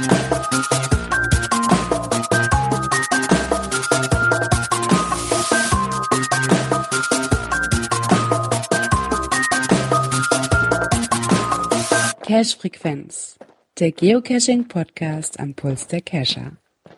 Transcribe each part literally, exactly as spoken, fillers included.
Cache-Frequenz, der Geocaching-Podcast am Puls der Cacher.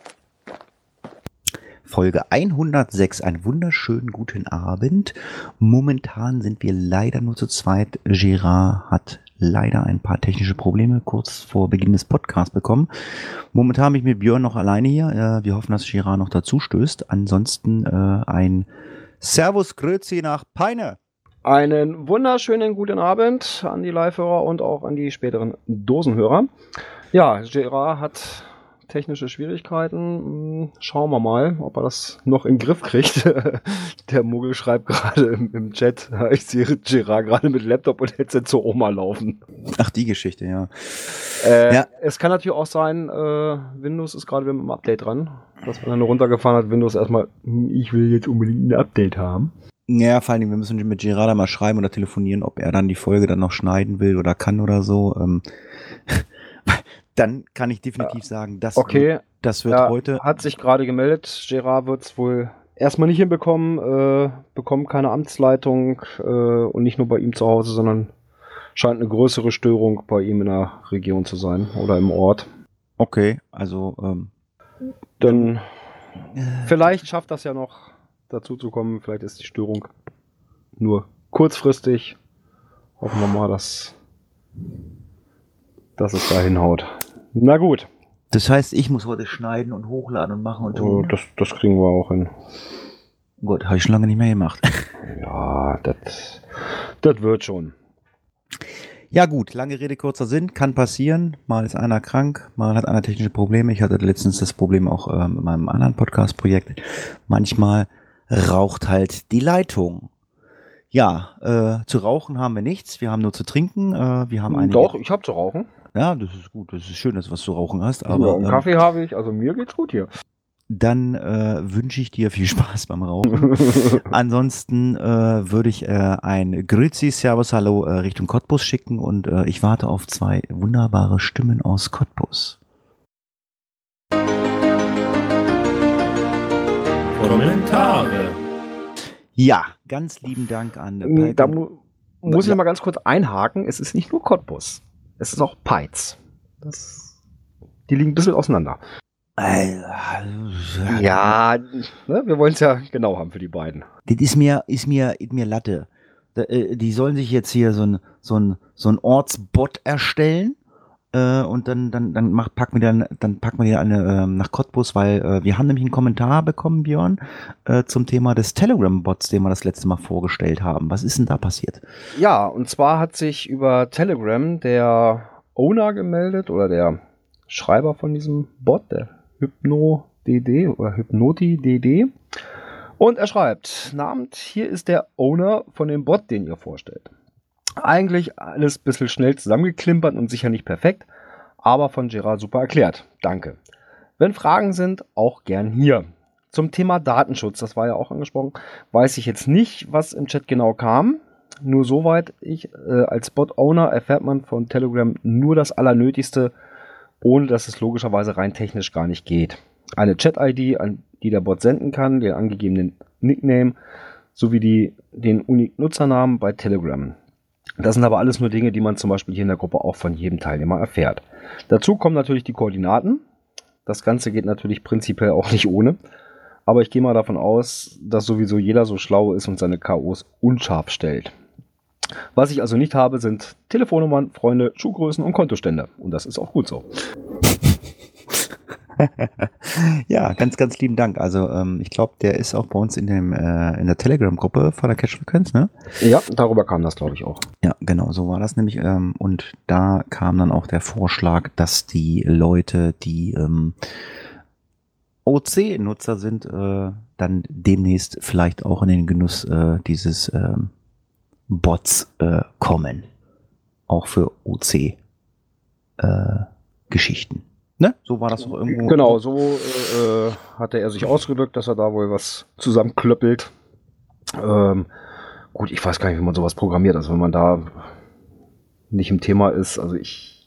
Folge hundertsechs, einen wunderschönen guten Abend. Momentan sind wir leider nur zu zweit. Gerard hat leider ein paar technische Probleme kurz vor Beginn des Podcasts bekommen. Momentan habe ich mit Björn noch alleine hier. Wir hoffen, dass Gerard noch dazu stößt. Ansonsten äh, ein Servus Grüezi nach Peine. Einen wunderschönen guten Abend an die Live-Hörer und auch an die späteren Dosenhörer. Ja, Gerard hat technische Schwierigkeiten. Schauen wir mal, ob er das noch in den Griff kriegt. Der Muggel schreibt gerade im, im Chat, ich sehe Gerard gerade mit Laptop und Headset zur Oma laufen. Ach, die Geschichte, ja. Äh, ja. Es kann natürlich auch sein, äh, Windows ist gerade wieder mit dem Update dran. Dass man dann runtergefahren hat, Windows erstmal, ich will jetzt unbedingt ein Update haben. Ja, vor allem, wir müssen mit Gerard mal schreiben oder telefonieren, ob er dann die Folge dann noch schneiden will oder kann oder so. Ähm, dann kann ich definitiv ja. sagen, das okay. wird, das wird er heute... hat sich gerade gemeldet. Gerard wird es wohl erstmal nicht hinbekommen, äh, bekommt keine Amtsleitung äh, und nicht nur bei ihm zu Hause, sondern scheint eine größere Störung bei ihm in der Region zu sein oder im Ort. Okay, also... Ähm, dann äh, vielleicht schafft das ja noch dazu zu kommen. Vielleicht ist die Störung nur kurzfristig. Hoffen wir mal, dass, dass es da hinhaut. Na gut. Das heißt, ich muss heute schneiden und hochladen und machen und tun. Oh, das, das kriegen wir auch hin. Gut, habe ich schon lange nicht mehr gemacht. Ja, das das wird schon. Ja gut, lange Rede, kurzer Sinn, kann passieren. Mal ist einer krank, mal hat einer technische Probleme. Ich hatte letztens das Problem auch äh, mit meinem anderen Podcast-Projekt. Manchmal raucht halt die Leitung. Ja, äh, zu rauchen haben wir nichts, wir haben nur zu trinken. Äh, wir haben einige, Doch, ich habe zu rauchen. Ja, das ist gut, das ist schön, dass du was zu rauchen hast. Aber ja, einen ähm, Kaffee habe ich, also mir geht's gut hier. Dann äh, wünsche ich dir viel Spaß beim Rauchen. Ansonsten äh, würde ich äh, ein Grüezi, Servus, Hallo äh, Richtung Cottbus schicken und äh, ich warte auf zwei wunderbare Stimmen aus Cottbus. Kommentare. Ja, ganz lieben Dank an äh, Da mu muss ich ja. mal ganz kurz einhaken. Es ist nicht nur Cottbus. Es ist auch Peitz. Das, die liegen ein bisschen auseinander. Ja, ne, wir wollen es ja genau haben für die beiden. Das ist mir, ist mir, ist mir Latte. Da, äh, die sollen sich jetzt hier so ein, so ein, so ein Ortsbot erstellen. Äh, und dann, dann, dann macht, packen wir dann, dann packen wir die eine, äh, nach Cottbus, weil äh, wir haben nämlich einen Kommentar bekommen, Björn, äh, zum Thema des Telegram-Bots, den wir das letzte Mal vorgestellt haben. Was ist denn da passiert? Ja, und zwar hat sich über Telegram der Owner gemeldet oder der Schreiber von diesem Bot, der Hypno.dd oder Hypnoti.dd. Und er schreibt, Namens, hier ist der Owner von dem Bot, den ihr vorstellt. Eigentlich alles ein bisschen schnell zusammengeklimpert und sicher nicht perfekt, aber von Gerard super erklärt. Danke. Wenn Fragen sind, auch gern hier. Zum Thema Datenschutz, das war ja auch angesprochen, weiß ich jetzt nicht, was im Chat genau kam. Nur soweit ich, äh, als Bot-Owner erfährt man von Telegram nur das Allernötigste, ohne dass es logischerweise rein technisch gar nicht geht. Eine Chat-I D, an die der Bot senden kann, den angegebenen Nickname sowie die, den Unique-Nutzernamen bei Telegram. Das sind aber alles nur Dinge, die man zum Beispiel hier in der Gruppe auch von jedem Teilnehmer erfährt. Dazu kommen natürlich die Koordinaten. Das Ganze geht natürlich prinzipiell auch nicht ohne. Aber ich gehe mal davon aus, dass sowieso jeder so schlau ist und seine K Os unscharf stellt. Was ich also nicht habe, sind Telefonnummern, Freunde, Schuhgrößen und Kontostände. Und das ist auch gut so. Ja, ganz, ganz lieben Dank. Also ähm, ich glaube, der ist auch bei uns in, dem, äh, in der Telegram-Gruppe von der Cache-Frequenz, ne? Ja, darüber kam das, glaube ich, auch. Ja, genau, so war das nämlich. Ähm, und da kam dann auch der Vorschlag, dass die Leute, die ähm, O C-Nutzer sind, äh, dann demnächst vielleicht auch in den Genuss äh, dieses ähm, Bots äh, kommen. Auch für O C-Geschichten. Äh, Ne? So war das doch irgendwo. Genau, so äh, hatte er sich ausgedrückt, dass er da wohl was zusammenklöppelt. Ähm, gut, ich weiß gar nicht, wie man sowas programmiert. Also wenn man da nicht im Thema ist, also ich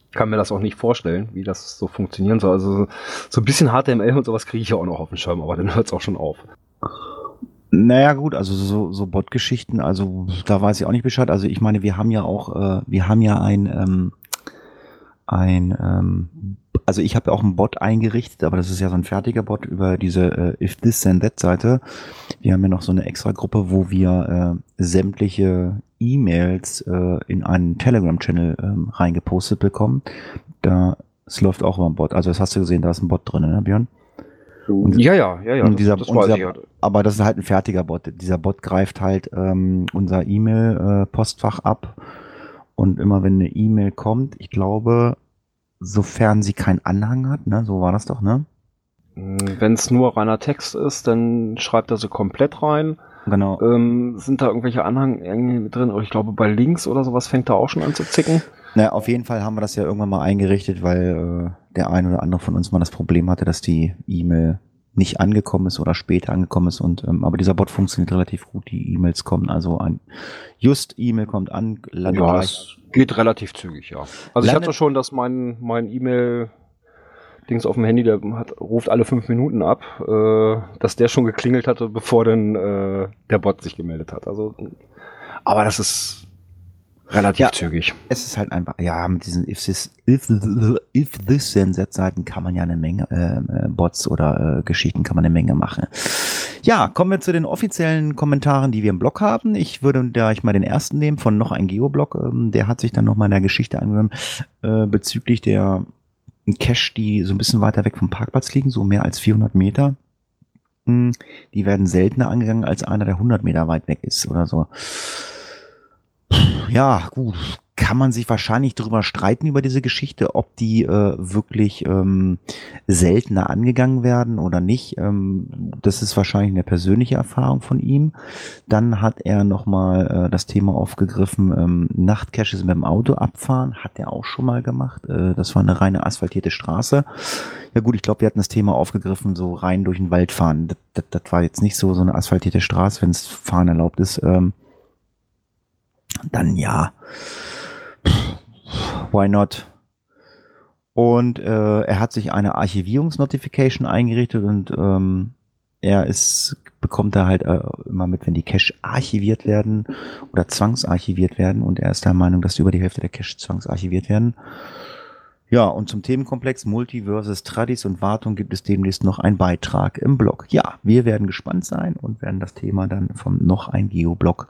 kann mir das auch nicht vorstellen, wie das so funktionieren soll. Also so ein bisschen H T M L und sowas kriege ich ja auch noch auf dem Schirm, aber dann hört es auch schon auf. Naja gut, also so, so Bot-Geschichten, also da weiß ich auch nicht Bescheid. Also ich meine, wir haben ja auch, äh, wir haben ja ein, ähm, ein, ähm, also ich habe ja auch einen Bot eingerichtet, aber das ist ja so ein fertiger Bot über diese äh, If This Then That Seite. Wir haben ja noch so eine extra Gruppe, wo wir äh, sämtliche E-Mails äh, in einen Telegram-Channel ähm, reingepostet bekommen. Da, es läuft auch über einen Bot. Also das hast du gesehen, da ist ein Bot drin, ne, Björn? Und ja, ja, ja, ja. Und Das, dieser, das und weiß dieser, ich halt. Aber das ist halt ein fertiger Bot. Dieser Bot greift halt ähm, unser E-Mail-Postfach ab. Und immer wenn eine E-Mail kommt, ich glaube, sofern sie keinen Anhang hat, ne, so war das doch, ne? Wenn es nur reiner Text ist, dann schreibt er sie komplett rein. Genau. Ähm, sind da irgendwelche Anhang irgendwie mit drin? Oder ich glaube, bei Links oder sowas fängt er auch schon an zu zicken. Naja, auf jeden Fall haben wir das ja irgendwann mal eingerichtet, weil äh, der ein oder andere von uns mal das Problem hatte, dass die E-Mail nicht angekommen ist oder später angekommen ist. Und ähm, aber dieser Bot funktioniert relativ gut. Die E-Mails kommen also an. Just E-Mail kommt an, landet Ja, gleich. es geht relativ zügig, ja. Also ich Landet- hatte schon, dass mein mein E-Mail-Dings auf dem Handy, der hat, ruft alle fünf Minuten ab, äh, dass der schon geklingelt hatte, bevor dann äh, der Bot sich gemeldet hat. Also, aber das ist relativ Ja. zügig. Es ist halt einfach, ja, mit diesen If This, If, if this then that Seiten kann man ja eine Menge äh, Bots oder äh, Geschichten kann man eine Menge machen. Ja, kommen wir zu den offiziellen Kommentaren, die wir im Blog haben. Ich würde da ich mal den ersten nehmen von noch ein Geoblog. Ähm, der hat sich dann nochmal in der Geschichte angenommen äh, bezüglich der Cache, die so ein bisschen weiter weg vom Parkplatz liegen, so mehr als vierhundert Meter. Hm, die werden seltener angegangen als einer, der hundert Meter weit weg ist oder so. Ja, gut. Kann man sich wahrscheinlich darüber streiten über diese Geschichte, ob die äh, wirklich ähm, seltener angegangen werden oder nicht. Ähm, das ist wahrscheinlich eine persönliche Erfahrung von ihm. Dann hat er nochmal äh, das Thema aufgegriffen, ähm, Nachtcaches mit dem Auto abfahren. Hat er auch schon mal gemacht. Äh, das war eine reine asphaltierte Straße. Ja gut, ich glaube, wir hatten das Thema aufgegriffen, so rein durch den Wald fahren. Das, das, das war jetzt nicht so so eine asphaltierte Straße, wenn es Fahren erlaubt ist. Ähm, dann ja, why not? Und äh, er hat sich eine Archivierungsnotification eingerichtet und ähm, er ist bekommt da halt äh, immer mit, wenn die Cache archiviert werden oder zwangsarchiviert werden, und er ist der Meinung, dass über die Hälfte der Cache zwangsarchiviert werden. Ja, und zum Themenkomplex Multi versus Tradis und Wartung gibt es demnächst noch einen Beitrag im Blog. Ja, wir werden gespannt sein und werden das Thema dann vom noch ein Geoblog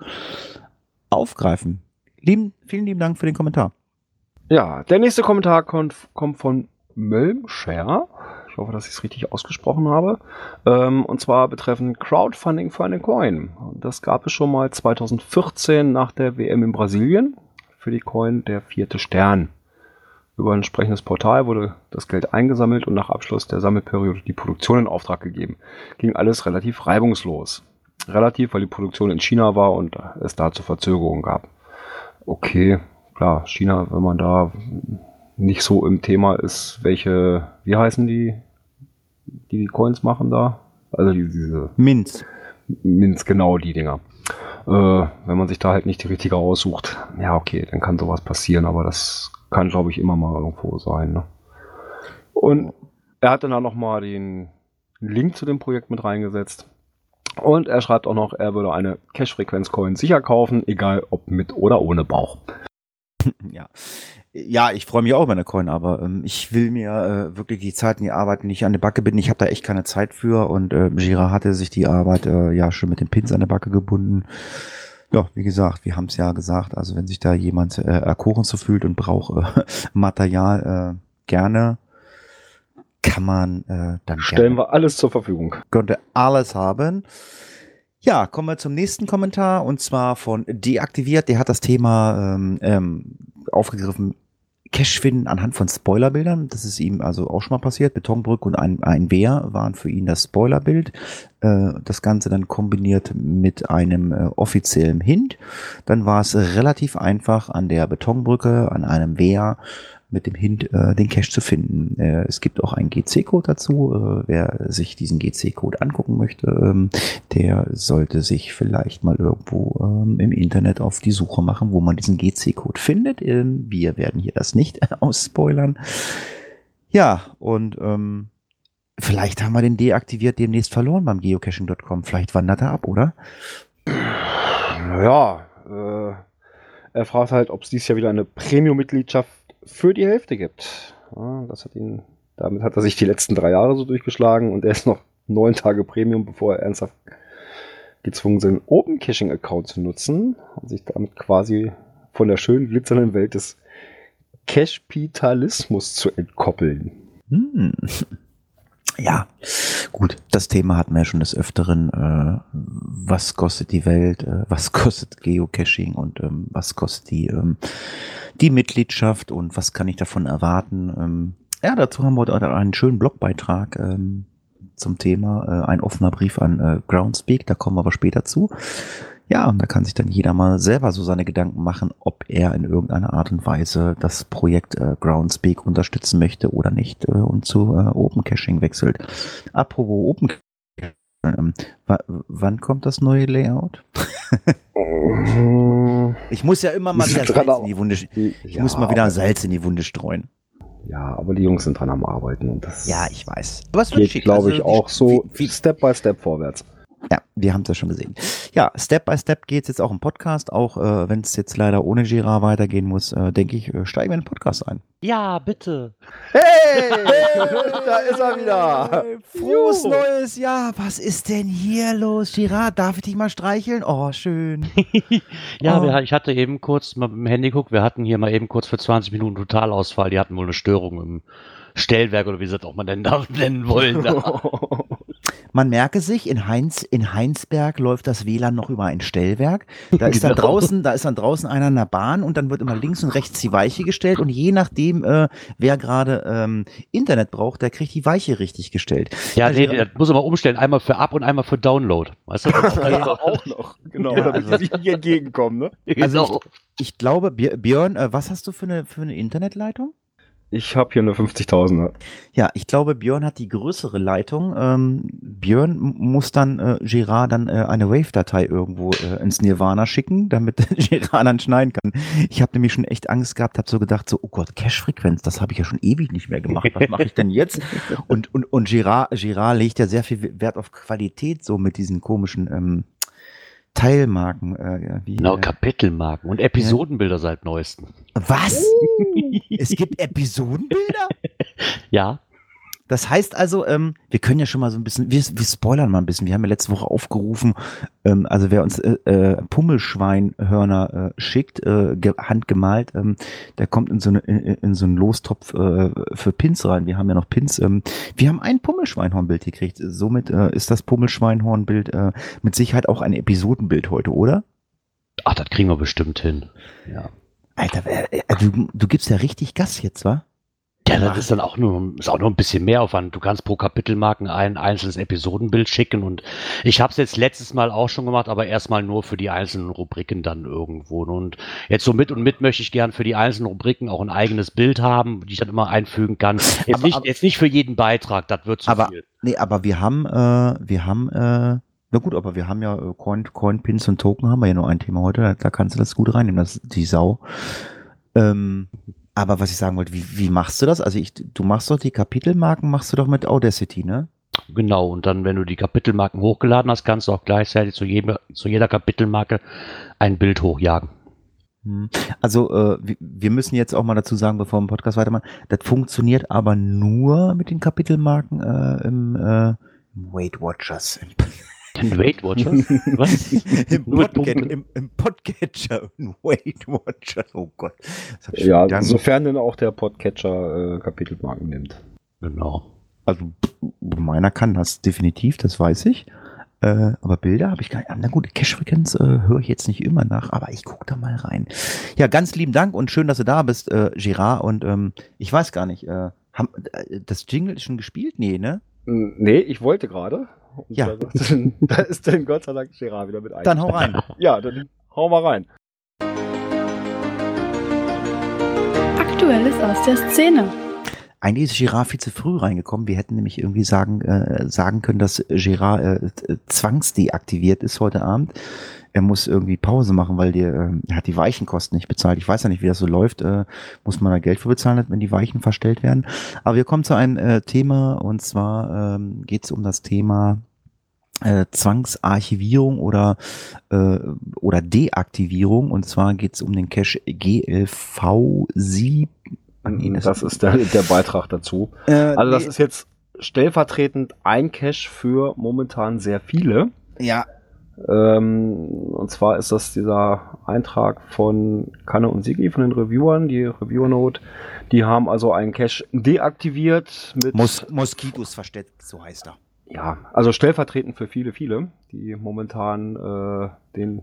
aufgreifen. Lieben, vielen lieben Dank für den Kommentar. Ja, der nächste Kommentar kommt, kommt von Mölmscher. Ich hoffe, dass ich es richtig ausgesprochen habe. Ähm, und zwar betreffend Crowdfunding für eine Coin. Das gab es schon mal zweitausendvierzehn nach der W M in Brasilien für die Coin der vierte Stern. Über ein entsprechendes Portal wurde das Geld eingesammelt und nach Abschluss der Sammelperiode die Produktion in Auftrag gegeben. Ging alles relativ reibungslos. Relativ, weil die Produktion in China war und es dazu Verzögerungen gab. Okay, klar, China, wenn man da nicht so im Thema ist, welche, wie heißen die, die die Coins machen da? Also die, diese... Minz. Minz, genau die Dinger. Äh, wenn man sich da halt nicht die richtige aussucht, ja okay, dann kann sowas passieren, aber das kann, glaube ich, immer mal irgendwo sein. Ne? Und er hat dann auch nochmal den Link zu dem Projekt mit reingesetzt. Und er schreibt auch noch, er würde eine Cache-Frequenz-Coin sicher kaufen, egal ob mit oder ohne Bauch. Ja, ja, ich freue mich auch über eine Coin, aber ähm, ich will mir äh, wirklich die Zeit und die Arbeit nicht an die Backe binden. Ich habe da echt keine Zeit für, und äh, Gira hatte sich die Arbeit äh, ja schon mit den Pins an der Backe gebunden. Ja, wie gesagt, wir haben es ja gesagt, also wenn sich da jemand äh, erkoren zu fühlt und braucht äh, Material, äh, gerne, kann man äh, dann Stellen gerne. wir alles zur Verfügung. Könnte alles haben. Ja, kommen wir zum nächsten Kommentar, und zwar von Deaktiviert. Der hat das Thema ähm, ähm, aufgegriffen, Cache finden anhand von Spoilerbildern. Das ist ihm also auch schon mal passiert. Betonbrück und ein, ein Wehr waren für ihn das Spoilerbild. Äh, das Ganze dann kombiniert mit einem äh, offiziellen Hint. Dann war es relativ einfach, an der Betonbrücke, an einem Wehr mit dem Hint, äh, den Cache zu finden. Äh, es gibt auch einen G C-Code dazu. Äh, wer sich diesen G C-Code angucken möchte, ähm, der sollte sich vielleicht mal irgendwo ähm, im Internet auf die Suche machen, wo man diesen G C-Code findet. Ähm, wir werden hier das nicht ausspoilern. Ja, und ähm, vielleicht haben wir den deaktiviert demnächst verloren beim geocaching Punkt com. Vielleicht wandert er ab, oder? Ja, äh, er fragt halt, ob es dieses Jahr wieder eine Premium-Mitgliedschaft für die Hälfte gibt. Ja, das hat ihn, damit hat er sich die letzten drei Jahre so durchgeschlagen und er ist noch neun Tage Premium, bevor er ernsthaft gezwungen ist, einen Open Caching-Account zu nutzen und sich damit quasi von der schönen glitzernden Welt des Cashpitalismus zu entkoppeln. Hm. Ja, gut, das Thema hatten wir ja schon des Öfteren. Äh, was kostet die Welt, äh, was kostet Geocaching und ähm, was kostet die, ähm, die Mitgliedschaft und was kann ich davon erwarten? Ähm, ja, dazu haben wir heute einen schönen Blogbeitrag ähm, zum Thema, äh, ein offener Brief an äh, Groundspeak, da kommen wir aber später zu. Ja, und da kann sich dann jeder mal selber so seine Gedanken machen, ob er in irgendeiner Art und Weise das Projekt äh, Groundspeak unterstützen möchte oder nicht äh, und zu äh, Open Caching wechselt. Apropos Open Caching, ähm, wann kommt das neue Layout? Ich muss ja immer mal wieder Salz in die Wunde, ich ja, muss mal wieder Salz in die Wunde streuen. Ja, aber die Jungs sind dran am Arbeiten und das ja, ich weiß. Was geht, glaube ich, auch so wie, wie, Step by Step vorwärts. Ja, wir haben es ja schon gesehen. Ja, Step by Step geht es jetzt auch im Podcast, auch äh, wenn es jetzt leider ohne Gerard weitergehen muss, äh, denke ich, äh, steigen wir in den Podcast ein. Ja, bitte. Hey, da ist er wieder. Frohes Juhu. Neues Jahr. Was ist denn hier los, Gerard? Darf ich dich mal streicheln? Oh, schön. Ja, oh. Wir, ich hatte eben kurz mal mit dem Handy geguckt, wir hatten hier mal eben kurz für zwanzig Minuten Totalausfall. Die hatten wohl eine Störung im Stellwerk oder wie sie das auch mal nennen, nennen wollen. Man merke sich, in Heinz, in Heinsberg läuft das W L A N noch über ein Stellwerk. Da ist dann draußen, da ist dann draußen einer in der Bahn und dann wird immer links und rechts die Weiche gestellt und je nachdem, äh, wer gerade ähm, Internet braucht, der kriegt die Weiche richtig gestellt. Ja, also, nee, das muss man mal umstellen, einmal für Up und einmal für Download. Weißt du? Ja, auch noch. Genau, ja, damit also, sie hier entgegenkommen, ne? Also ich, ich glaube, Björn, äh, was hast du für eine, für eine Internetleitung? Ich habe hier eine fünfzigtausender. Ja, ich glaube, Björn hat die größere Leitung. Ähm, Björn muss dann äh, Gerard dann äh, eine Wave-Datei irgendwo äh, ins Nirvana schicken, damit Gerard dann schneiden kann. Ich habe nämlich schon echt Angst gehabt, habe so gedacht, so, oh Gott, Cache-Frequenz, das habe ich ja schon ewig nicht mehr gemacht. Was mache ich denn jetzt? Und, und, und Gerard, Gerard legt ja sehr viel Wert auf Qualität, so mit diesen komischen ähm, Teilmarken. Äh, wie, genau, äh, Kapitelmarken und Episodenbilder ja. Seit neuestem. Was? Es gibt Episodenbilder? Ja. Das heißt also, ähm, wir können ja schon mal so ein bisschen, wir, wir spoilern mal ein bisschen. Wir haben ja letzte Woche aufgerufen, ähm, also wer uns äh, äh, Pummelschweinhörner äh, schickt, äh, handgemalt, ähm, der kommt in so, eine, in, in so einen Lostopf äh, für Pins rein. Wir haben ja noch Pins. Ähm, wir haben ein Pummelschweinhornbild gekriegt. Somit äh, ist das Pummelschweinhornbild äh, mit Sicherheit auch ein Episodenbild heute, oder? Ach, das kriegen wir bestimmt hin. Ja. Alter, äh, du, du gibst ja richtig Gas jetzt, wa? Ja, das ist dann auch nur, ist auch nur ein bisschen mehr Aufwand. Du kannst pro Kapitelmarken ein einzelnes Episodenbild schicken und ich habe es jetzt letztes Mal auch schon gemacht, aber erstmal nur für die einzelnen Rubriken dann irgendwo. Und jetzt so mit und mit möchte ich gern für die einzelnen Rubriken auch ein eigenes Bild haben, die ich dann immer einfügen kann. Jetzt, aber, nicht, aber, jetzt nicht für jeden Beitrag, das wird zu aber, viel. Nee, aber wir haben, äh, wir haben, äh, na gut, aber wir haben ja äh, Coin, Coin, Pins und Token haben wir ja nur ein Thema heute, da, da kannst du das gut reinnehmen, das die Sau. Ähm, Aber was ich sagen wollte, wie, wie machst du das? Also ich, du machst doch die Kapitelmarken, machst du doch mit Audacity, ne? Genau, und dann, wenn du die Kapitelmarken hochgeladen hast, kannst du auch gleichzeitig zu, jedem, zu jeder Kapitelmarke ein Bild hochjagen. Also äh, wir müssen jetzt auch mal dazu sagen, bevor wir den Podcast weitermachen, das funktioniert aber nur mit den Kapitelmarken äh, im äh, Weight Watchers. Den Weight Watchers? Was? Im, Podca im, Im Podcatcher. Weight Watchers. Oh Gott. Ja, sofern denn auch der Podcatcher äh, Kapitelmarken nimmt. Genau. Also meiner kann das definitiv, das weiß ich. Äh, aber Bilder habe ich gar nicht. Na gut, Cache-Frequenz äh, höre ich jetzt nicht immer nach, aber ich gucke da mal rein. Ja, ganz lieben Dank und schön, dass du da bist, äh, Gerard. Und ähm, ich weiß gar nicht, äh, haben, äh, das Jingle ist schon gespielt? Nee, ne? Nee, ich wollte gerade. Und ja. Da, dann, da ist dann Gott sei Dank Gerard wieder mit ein. Dann hau rein. Ja, dann hau mal rein. Aktuelles aus der Szene. Eigentlich ist Gerard viel zu früh reingekommen. Wir hätten nämlich irgendwie sagen, äh, sagen können, dass Gerard äh, zwangsdeaktiviert ist heute Abend. Er muss irgendwie Pause machen, weil die, äh, er hat die Weichenkosten nicht bezahlt. Ich weiß ja nicht, wie das so läuft. Äh, muss man da Geld für bezahlen, wenn die Weichen verstellt werden? Aber wir kommen zu einem äh, Thema, und zwar ähm, geht es um das Thema äh, Zwangsarchivierung oder äh, oder Deaktivierung. Und zwar geht es um den Cache G L V sieben. Das ist der, der Beitrag dazu. Äh, also das nee. ist jetzt stellvertretend ein Cache für momentan sehr viele. Ja. Ähm, und zwar ist das dieser Eintrag von Kanne und Sigi, von den Reviewern, die Reviewer-Note. Die haben also einen Cache deaktiviert mit... Mos- Moskitos versteckt, so heißt er. Ja, also stellvertretend für viele, viele, die momentan äh, den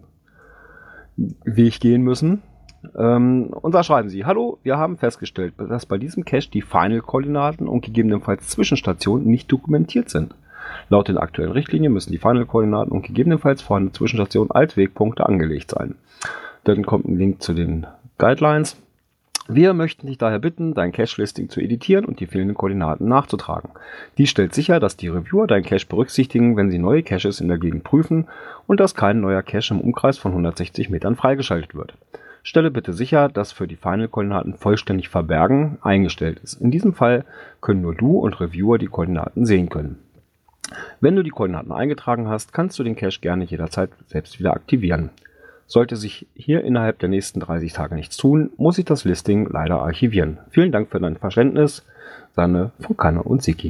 Weg gehen müssen. Ähm, und da schreiben sie: Hallo, wir haben festgestellt, dass bei diesem Cache die Final-Koordinaten und gegebenenfalls Zwischenstationen nicht dokumentiert sind. Laut den aktuellen Richtlinien müssen die Final-Koordinaten und gegebenenfalls vorhandene Zwischenstationen als Wegpunkte angelegt sein. Dann kommt ein Link zu den Guidelines. Wir möchten dich daher bitten, dein Cache-Listing zu editieren und die fehlenden Koordinaten nachzutragen. Dies stellt sicher, dass die Reviewer dein Cache berücksichtigen, wenn sie neue Caches in der Gegend prüfen und dass kein neuer Cache im Umkreis von hundertsechzig Metern freigeschaltet wird. Stelle bitte sicher, dass für die Final-Koordinaten vollständig verbergen eingestellt ist. In diesem Fall können nur du und Reviewer die Koordinaten sehen können. Wenn du die Koordinaten eingetragen hast, kannst du den Cache gerne jederzeit selbst wieder aktivieren. Sollte sich hier innerhalb der nächsten dreißig Tage nichts tun, muss ich das Listing leider archivieren. Vielen Dank für dein Verständnis. Sanne von Kanne und Siki.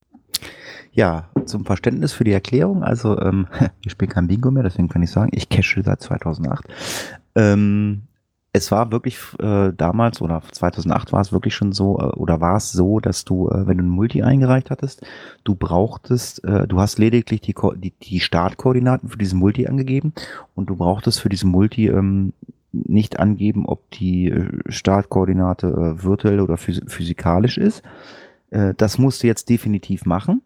Ja, zum Verständnis für die Erklärung. Also, ähm, ich spiele kein Bingo mehr, deswegen kann ich sagen, ich cache seit zweitausendacht. Ähm, Es war wirklich äh, damals oder zweitausendacht war es wirklich schon so, äh, oder war es so, dass du, äh, wenn du ein Multi eingereicht hattest, du brauchtest, äh, du hast lediglich die, Ko- die, die Startkoordinaten für diesen Multi angegeben und du brauchtest für diesen Multi ähm, nicht angeben, ob die äh, Startkoordinate äh, virtuell oder phys- physikalisch ist. Äh, das musst du jetzt definitiv machen.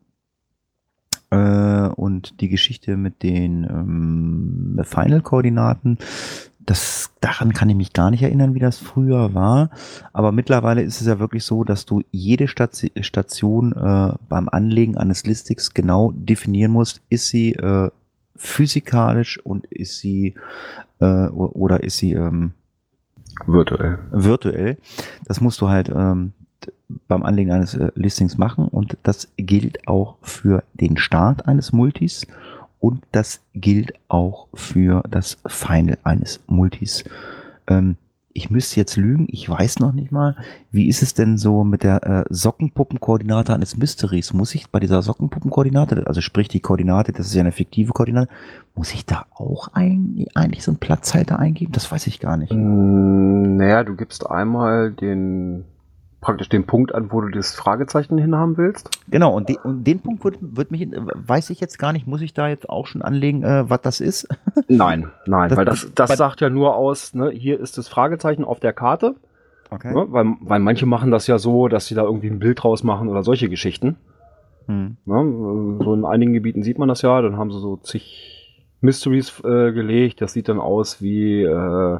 Äh, und die Geschichte mit den ähm, Final-Koordinaten, das, daran kann ich mich gar nicht erinnern, wie das früher war. Aber mittlerweile ist es ja wirklich so, dass du jede Station, Station äh, beim Anlegen eines Listings genau definieren musst, ist sie äh, physikalisch und ist sie äh, oder ist sie ähm, virtuell. virtuell. Das musst du halt ähm, beim Anlegen eines äh, Listings machen, und das gilt auch für den Start eines Multis. Und das gilt auch für das Final eines Multis. Ähm, ich müsste jetzt lügen, ich weiß noch nicht mal, wie ist es denn so mit der äh, Sockenpuppenkoordinate eines Mysteries? Muss ich bei dieser Sockenpuppenkoordinate, also sprich die Koordinate, das ist ja eine fiktive Koordinate, muss ich da auch ein, eigentlich so einen Platzhalter eingeben? Das weiß ich gar nicht. Mm, naja, du gibst einmal den... praktisch den Punkt an, wo du das Fragezeichen hinhaben willst. Genau, und, de, und den Punkt wird, wird mich, weiß ich jetzt gar nicht, muss ich da jetzt auch schon anlegen, äh, was das ist? Nein, nein, das, weil das, das sagt ja nur aus, ne, hier ist das Fragezeichen auf der Karte. Okay. Ne, weil, weil manche machen das ja so, dass sie da irgendwie ein Bild draus machen oder solche Geschichten. Hm. Ne, so in einigen Gebieten sieht man das ja, dann haben sie so zig Mysteries äh, gelegt, das sieht dann aus wie, äh,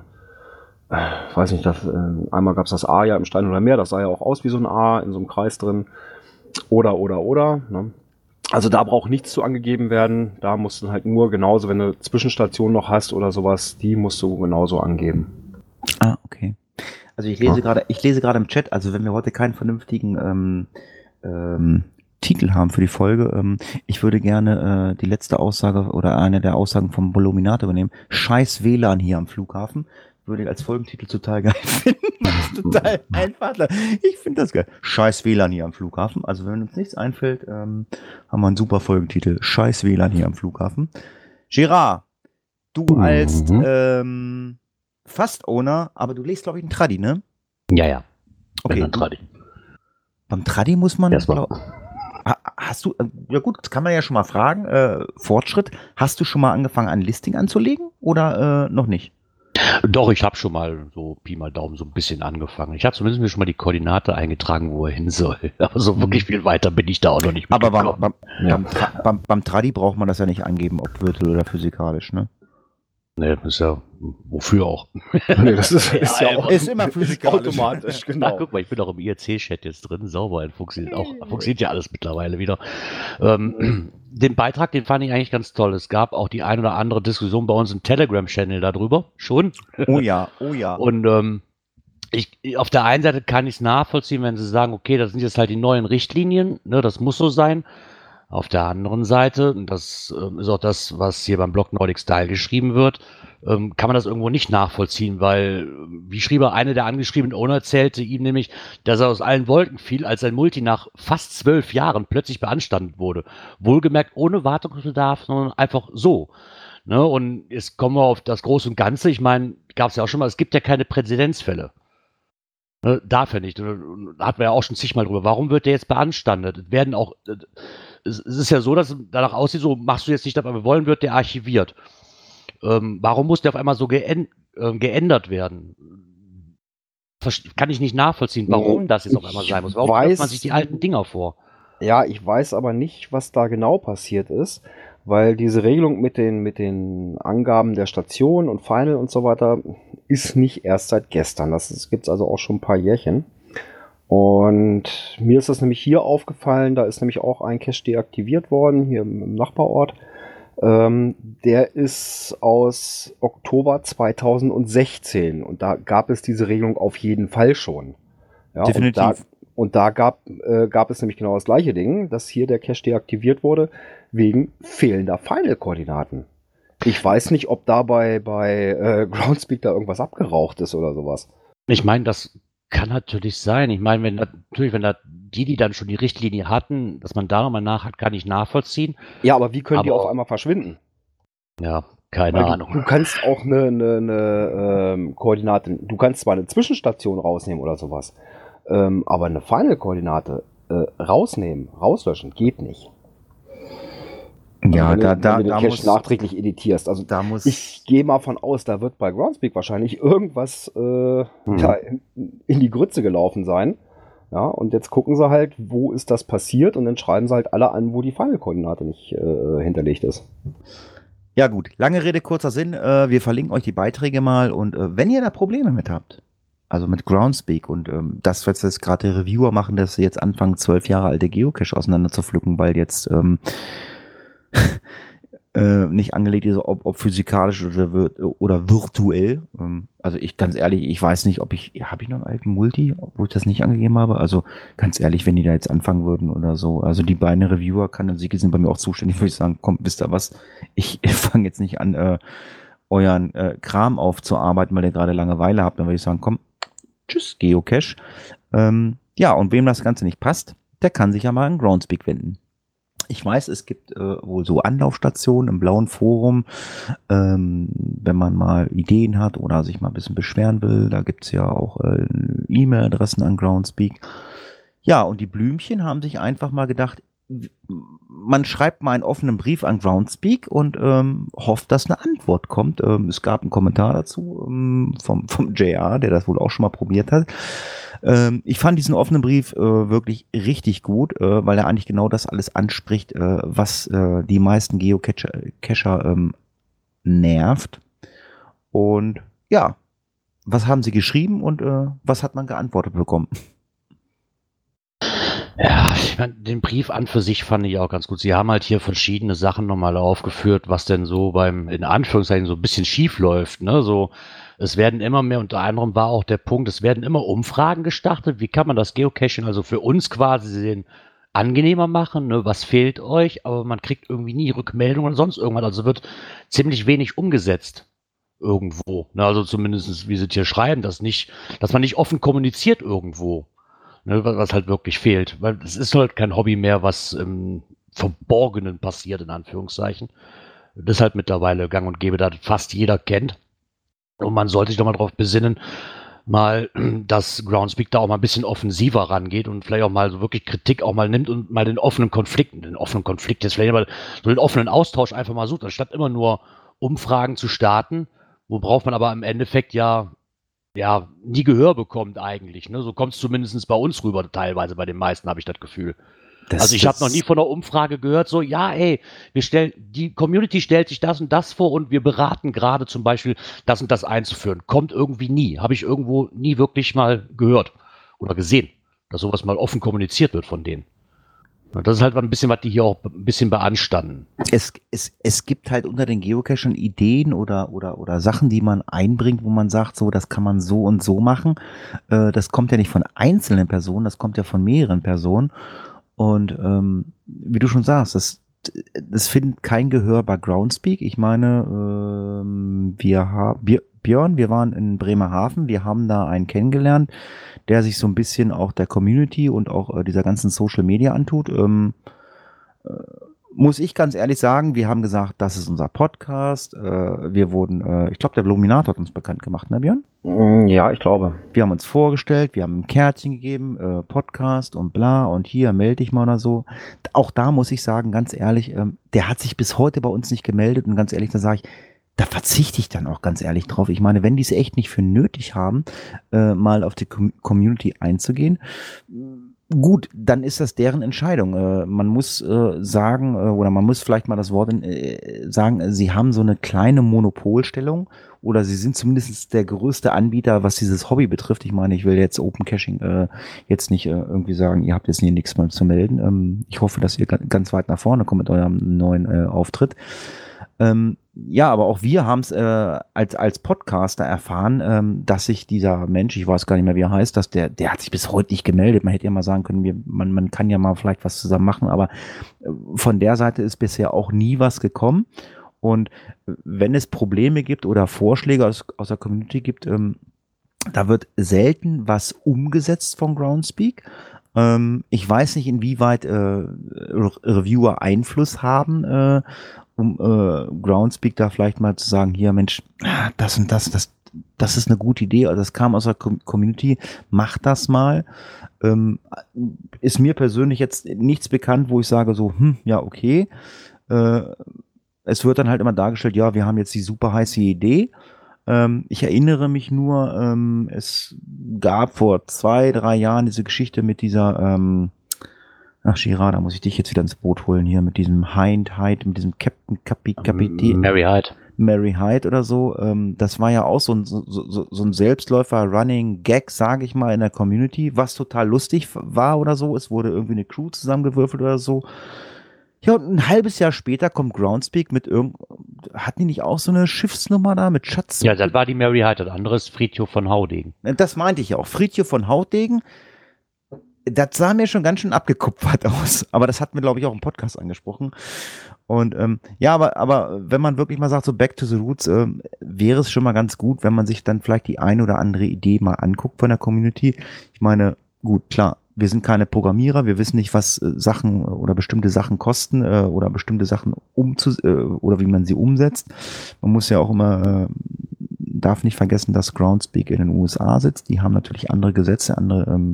Ich weiß nicht, das, äh, einmal gab es das A ja im Stein oder Meer, das sah ja auch aus wie so ein A in so einem Kreis drin. Oder, oder, oder. Ne? Also da braucht nichts zu angegeben werden. Da musst du halt nur genauso, wenn du Zwischenstationen noch hast oder sowas, die musst du genauso angeben. Ah, okay. Also ich lese Ja. gerade, ich lese gerade im Chat, also wenn wir heute keinen vernünftigen ähm, ähm, Titel haben für die Folge, ähm, ich würde gerne äh, die letzte Aussage oder eine der Aussagen vom Voluminator übernehmen. Scheiß W L A N hier am Flughafen. Würde ich als Folgentitel total geil finden. Das ist total einfach. Ich finde das geil. Scheiß W L A N hier am Flughafen. Also wenn uns nichts einfällt, ähm, haben wir einen super Folgentitel. Scheiß W L A N hier am Flughafen. Gerard, du Mhm. als ähm, Fast-Owner, aber du legst, glaube ich, einen Tradi, ne? Ja, ja. Okay. Wenn dann Tradi. Beim Tradi muss man... Erstmal. glaub- Ha- Hast du, äh, ja gut, das kann man ja schon mal fragen, äh, Fortschritt, hast du schon mal angefangen, ein Listing anzulegen oder äh, noch nicht? Doch, ich habe schon mal so Pi mal Daumen so ein bisschen angefangen. Ich habe zumindest mir schon mal die Koordinate eingetragen, wo er hin soll. Aber so wirklich viel weiter bin ich da auch noch nicht Aber beim, mitgekommen. beim, Ja. beim, Tra- beim, beim Tradi braucht man das ja nicht angeben, ob virtuell oder physikalisch, ne? Ne, ist ja, wofür auch? Nee, das ist, ist ja auch Ist immer physikalisch. automatisch, Ach, genau. guck mal, ich bin auch im I R C-Chat jetzt drin, sauber, funktioniert auch, funktioniert ja alles mittlerweile wieder. Ähm, den Beitrag, den fand ich eigentlich ganz toll. Es gab auch die ein oder andere Diskussion bei uns im Telegram-Channel darüber, schon. Oh ja, oh ja. Und ähm, ich, auf der einen Seite kann ich es nachvollziehen, wenn sie sagen, okay, das sind jetzt halt die neuen Richtlinien, ne, das muss so sein. Auf der anderen Seite, und das ähm, ist auch das, was hier beim Blog Nordic Style geschrieben wird, ähm, kann man das irgendwo nicht nachvollziehen, weil, wie schrieb er, eine der angeschriebenen Owner erzählte ihm nämlich, dass er aus allen Wolken fiel, als sein Multi nach fast zwölf Jahren plötzlich beanstandet wurde. Wohlgemerkt ohne Wartungsbedarf, sondern einfach so. Ne? Und jetzt kommen wir auf das Große und Ganze. Ich meine, gab es ja auch schon mal, es gibt ja keine Präzedenzfälle. Ne, darf er nicht. Da hatten wir ja auch schon zigmal drüber. Warum wird der jetzt beanstandet? Werden auch, es ist ja so, dass es danach aussieht, so machst du jetzt nicht, aber wir wollen, wird der archiviert. Ähm, warum muss der auf einmal so geänd, äh, geändert werden? Verst kann ich nicht nachvollziehen, warum das jetzt auf einmal sein muss. Warum weiß, man sich die alten Dinger vor? Ja, ich weiß aber nicht, was da genau passiert ist, weil diese Regelung mit den, mit den Angaben der Station und Final und so weiter ist nicht erst seit gestern. Das gibt es also auch schon ein paar Jährchen. Und mir ist das nämlich hier aufgefallen, da ist nämlich auch ein Cache deaktiviert worden, hier im, im Nachbarort. Ähm, der ist aus Oktober zweitausendsechzehn und da gab es diese Regelung auf jeden Fall schon. Ja, Definitiv. Und da, und da gab, äh, gab es nämlich genau das gleiche Ding, dass hier der Cache deaktiviert wurde wegen fehlender Final-Koordinaten. Ich weiß nicht, ob da bei, bei äh, Groundspeak da irgendwas abgeraucht ist oder sowas. Ich meine, das kann natürlich sein. Ich meine, wenn natürlich, wenn da die, die dann schon die Richtlinie hatten, dass man da nochmal nach hat, kann ich nachvollziehen. Ja, aber wie können die Aber- auf einmal verschwinden? Ja, keine Weil du, Ahnung. du kannst auch eine, eine, eine ähm, Koordinate, du kannst zwar eine Zwischenstation rausnehmen oder sowas, ähm, aber eine Final-Koordinate äh, rausnehmen, rauslöschen, geht nicht. Ja, wenn da, du, da, wenn du da den Cache muss, nachträglich editierst. Also da muss, ich gehe mal von aus, da wird bei Groundspeak wahrscheinlich irgendwas äh, ja, in, in die Grütze gelaufen sein. Ja, und jetzt gucken sie halt, wo ist das passiert und dann schreiben sie halt alle an, wo die Final-Koordinate nicht äh, hinterlegt ist. ja gut, lange Rede, kurzer Sinn, äh, wir verlinken euch die Beiträge mal und äh, wenn ihr da Probleme mit habt, also mit Groundspeak und ähm, das, was jetzt gerade die Reviewer machen, dass sie jetzt anfangen, zwölf Jahre alte Geocache auseinander zu pflücken, weil jetzt ähm, äh, nicht angelegt ist, ob, ob physikalisch oder, vir oder virtuell. Ähm, also ich, ganz ehrlich, ich weiß nicht, ob ich, habe ich noch einen alten Multi, obwohl ich das nicht angegeben habe. Also ganz ehrlich, wenn die da jetzt anfangen würden oder so, also die beiden Reviewer, kann und Sigi sind bei mir auch zuständig, würde ich sagen, komm, wisst ihr was, ich, ich fange jetzt nicht an, äh, euren äh, Kram aufzuarbeiten, weil ihr gerade Langeweile habt, dann würde ich sagen, komm, tschüss, Geocache. Ähm, ja, und wem das Ganze nicht passt, der kann sich ja mal an Groundspeak wenden. Ich weiß, es gibt äh, wohl so Anlaufstationen im blauen Forum, ähm, wenn man mal Ideen hat oder sich mal ein bisschen beschweren will. Da gibt's ja auch äh, E-Mail-Adressen an Groundspeak. Ja, und die Blümchen haben sich einfach mal gedacht, man schreibt mal einen offenen Brief an Groundspeak und ähm, hofft, dass eine Antwort kommt. Ähm, es gab einen Kommentar dazu ähm, vom, vom J R, der das wohl auch schon mal probiert hat. Ähm, ich fand diesen offenen Brief äh, wirklich richtig gut, äh, weil er eigentlich genau das alles anspricht, äh, was äh, die meisten Geocacher ähm, nervt. Und ja, was haben sie geschrieben und äh, was hat man geantwortet bekommen? Ja, ich meine, den Brief an für sich fand ich auch ganz gut. Sie haben halt hier verschiedene Sachen nochmal aufgeführt, was denn so beim, in Anführungszeichen, so ein bisschen schief läuft, ne, so, es werden immer mehr, unter anderem war auch der Punkt, es werden immer Umfragen gestartet, wie kann man das Geocaching also für uns quasi den angenehmer machen, ne, was fehlt euch, aber man kriegt irgendwie nie Rückmeldungen oder sonst irgendwas, also wird ziemlich wenig umgesetzt. Irgendwo, ne, also zumindest, wie sie hier schreiben, dass nicht, dass man nicht offen kommuniziert irgendwo. Ne, was halt wirklich fehlt. Weil es ist halt kein Hobby mehr, was im Verborgenen passiert, in Anführungszeichen. Das ist halt mittlerweile gang und gäbe, da fast jeder kennt. Und man sollte sich doch mal darauf besinnen, mal, dass Groundspeak da auch mal ein bisschen offensiver rangeht und vielleicht auch mal so wirklich Kritik auch mal nimmt und mal den offenen Konflikt, den offenen Konflikt jetzt vielleicht mal so den offenen Austausch einfach mal sucht, anstatt immer nur Umfragen zu starten, wo braucht man aber im Endeffekt ja ja, nie Gehör bekommt eigentlich. Ne? So kommt es zumindest bei uns rüber, teilweise bei den meisten, habe ich das Gefühl. Das, also ich habe noch nie von einer Umfrage gehört, so, ja, ey, wir stellen, die Community stellt sich das und das vor und wir beraten gerade zum Beispiel, das und das einzuführen. Kommt irgendwie nie. Habe ich irgendwo nie wirklich mal gehört oder gesehen, dass sowas mal offen kommuniziert wird von denen. Und das ist halt ein bisschen, was die hier auch ein bisschen beanstanden. Es, es, es gibt halt unter den Geocachern Ideen oder, oder, oder Sachen, die man einbringt, wo man sagt, so, das kann man so und so machen. Äh, das kommt ja nicht von einzelnen Personen, das kommt ja von mehreren Personen. Und ähm, wie du schon sagst, das, das findet kein Gehör bei Groundspeak. Ich meine, ähm, wir haben Björn, wir waren in Bremerhaven, wir haben da einen kennengelernt, der sich so ein bisschen auch der Community und auch äh, dieser ganzen Social Media antut. Ähm, äh, muss ich ganz ehrlich sagen, wir haben gesagt, das ist unser Podcast. Äh, wir wurden, äh, ich glaube, der Bluminator hat uns bekannt gemacht, ne Björn? Ja, ich glaube. Wir haben uns vorgestellt, wir haben ein Kärtchen gegeben, äh, Podcast und bla und hier, melde dich mal oder so. Auch da muss ich sagen, ganz ehrlich, ähm, der hat sich bis heute bei uns nicht gemeldet und ganz ehrlich, da sage ich, da verzichte ich dann auch ganz ehrlich drauf. Ich meine, wenn die es echt nicht für nötig haben, äh, mal auf die Com- Community einzugehen, gut, dann ist das deren Entscheidung. Äh, man muss äh, sagen, äh, oder man muss vielleicht mal das Wort äh, sagen, äh, sie haben so eine kleine Monopolstellung oder sie sind zumindest der größte Anbieter, was dieses Hobby betrifft. Ich meine, ich will jetzt Open Caching äh, jetzt nicht äh, irgendwie sagen, ihr habt jetzt hier nichts mehr zu melden. Ähm, ich hoffe, dass ihr g- ganz weit nach vorne kommt mit eurem neuen äh, Auftritt. Ähm, ja, aber auch wir haben es äh, als, als Podcaster erfahren, ähm, dass sich dieser Mensch, ich weiß gar nicht mehr, wie er heißt, dass der, der hat sich bis heute nicht gemeldet. Man hätte ja mal sagen können, wir, man, man kann ja mal vielleicht was zusammen machen, aber äh, von der Seite ist bisher auch nie was gekommen. Und wenn es Probleme gibt oder Vorschläge aus, aus der Community gibt, ähm, da wird selten was umgesetzt von Groundspeak. Ähm, ich weiß nicht, inwieweit äh, Re- Reviewer Einfluss haben, äh, um äh, Groundspeak da vielleicht mal zu sagen, hier Mensch, das und das, das, das ist eine gute Idee, also das kam aus der Com- Community, mach das mal. Ähm, ist mir persönlich jetzt nichts bekannt, wo ich sage so, hm, ja, okay. Äh, es wird dann halt immer dargestellt, ja, wir haben jetzt die super heiße Idee. Ähm, ich erinnere mich nur, ähm, es gab vor zwei, drei Jahren diese Geschichte mit dieser, ähm, ach Girard, da muss ich dich jetzt wieder ins Boot holen hier, mit diesem Hind, Hyde, mit diesem Captain Kapi, Kapitän. Mary Hyde. Mary Hyde oder so. Ähm, das war ja auch so ein, so, so, so ein Selbstläufer-Running-Gag, sage ich mal, in der Community, was total lustig war oder so. Es wurde irgendwie eine Crew zusammengewürfelt oder so. Ja, und ein halbes Jahr später kommt Groundspeak mit irgend, hatten die nicht auch so eine Schiffsnummer da mit Schatz? Ja, das war die Mary Hyde, das andere ist Friedhof von Haudegen. Das meinte ich ja auch. Friedhof von Haudegen. Das sah mir schon ganz schön abgekupfert aus. Aber das hatten wir, glaube ich, auch im Podcast angesprochen. Und ähm, ja, aber, aber wenn man wirklich mal sagt, so back to the roots, äh, wäre es schon mal ganz gut, wenn man sich dann vielleicht die eine oder andere Idee mal anguckt von der Community. Ich meine, gut, klar, wir sind keine Programmierer, wir wissen nicht, was äh, Sachen oder bestimmte Sachen kosten äh, oder bestimmte Sachen umzu äh, oder wie man sie umsetzt. Man muss ja auch immer, äh, darf nicht vergessen, dass Groundspeak in den U S A sitzt. Die haben natürlich andere Gesetze, andere ähm,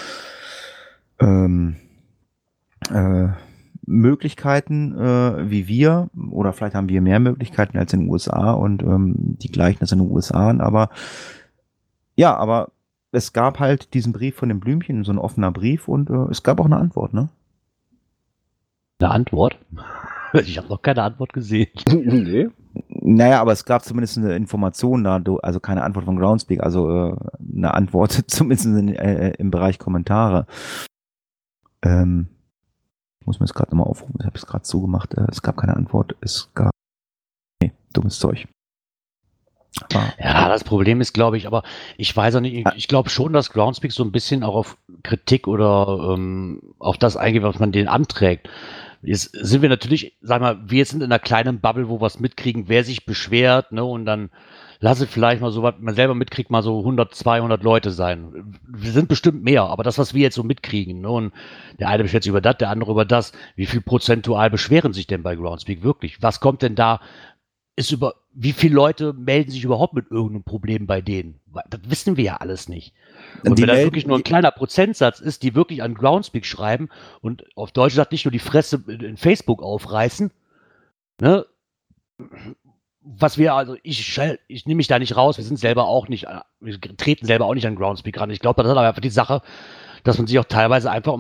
ähm, äh, Möglichkeiten äh, wie wir, oder vielleicht haben wir mehr Möglichkeiten als in den U S A und ähm, die gleichen als in den U S A, aber ja, aber es gab halt diesen Brief von dem Blümchen, so ein offener Brief und äh, es gab auch eine Antwort, ne? Eine Antwort? Ich habe noch keine Antwort gesehen. Nee. Naja, aber es gab zumindest eine Information da, also keine Antwort von Groundspeak, also äh, eine Antwort zumindest in, äh, im Bereich Kommentare. Ähm, ich muss mir das gerade nochmal aufrufen, ich habe es gerade zugemacht, äh, es gab keine Antwort, es gab nee, dummes Zeug. Aber, Ja, das Problem ist, glaube ich, aber ich weiß auch nicht, ich, ich glaube schon, dass Groundspeak so ein bisschen auch auf Kritik oder ähm, auf das eingeht, was man denen anträgt. Jetzt sind wir natürlich, sag mal, wir sind in einer kleinen Bubble, wo wir es mitkriegen, wer sich beschwert, ne, und dann lasse vielleicht mal so, was man selber mitkriegt, mal so hundert, zweihundert Leute sein. Wir sind bestimmt mehr, aber das, was wir jetzt so mitkriegen, ne, und der eine beschwert sich über das, der andere über das, wie viel prozentual beschweren sich denn bei Groundspeak wirklich? Was kommt denn da, ist über, wie viele Leute melden sich überhaupt mit irgendeinem Problem bei denen? Das wissen wir ja alles nicht. Und die wenn das melden- wirklich nur ein kleiner Prozentsatz ist, die wirklich an Groundspeak schreiben und auf Deutsch sagt nicht nur die Fresse in Facebook aufreißen, ne? Was wir, also ich, ich nehme mich da nicht raus, wir sind selber auch nicht, wir treten selber auch nicht an Groundspeak ran. Ich glaube, das ist aber einfach die Sache, dass man sich auch teilweise einfach mal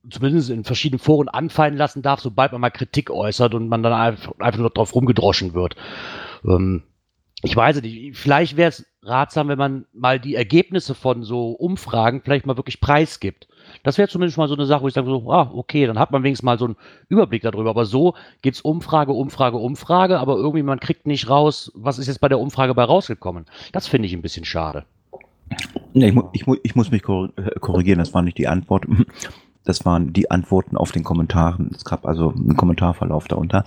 zumindest in verschiedenen Foren anfallen lassen darf, sobald man mal Kritik äußert und man dann einfach, einfach nur drauf rumgedroschen wird. Ähm, ich weiß nicht, vielleicht wäre es ratsam, wenn man mal die Ergebnisse von so Umfragen vielleicht mal wirklich preisgibt. Das wäre zumindest mal so eine Sache, wo ich sage, so, ah, okay, dann hat man wenigstens mal so einen Überblick darüber. Aber so geht es Umfrage, Umfrage, Umfrage, aber irgendwie man kriegt nicht raus, was ist jetzt bei der Umfrage bei rausgekommen. Das finde ich ein bisschen schade. Nee, ich, mu ich, mu ich muss mich kor korrigieren, das war nicht die Antwort. Das waren die Antworten auf den Kommentaren. Es gab also einen Kommentarverlauf darunter.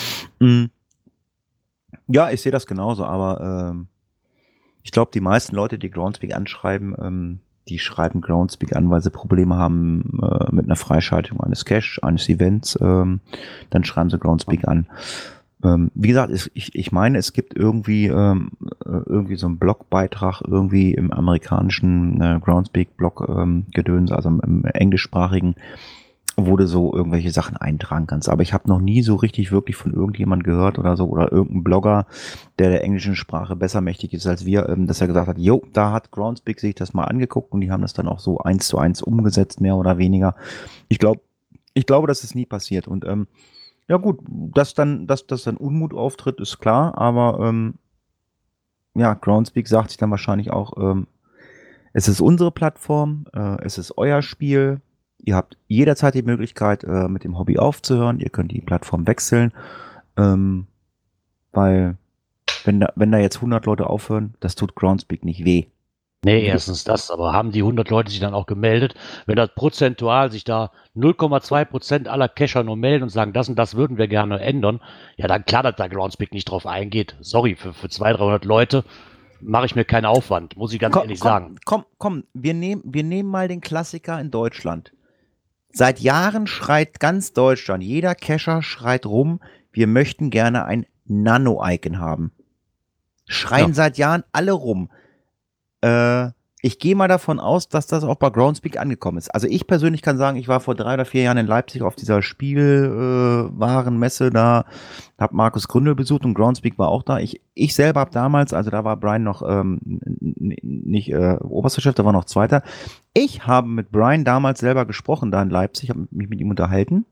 Ja, ich sehe das genauso, aber ähm, ich glaube, die meisten Leute, die Groundspeak anschreiben, ähm, die schreiben Groundspeak an, weil sie Probleme haben äh, mit einer Freischaltung eines Cache, eines Events. Ähm, dann schreiben sie Groundspeak an. Ähm, wie gesagt, es, ich, ich meine, es gibt irgendwie ähm, irgendwie so einen Blogbeitrag irgendwie im amerikanischen äh, Groundspeak-Blog-Gedöns, ähm, also im, im englischsprachigen, wo du so irgendwelche Sachen eintragen kannst. Aber ich habe noch nie so richtig wirklich von irgendjemand gehört oder so, oder irgendein Blogger, der der englischen Sprache besser mächtig ist als wir, ähm, dass er gesagt hat, jo, da hat Groundspeak sich das mal angeguckt und die haben das dann auch so eins zu eins umgesetzt, mehr oder weniger. Ich glaube, ich glaube, dass es nie passiert. Und ähm, ja gut, dass dann, dass das dann Unmut auftritt, ist klar, aber ähm, ja, Groundspeak sagt sich dann wahrscheinlich auch, ähm, es ist unsere Plattform, äh, es ist euer Spiel. Ihr habt jederzeit die Möglichkeit, äh, mit dem Hobby aufzuhören. Ihr könnt die Plattform wechseln, ähm, weil wenn da, wenn da jetzt hundert Leute aufhören, das tut Groundspeak nicht weh. Nee, erstens das, aber haben die hundert Leute sich dann auch gemeldet? Wenn das prozentual sich da null Komma zwei Prozent aller Cacher nur melden und sagen, das und das würden wir gerne ändern, ja dann klar, dass da Groundspeak nicht drauf eingeht. Sorry, für, für zweihundert, dreihundert Leute mache ich mir keinen Aufwand, muss ich ganz komm, ehrlich komm, sagen. Komm, komm, wir nehmen, wir nehmen mal den Klassiker in Deutschland. Seit Jahren schreit ganz Deutschland, jeder Cacher schreit rum, wir möchten gerne ein Nano-Icon haben. Schreien ja. seit Jahren alle rum. Äh, ich gehe mal davon aus, dass das auch bei Groundspeak angekommen ist. Also ich persönlich kann sagen, ich war vor drei oder vier Jahren in Leipzig auf dieser Spielwarenmesse, äh, da habe Markus Gründel besucht und Groundspeak war auch da. Ich, ich selber habe damals, also da war Brian noch ähm, nicht äh, oberster Chef, da war noch Zweiter. Ich habe mit Brian damals selber gesprochen, da in Leipzig, habe mich mit ihm unterhalten.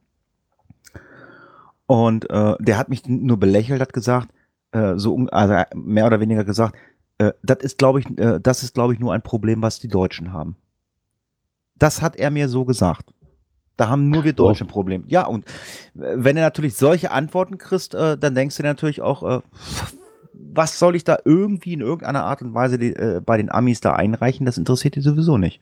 Und äh, der hat mich nur belächelt, hat gesagt, äh, so also mehr oder weniger gesagt, äh, das ist, glaube ich, äh, das ist, glaube ich, nur ein Problem, was die Deutschen haben. Das hat er mir so gesagt. Da haben nur wir Deutschen ein oh. Problem. Ja, und wenn du natürlich solche Antworten kriegst, äh, dann denkst du dir natürlich auch, äh, was soll ich da irgendwie in irgendeiner Art und Weise die, äh, bei den Amis da einreichen? Das interessiert die sowieso nicht.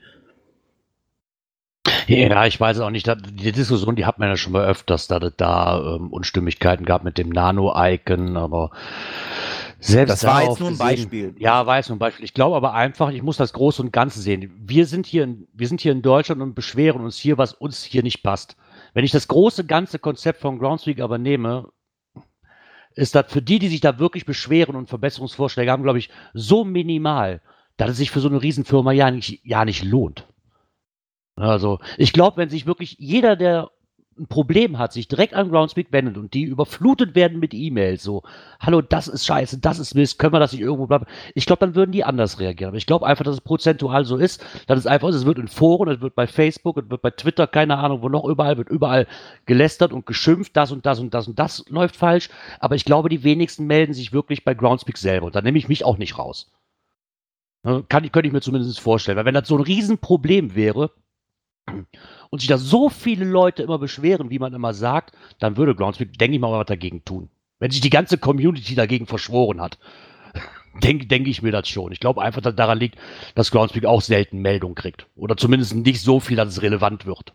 Ja, ich weiß auch nicht, die Diskussion, die hat man ja schon mal öfters, dass es da ähm, Unstimmigkeiten gab mit dem Nano-Icon, aber selbst das war jetzt nur ein Beispiel. Ja, war jetzt nur ein Beispiel. Ich glaube aber einfach, ich muss das Große und Ganze sehen. Wir sind hier in, wir sind hier in Deutschland und beschweren uns hier, was uns hier nicht passt. Wenn ich das große, ganze Konzept von Groundspeak aber nehme, ist das für die, die sich da wirklich beschweren und Verbesserungsvorschläge haben, glaube ich, so minimal, dass es sich für so eine Riesenfirma ja nicht, ja nicht lohnt. Also, ich glaube, wenn sich wirklich jeder, der ein Problem hat, sich direkt an Groundspeak wendet und die überflutet werden mit E-Mails, so, hallo, das ist scheiße, das ist Mist, können wir das nicht irgendwo bleiben? Ich glaube, dann würden die anders reagieren. Aber ich glaube einfach, dass es prozentual so ist, dass es einfach ist, es wird in Foren, es wird bei Facebook, es wird bei Twitter, keine Ahnung, wo noch überall, wird überall gelästert und geschimpft, das und das und das und das läuft falsch. Aber ich glaube, die wenigsten melden sich wirklich bei Groundspeak selber. Und da nehme ich mich auch nicht raus. Kann, könnte ich mir zumindest vorstellen. Weil wenn das so ein Riesenproblem wäre, und sich da so viele Leute immer beschweren, wie man immer sagt, dann würde Groundspeak, denke ich mal, was dagegen tun. Wenn sich die ganze Community dagegen verschworen hat, denke denk ich mir das schon. Ich glaube einfach, dass daran liegt, dass Groundspeak auch selten Meldungen kriegt. Oder zumindest nicht so viel, dass es relevant wird.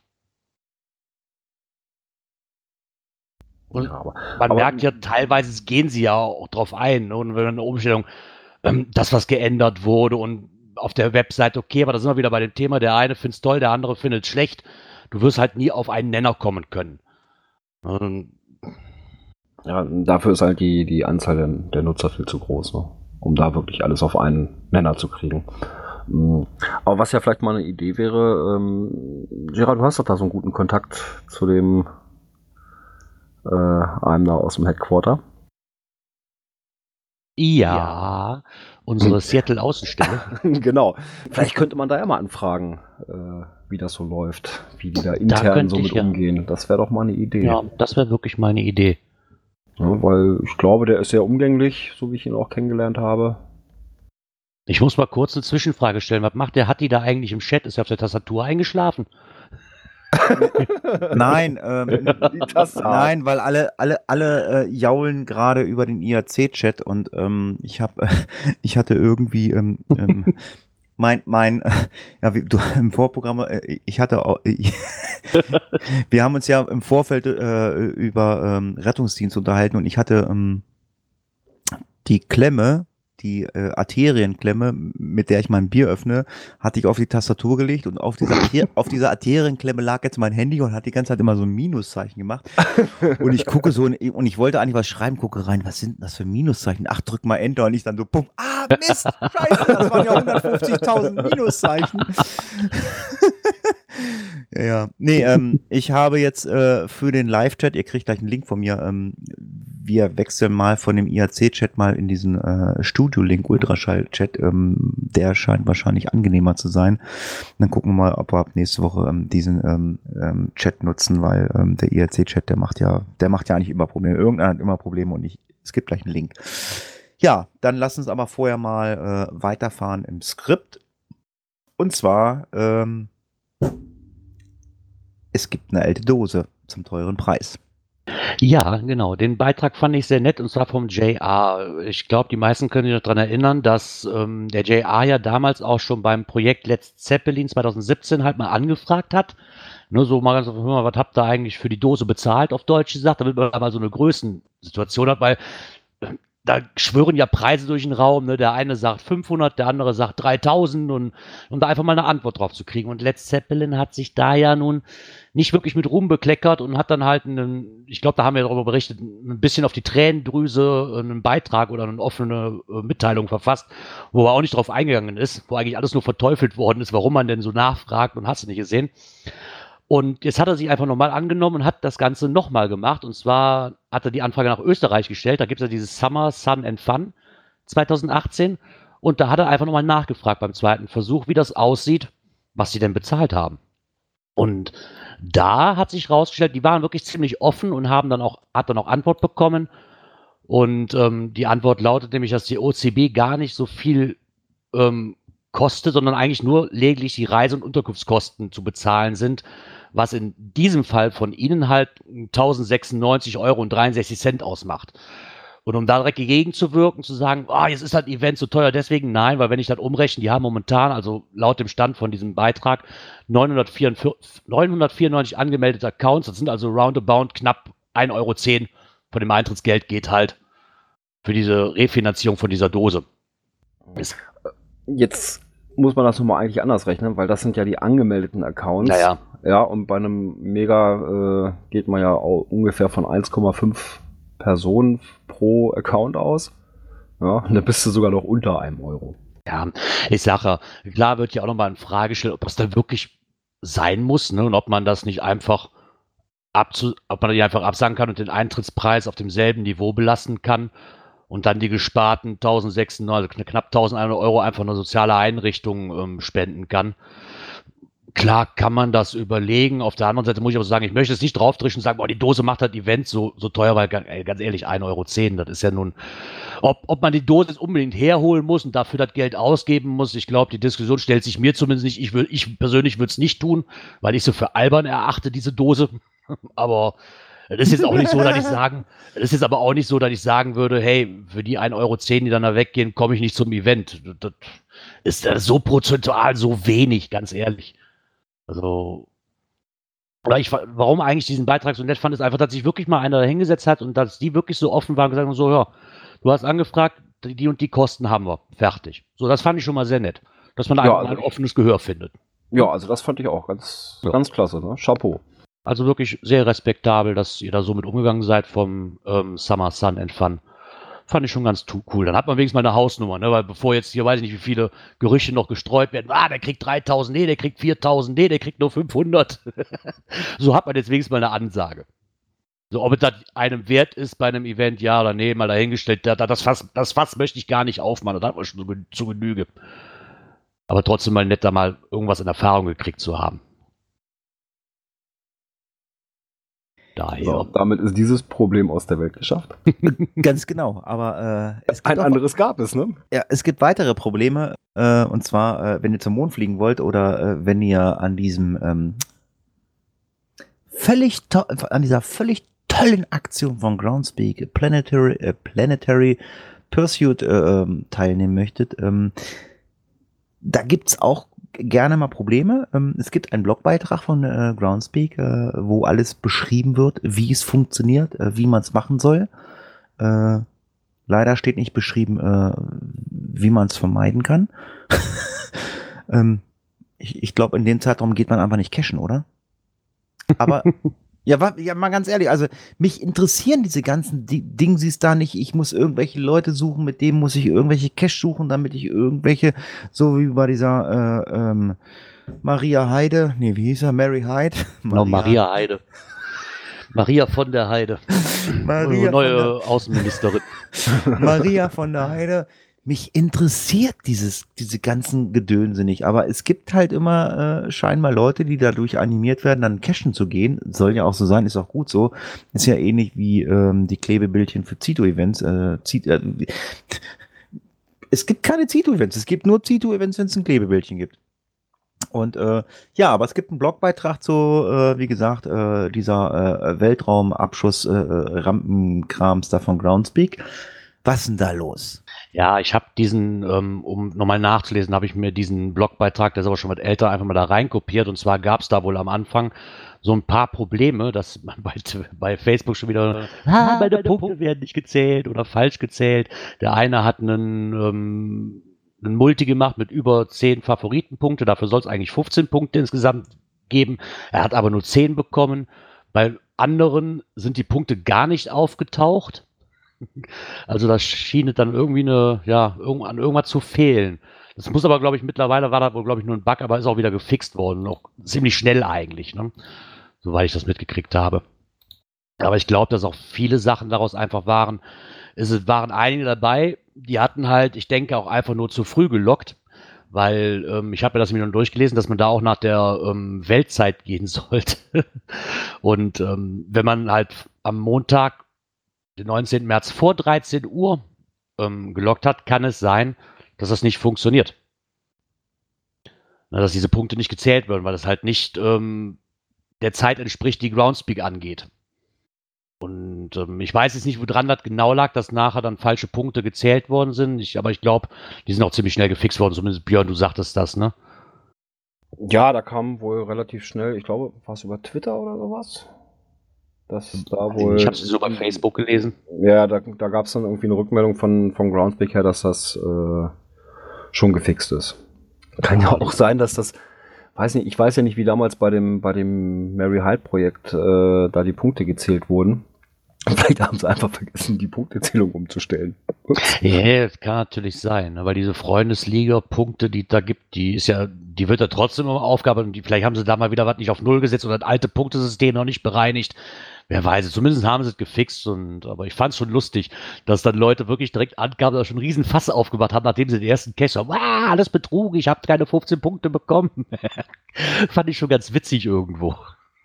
Und ja, aber, man aber, merkt ja, teilweise gehen sie ja auch drauf ein. Ne? Und wenn eine Umstellung, ähm, das, was geändert wurde und auf der Website, okay, aber da sind wir wieder bei dem Thema, der eine findet es toll, der andere findet es schlecht. Du wirst halt nie auf einen Nenner kommen können. Und ja, dafür ist halt die, die Anzahl der, der Nutzer viel zu groß, ne? Um da wirklich alles auf einen Nenner zu kriegen. Aber was ja vielleicht mal eine Idee wäre, ähm, Gerard, du hast doch da so einen guten Kontakt zu dem äh, einem da aus dem Headquarter. Ja, Unsere Seattle-Außenstelle. Genau. Vielleicht könnte man da ja mal anfragen, äh, wie das so läuft, wie die da Da intern könnte so mit ich, ja. umgehen. Das wäre doch mal eine Idee. Ja, das wäre wirklich meine Idee. Ja, weil ich glaube, der ist sehr umgänglich, so wie ich ihn auch kennengelernt habe. Ich muss mal kurz eine Zwischenfrage stellen. Was macht der Hatti da eigentlich im Chat? Ist er auf der Tastatur eingeschlafen? Nein, ähm, Die Taste. nein, weil alle, alle, alle äh, jaulen gerade über den I A C-Chat und ähm, ich habe, ich hatte irgendwie ähm, ähm, mein, mein, äh, ja, wie, du im Vorprogramm, äh, ich hatte auch, ich, wir haben uns ja im Vorfeld äh, über ähm, Rettungsdienst unterhalten und ich hatte ähm, die Klemme, die äh, Arterienklemme, mit der ich mein Bier öffne, hatte ich auf die Tastatur gelegt und auf dieser, Arter auf dieser Arterienklemme lag jetzt mein Handy und hat die ganze Zeit immer so ein Minuszeichen gemacht. Und ich gucke so und ich wollte eigentlich was schreiben, gucke rein, was sind das für Minuszeichen? Ach, drück mal Enter und ich dann so, bumm, ah, Mist, scheiße, das waren ja hundertfünfzigtausend Minuszeichen. Ja, ja. Nee, ähm, ich habe jetzt äh, für den Live-Chat, ihr kriegt gleich einen Link von mir, ähm, wir wechseln mal von dem I A C-Chat mal in diesen äh, Studio-Link, Ultraschall-Chat, ähm, der scheint wahrscheinlich angenehmer zu sein. Dann gucken wir mal, ob wir ab nächste Woche ähm, diesen ähm, ähm, Chat nutzen, weil ähm, der I A C-Chat, der macht ja, der macht ja eigentlich immer Probleme. Irgendeiner hat immer Probleme und ich, es gibt gleich einen Link. Ja, dann lass uns aber vorher mal äh, weiterfahren im Skript. Und zwar, ähm, es gibt eine alte Dose zum teuren Preis. Ja, genau. Den Beitrag fand ich sehr nett und zwar vom J R. Ich glaube, die meisten können sich noch daran erinnern, dass ähm, der J R ja damals auch schon beim Projekt Let's Zeppelin zwanzig siebzehn halt mal angefragt hat. Nur so mal ganz, hör mal, was habt ihr eigentlich für die Dose bezahlt, auf Deutsch gesagt, damit man mal so eine Größensituation hat, weil äh, da schwören ja Preise durch den Raum, ne? Der eine sagt fünfhundert, der andere sagt dreitausend und um da einfach mal eine Antwort drauf zu kriegen. Und Let's Zeppelin hat sich da ja nun nicht wirklich mit Ruhm bekleckert und hat dann halt einen, ich glaube, da haben wir darüber berichtet, ein bisschen auf die Tränendrüse einen Beitrag oder eine offene äh, Mitteilung verfasst, wo er auch nicht drauf eingegangen ist, wo eigentlich alles nur verteufelt worden ist, warum man denn so nachfragt und hast du nicht gesehen. Und jetzt hat er sich einfach nochmal angenommen und hat das Ganze nochmal gemacht. Und zwar hat er die Anfrage nach Österreich gestellt. Da gibt es ja dieses Summer Sun and Fun zwanzig achtzehn. Und da hat er einfach nochmal nachgefragt beim zweiten Versuch, wie das aussieht, was sie denn bezahlt haben. Und da hat sich rausgestellt, die waren wirklich ziemlich offen und haben dann auch, hat dann auch Antwort bekommen. Und ähm, die Antwort lautet nämlich, dass die O C B gar nicht so viel ähm, kostet, sondern eigentlich nur lediglich die Reise- und Unterkunftskosten zu bezahlen sind, was in diesem Fall von Ihnen halt tausendsechsundneunzig Euro und dreiundsechzig Cent ausmacht. Und um da direkt gegenzuwirken, zu sagen, ah, oh, jetzt ist das Event so teuer, deswegen nein, weil wenn ich das umrechne, die haben momentan, also laut dem Stand von diesem Beitrag, neunhundertvierundneunzig angemeldete Accounts, das sind also roundabout knapp ein Euro zehn von dem Eintrittsgeld geht halt für diese Refinanzierung von dieser Dose. Ist Jetzt muss man das nochmal eigentlich anders rechnen, weil das sind ja die angemeldeten Accounts. Naja. Ja, und bei einem Mega äh, geht man ja auch ungefähr von eins Komma fünf Personen pro Account aus. Ja, und da bist du sogar noch unter einem Euro. Ja, ich sage, klar wird ja auch nochmal in Frage gestellt, ob das dann wirklich sein muss, ne, und ob man das nicht einfach abzu ob man die einfach absagen kann und den Eintrittspreis auf demselben Niveau belassen kann und dann die gesparten tausendsechshundert, also knapp eintausendeinhundert Euro einfach eine soziale Einrichtung ähm, spenden kann. Klar kann man das überlegen. Auf der anderen Seite muss ich aber sagen, ich möchte es nicht draufdrischen und sagen, boah, die Dose macht das Event so, so teuer, weil ey, ganz ehrlich, ein Euro zehn, das ist ja nun, ob, ob man die Dose jetzt unbedingt herholen muss und dafür das Geld ausgeben muss, ich glaube, die Diskussion stellt sich mir zumindest nicht. Ich, will, ich persönlich würde es nicht tun, weil ich so für albern erachte, diese Dose. Aber das ist jetzt auch nicht so, dass ich sagen, das ist jetzt aber auch nicht so, dass ich sagen würde, hey, für die ein Euro zehn, die dann da weggehen, komme ich nicht zum Event. Das ist das so prozentual so wenig, ganz ehrlich. Also, oder ich, warum eigentlich diesen Beitrag so nett fand, ist einfach, dass sich wirklich mal einer da hingesetzt hat und dass die wirklich so offen waren und gesagt haben, so, ja, du hast angefragt, die und die Kosten haben wir, fertig. So, das fand ich schon mal sehr nett, dass man da Ja, einfach also ein offenes Gehör findet. Ja, also das fand ich auch ganz, Ja. ganz klasse, ne? Chapeau. Also wirklich sehr respektabel, dass ihr da so mit umgegangen seid vom ähm, Summer Sun and Fun. Fand ich schon ganz cool. Dann hat man wenigstens mal eine Hausnummer, ne? Weil bevor jetzt hier, weiß ich nicht, wie viele Gerüchte noch gestreut werden, ah, der kriegt dreitausend, nee, der kriegt viertausend, nee, der kriegt nur fünfhundert. So hat man jetzt wenigstens mal eine Ansage. So, ob es das einem wert ist bei einem Event, ja oder nee, mal dahingestellt, da, da, das, Fass, das Fass möchte ich gar nicht aufmachen, das hat man schon zu, zu Genüge. Aber trotzdem mal nett, da mal irgendwas in Erfahrung gekriegt zu haben. Daher. So, damit ist dieses Problem aus der Welt geschafft. Ganz genau, aber äh, es gibt Ein auch, anderes gab es, ne? ja, es gibt weitere Probleme, äh, und zwar, äh, wenn ihr zum Mond fliegen wollt oder äh, wenn ihr an diesem ähm, völlig to- an dieser völlig tollen Aktion von Groundspeak Planetary, äh, Planetary Pursuit äh, ähm, teilnehmen möchtet, ähm, da gibt's auch gerne mal Probleme. Ähm, es gibt einen Blogbeitrag von äh, Groundspeak, äh, wo alles beschrieben wird, wie es funktioniert, äh, wie man es machen soll. Äh, leider steht nicht beschrieben, äh, wie man es vermeiden kann. ähm, ich ich glaube, in dem Zeitraum geht man einfach nicht cashen, oder? Aber ja, wa- ja, mal ganz ehrlich, also mich interessieren diese ganzen Di- Dingsies da nicht. Ich muss irgendwelche Leute suchen, mit denen muss ich irgendwelche Cash suchen, damit ich irgendwelche, so wie bei dieser äh, ähm, Maria Heide, nee, wie hieß er? Mary Hyde? Genau, Maria Heide. Maria von der Heide. Maria Neue von Außenministerin. Maria von der Heide. Mich interessiert dieses, diese ganzen Gedönse nicht, aber es gibt halt immer äh, scheinbar Leute, die dadurch animiert werden, dann cashen zu gehen. Soll ja auch so sein, ist auch gut so. Ist ja ähnlich wie ähm, die Klebebildchen für Zito-Events. Äh, Zito, äh, es gibt keine Zito-Events, es gibt nur Zito-Events, wenn es ein Klebebildchen gibt. Und äh, ja, aber es gibt einen Blogbeitrag zu, äh, wie gesagt, äh, dieser äh, Weltraumabschuss äh, Rampenkrams da von Groundspeak. Was ist denn da los? Ja, ich habe diesen, ähm, um nochmal nachzulesen, habe ich mir diesen Blogbeitrag, der ist aber schon was älter, einfach mal da reinkopiert. Und zwar gab es da wohl am Anfang so ein paar Probleme, dass man bei, bei Facebook schon wieder, ah, meine Punkte werden nicht gezählt oder falsch gezählt. Der eine hat einen, ähm, einen Multi gemacht mit über zehn Favoritenpunkte, dafür soll es eigentlich fünfzehn Punkte insgesamt geben. Er hat aber nur zehn bekommen. Bei anderen sind die Punkte gar nicht aufgetaucht. Also da schien es dann irgendwie eine, ja, irgend, an irgendwas zu fehlen. Das muss aber, glaube ich, mittlerweile war da wohl, glaube ich, nur ein Bug, aber ist auch wieder gefixt worden. Auch ziemlich schnell eigentlich, ne? Soweit ich das mitgekriegt habe. Aber ich glaube, dass auch viele Sachen daraus einfach waren. Es waren einige dabei, die hatten halt, ich denke, auch einfach nur zu früh gelockt. Weil ähm, ich habe mir das mir dann durchgelesen, dass man da auch nach der ähm, Weltzeit gehen sollte. Und ähm, wenn man halt am Montag den neunzehnten März vor dreizehn Uhr ähm, gelockt hat, kann es sein, dass das nicht funktioniert. Na, dass diese Punkte nicht gezählt werden, weil das halt nicht ähm, der Zeit entspricht, die Groundspeak angeht. Und ähm, ich weiß jetzt nicht, woran das genau lag, dass nachher dann falsche Punkte gezählt worden sind. Ich, aber ich glaube, die sind auch ziemlich schnell gefixt worden. Zumindest Björn, du sagtest das, ne? Ja, da kam wohl relativ schnell, ich glaube, war es über Twitter oder sowas? Das da wohl. Ich habe es so bei Facebook gelesen. Ja, da, da gab es dann irgendwie eine Rückmeldung von, von Groundspeak her, dass das äh, schon gefixt ist. Kann ja auch sein, dass das, weiß nicht, ich weiß ja nicht, wie damals bei dem, bei dem Mary Hyde Projekt äh, da die Punkte gezählt wurden. Vielleicht haben sie einfach vergessen, die Punktezählung umzustellen. Ja, das kann natürlich sein, weil diese Freundesliga-Punkte, die da gibt, die ist ja, die wird ja trotzdem immer Aufgabe und die, vielleicht haben sie da mal wieder was nicht auf Null gesetzt oder das alte Punktesystem noch nicht bereinigt. Wer weiß es, zumindest haben sie es gefixt und, aber ich fand es schon lustig, dass dann Leute wirklich direkt ankamen und schon einen riesen Fass aufgemacht haben, nachdem sie den ersten Cash haben. Wow, alles Betrug, ich habe keine fünfzehn Punkte bekommen. Fand ich schon ganz witzig irgendwo.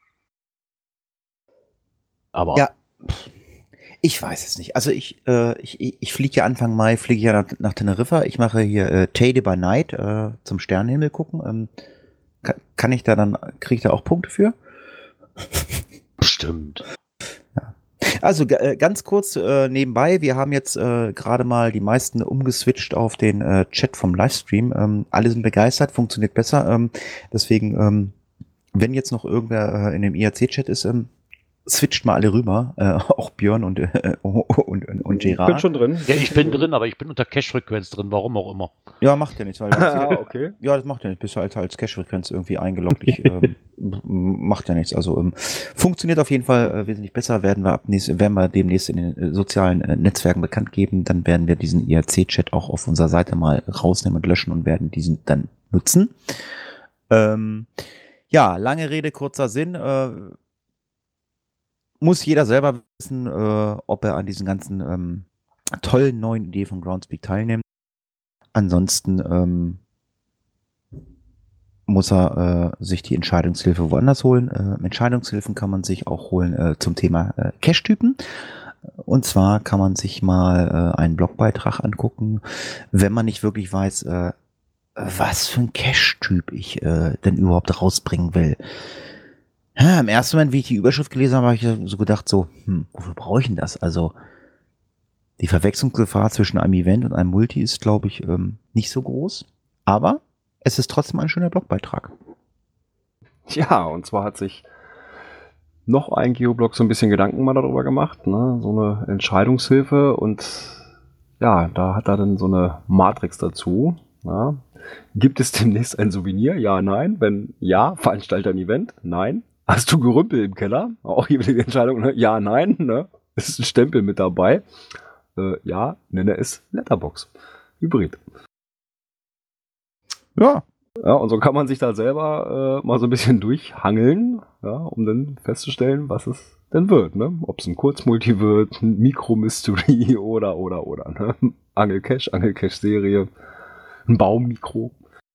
Aber ja, ich weiß es nicht. Also ich, äh, ich, ich fliege ja Anfang Mai, fliege ja nach, nach Teneriffa. Ich mache hier äh, Tade by Night äh, zum Sternenhimmel gucken. Ähm, kann, kann ich da dann, kriege ich da auch Punkte für? Bestimmt. Ja. Also äh, ganz kurz äh, nebenbei, wir haben jetzt äh, gerade mal die meisten umgeswitcht auf den äh, Chat vom Livestream. Ähm, alle sind begeistert, funktioniert besser. Ähm, deswegen, ähm, wenn jetzt noch irgendwer äh, in dem I R C-Chat ist, ähm, switcht mal alle rüber, äh, auch Björn und, äh, und, und, und Gerard. Ich bin schon drin. Ja, ich bin drin, aber ich bin unter Cache-Frequenz drin, warum auch immer. Ja, macht ja nichts. Weil Ah, okay. Ja, das macht ja nichts. Bist du halt als Cache-Frequenz irgendwie eingeloggt. Ich, ähm, macht ja nichts. Also ähm, funktioniert auf jeden Fall äh, wesentlich besser. Werden wir ab nächst, werden wir demnächst in den äh, sozialen äh, Netzwerken bekannt geben. Dann werden wir diesen I R C-Chat auch auf unserer Seite mal rausnehmen und löschen und werden diesen dann nutzen. Ähm, ja, lange Rede, kurzer Sinn. Äh, muss jeder selber wissen, äh, ob er an diesen ganzen ähm, tollen neuen Ideen von Groundspeak teilnimmt. Ansonsten ähm, muss er äh, sich die Entscheidungshilfe woanders holen. Äh, Entscheidungshilfen kann man sich auch holen äh, zum Thema äh, Cache-Typen. Und zwar kann man sich mal äh, einen Blogbeitrag angucken, wenn man nicht wirklich weiß, äh, was für ein Cache-Typ ich äh, denn überhaupt rausbringen will. Ja, im ersten Moment, wie ich die Überschrift gelesen habe, habe ich so gedacht, so, hm, wofür brauche ich denn das? Also die Verwechslungsgefahr zwischen einem Event und einem Multi ist, glaube ich, ähm, nicht so groß. Aber es ist trotzdem ein schöner Blogbeitrag. Ja, und zwar hat sich noch ein Geoblog so ein bisschen Gedanken mal darüber gemacht, ne? So eine Entscheidungshilfe, und ja, da hat er dann so eine Matrix dazu. Ja. Gibt es demnächst ein Souvenir? Ja, nein. Wenn ja, Veranstalter ein Event? Nein. Hast du Gerümpel im Keller? Auch hier wieder die Entscheidung, ne? Ja, nein. Ne? Ist ein Stempel mit dabei? Äh, ja, nenne es Letterbox. Hybrid. Ja. Ja, und so kann man sich da selber äh, mal so ein bisschen durchhangeln, ja, um dann festzustellen, was es denn wird, ne? Ob es ein Kurzmulti wird, ein Mikro-Mystery oder, oder, oder, ne? Angelcache, Angelcache-Serie, ein Baummikro.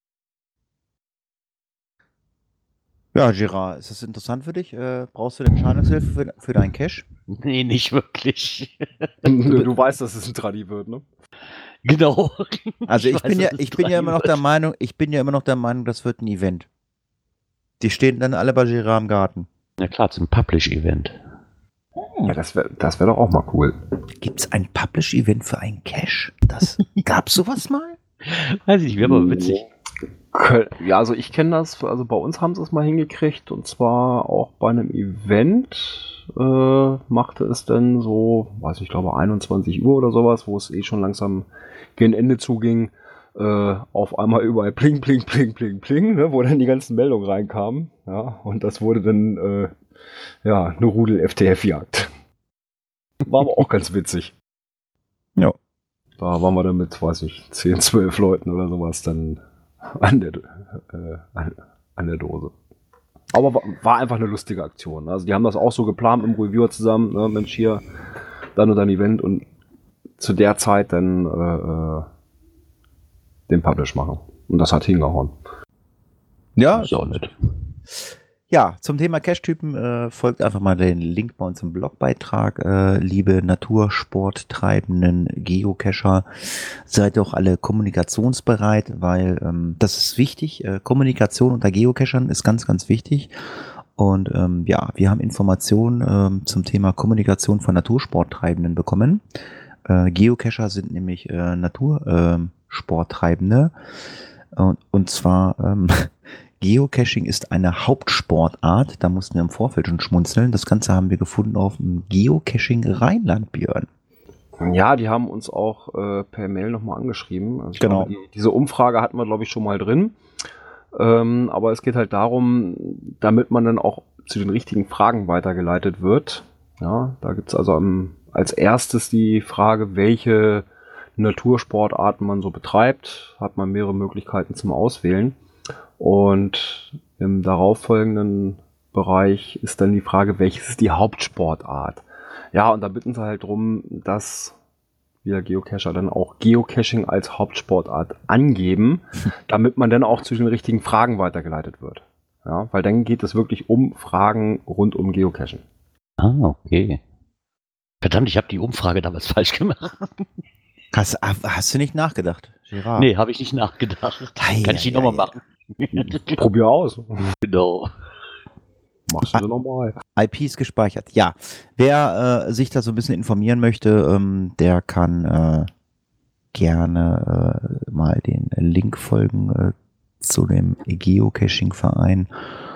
Ja, Gerard, ist das interessant für dich? Äh, brauchst du eine Entscheidungshilfe für, für deinen Cache? Nee, nicht wirklich. Du, du weißt, dass es ein Tradi wird, ne? Genau. Also ich, Ich bin weiß, ja, dass es ich bin ja immer noch drei der wird. Meinung, ich bin ja immer noch der Meinung, das wird ein Event. Die stehen dann alle bei Gerard im Garten. Ja klar, zum Publish-Event. Ja, das wäre das wär doch auch mal cool. Gibt's ein Publish-Event für einen Cache? Das gab's sowas mal? Weiß ich nicht, wäre aber witzig. Ja, also ich kenne das, also bei uns haben sie es mal hingekriegt, und zwar auch bei einem Event äh, machte es dann so, weiß ich glaube einundzwanzig Uhr oder sowas, wo es eh schon langsam gegen Ende zuging, äh, auf einmal überall pling, pling, pling, pling, pling, ne, wo dann die ganzen Meldungen reinkamen, ja, und das wurde dann äh, ja eine Rudel-F T F-Jagd. War aber auch ganz witzig. Ja. Da waren wir dann mit, weiß ich, zehn, zwölf Leuten oder sowas dann an der, äh, an, an der Dose. Aber war, war einfach eine lustige Aktion. Also die haben das auch so geplant mit dem Reviewer zusammen, ne? Mensch, hier, dann und dann Event, und zu der Zeit dann äh, äh, den Publish machen. Und das hat hingehauen. Ja, Ist auch nett. Ja, zum Thema Cache-Typen äh, folgt einfach mal den Link bei uns im Blogbeitrag. Äh, liebe natursporttreibenden Geocacher, seid doch alle kommunikationsbereit, weil ähm, das ist wichtig. Äh, Kommunikation unter Geocachern ist ganz, ganz wichtig. Und ähm, ja, wir haben Informationen ähm, zum Thema Kommunikation von Natursporttreibenden bekommen. Äh, Geocacher sind nämlich äh, Natursporttreibende. Und, und zwar ähm, Geocaching ist eine Hauptsportart. Da mussten wir im Vorfeld schon schmunzeln. Das Ganze haben wir gefunden auf dem Geocaching Rheinland, Björn. Ja, die haben uns auch äh, per Mail nochmal angeschrieben. Also ich Genau. glaube, die, diese Umfrage hatten wir, glaube ich, schon mal drin. Ähm, aber es geht halt darum, damit man dann auch zu den richtigen Fragen weitergeleitet wird. Ja, da gibt es also am, als erstes die Frage, welche Natursportarten man so betreibt. Hat man mehrere Möglichkeiten zum Auswählen. Und im darauffolgenden Bereich ist dann die Frage, welches ist die Hauptsportart? Ja, und da bitten sie halt drum, dass wir Geocacher dann auch Geocaching als Hauptsportart angeben, damit man dann auch zu den richtigen Fragen weitergeleitet wird. Ja, weil dann geht es wirklich um Fragen rund um Geocachen. Ah, okay. Verdammt, ich habe die Umfrage damals falsch gemacht. Hast, hast du nicht nachgedacht, Gerard? Nee, habe ich nicht nachgedacht. Ei, Kann ich die ei, nochmal ei. machen? Probier aus. Genau. Machst du nochmal. I P ist gespeichert. Ja, wer äh, sich da so ein bisschen informieren möchte, ähm, der kann äh, gerne äh, mal den Link folgen äh, zu dem Geocaching-Verein.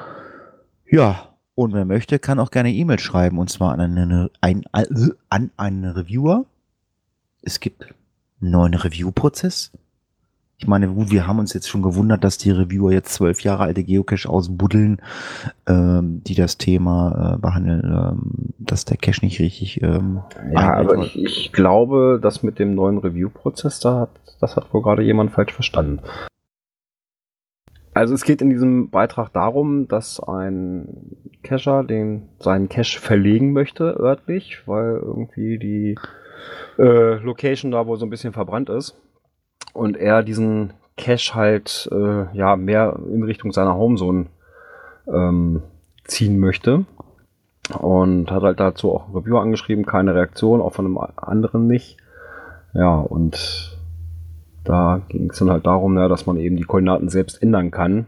Ja, und wer möchte, kann auch gerne E-Mail schreiben, und zwar an einen, ein, äh, an einen Reviewer. Es gibt einen neuen Review-Prozess. Ich meine, gut, wir haben uns jetzt schon gewundert, dass die Reviewer jetzt zwölf Jahre alte Geocache ausbuddeln, ähm, die das Thema äh, behandeln, ähm, dass der Cache nicht richtig ähm, Ja, aber einhält. ich, ich glaube, das mit dem neuen Review-Prozess, da hat, das hat wohl gerade jemand falsch verstanden. Also es geht in diesem Beitrag darum, dass ein Cacher den seinen Cache verlegen möchte örtlich, weil irgendwie die äh, Location da wohl so ein bisschen verbrannt ist und er diesen Cache halt äh, ja mehr in Richtung seiner Homezone ähm, ziehen möchte und hat halt dazu auch ein Reviewer angeschrieben, keine Reaktion, auch von einem anderen nicht. Ja, und da ging es dann halt darum, ja, dass man eben die Koordinaten selbst ändern kann.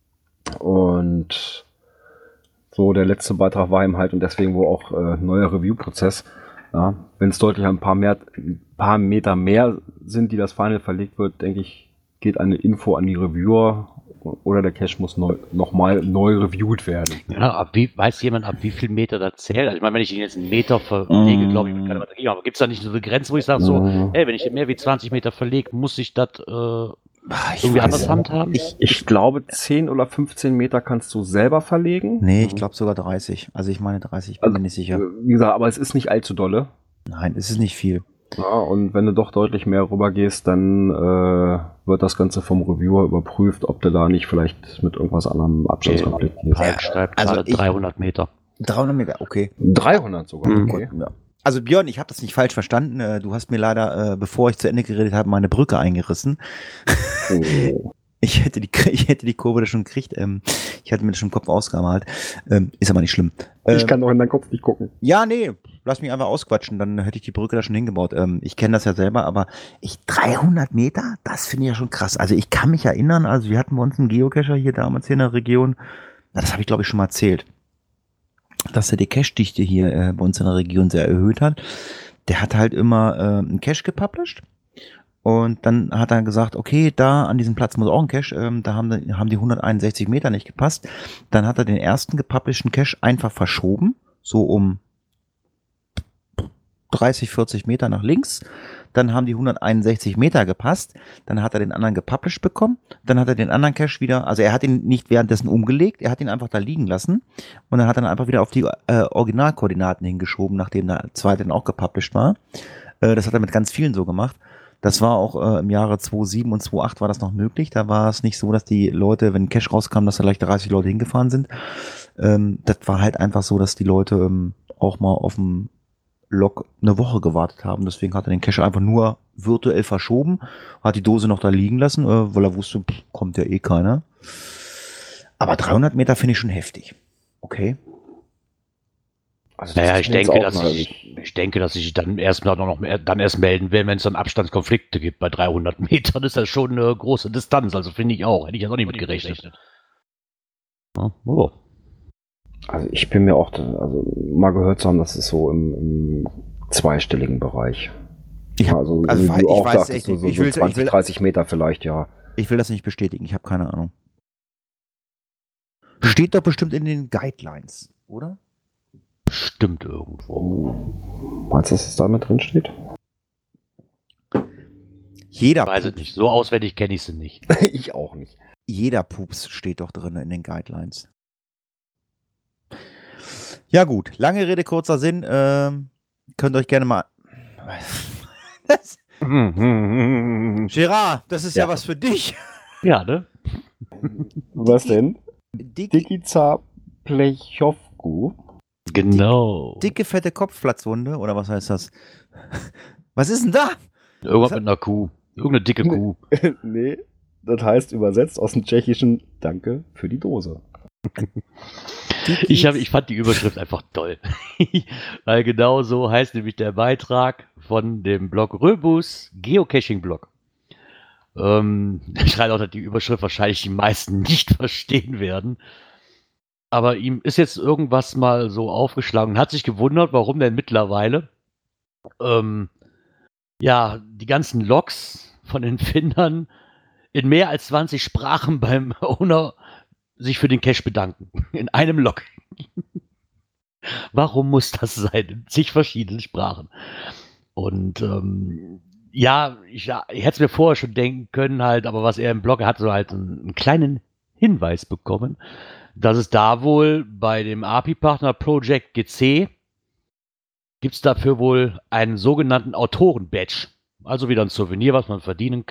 Und so der letzte Beitrag war ihm halt und deswegen wohl auch äh, neuer Review-Prozess. Ja, wenn es deutlich ein paar, mehr, ein paar Meter mehr sind, die das Final verlegt wird, denke ich, geht eine Info an die Reviewer oder der Cache muss neu, nochmal neu reviewed werden. Ja, ab wie, weiß jemand, ab wie viel Meter da zählt? Also ich meine, wenn ich ihn jetzt einen Meter verlege, Mm. glaube ich, kann ich aber gibt es da nicht so eine Grenze, wo ich sage, so, Mm. hey, wenn ich mehr wie zwanzig Meter verlege, muss ich das äh, Ah, ich irgendwie weiß anders nicht. handhaben? Ich, Ich glaube, zehn oder fünfzehn Meter kannst du selber verlegen. nee, ich glaube sogar dreißig. Also ich meine dreißig, bin Also, mir nicht sicher. Äh, Wie gesagt, aber es ist nicht allzu dolle. Nein, es ist nicht viel. Ja, und wenn du doch deutlich mehr rüber gehst, dann äh, wird das Ganze vom Reviewer überprüft, ob du da nicht vielleicht mit irgendwas anderem Abstandskonflikt gehst. Palk schreibt also gerade ich- dreihundert Meter. dreihundert Meter, okay. dreihundert sogar, Mhm. okay. Ja. Also Björn, ich habe das nicht falsch verstanden. Äh, Du hast mir leider, äh, bevor ich zu Ende geredet habe, meine Brücke eingerissen. Oh. Ich hätte die, ich hätte die Kurve da schon gekriegt. Ähm, ich hatte mir das schon im Kopf ausgemalt. Ähm, ist aber nicht schlimm. Ich Ähm, kann doch in deinen Kopf nicht gucken. Ja, nee, lass mich einfach ausquatschen, dann hätte ich die Brücke da schon hingebaut. Ähm, ich kenne das ja selber, aber ich dreihundert Meter, das finde ich ja schon krass. Also ich kann mich erinnern, also wir hatten bei uns einen Geocacher hier damals hier in der Region, na, das habe ich glaube ich schon mal erzählt, dass er die Cache-Dichte hier äh, bei uns in der Region sehr erhöht hat. Der hat halt immer äh, einen Cache gepublished und dann hat er gesagt, okay, da an diesem Platz muss auch ein Cache, ähm, da haben, die- haben die hunderteinundsechzig Meter nicht gepasst. Dann hat er den ersten gepublisheden Cache einfach verschoben, so um dreißig, vierzig Meter nach links. Dann haben die hunderteinundsechzig Meter gepasst. Dann hat er den anderen gepublished bekommen. Dann hat er den anderen Cache wieder, also er hat ihn nicht währenddessen umgelegt, er hat ihn einfach da liegen lassen. Und dann hat er ihn einfach wieder auf die äh, Originalkoordinaten hingeschoben, nachdem der zweite dann auch gepublished war. Äh, das hat er mit ganz vielen so gemacht. Das war auch äh, im Jahre zweitausendsieben und zweitausendacht war das noch möglich. Da war es nicht so, dass die Leute, wenn ein Cache rauskam, dass da gleich dreißig Leute hingefahren sind. Ähm, das war halt einfach so, dass die Leute ähm, auch mal auf dem Log eine Woche gewartet haben. Deswegen hat er den Cache einfach nur virtuell verschoben, hat die Dose noch da liegen lassen, äh, weil er wusste, pff, kommt ja eh keiner. Aber dreihundert Meter finde ich schon heftig. Okay. Also Naja, das ich ist jetzt denke, auch dass mal- ich, ich denke, dass ich dann erst noch, noch mehr, dann erst melden will, wenn es dann Abstandskonflikte gibt. Bei dreihundert Metern ist das schon eine große Distanz, also finde ich auch. Hätte ich jetzt auch nicht mit gerechnet. Ja, oh. Also ich bin mir auch, also mal gehört zu haben, das ist so im, im zweistelligen Bereich. Ich hab, also, also wie wei- du ich auch weiß sagtest, echt so, nicht. so, Ich so will, ich zwanzig, will, dreißig Meter vielleicht, ja. ich will das nicht bestätigen. Ich habe keine Ahnung. Steht doch bestimmt in den Guidelines, oder? Stimmt irgendwo. Oh. Meinst du, dass es da mit drin steht? Jeder Ich weiß es Pups, nicht. So auswendig kenne ich sie nicht. Ich auch nicht. jeder Pups steht doch drin in den Guidelines. Ja gut, lange Rede, kurzer Sinn. Ähm, könnt euch gerne mal... Das, Gerard, das ist ja. Ja. was für dich. Ja, ne? Was denn? Dick, Dikiza Plechowku. Genau. dicke, fette Kopfplatzwunde, oder was heißt das? Was ist denn da? Irgendwas mit einer Kuh. Irgendeine dicke Kuh. Nee, das heißt übersetzt aus dem Tschechischen Danke für die Dose. Ich, hab, ich fand die Überschrift einfach toll. Weil genau so heißt nämlich der Beitrag von dem Blog Röbus Geocaching-Blog. Ähm, ich schreibe auch, dass die Überschrift wahrscheinlich die meisten nicht verstehen werden. Aber ihm ist jetzt irgendwas mal so aufgeschlagen und hat sich gewundert, warum denn mittlerweile ähm, ja, die ganzen Logs von den Findern in mehr als zwanzig Sprachen beim Owner sich für den Cache bedanken. In einem Log. Warum muss das sein? In zig verschiedenen Sprachen. Und ähm, ja, ich, ja, ich hätte es mir vorher schon denken können, halt, aber was er im Blog hat, so halt einen, einen kleinen Hinweis bekommen, dass es da wohl bei dem A P I-Partner Project G C gibt es dafür wohl einen sogenannten Autoren-Badge. Also wieder ein Souvenir, was man verdienen kann.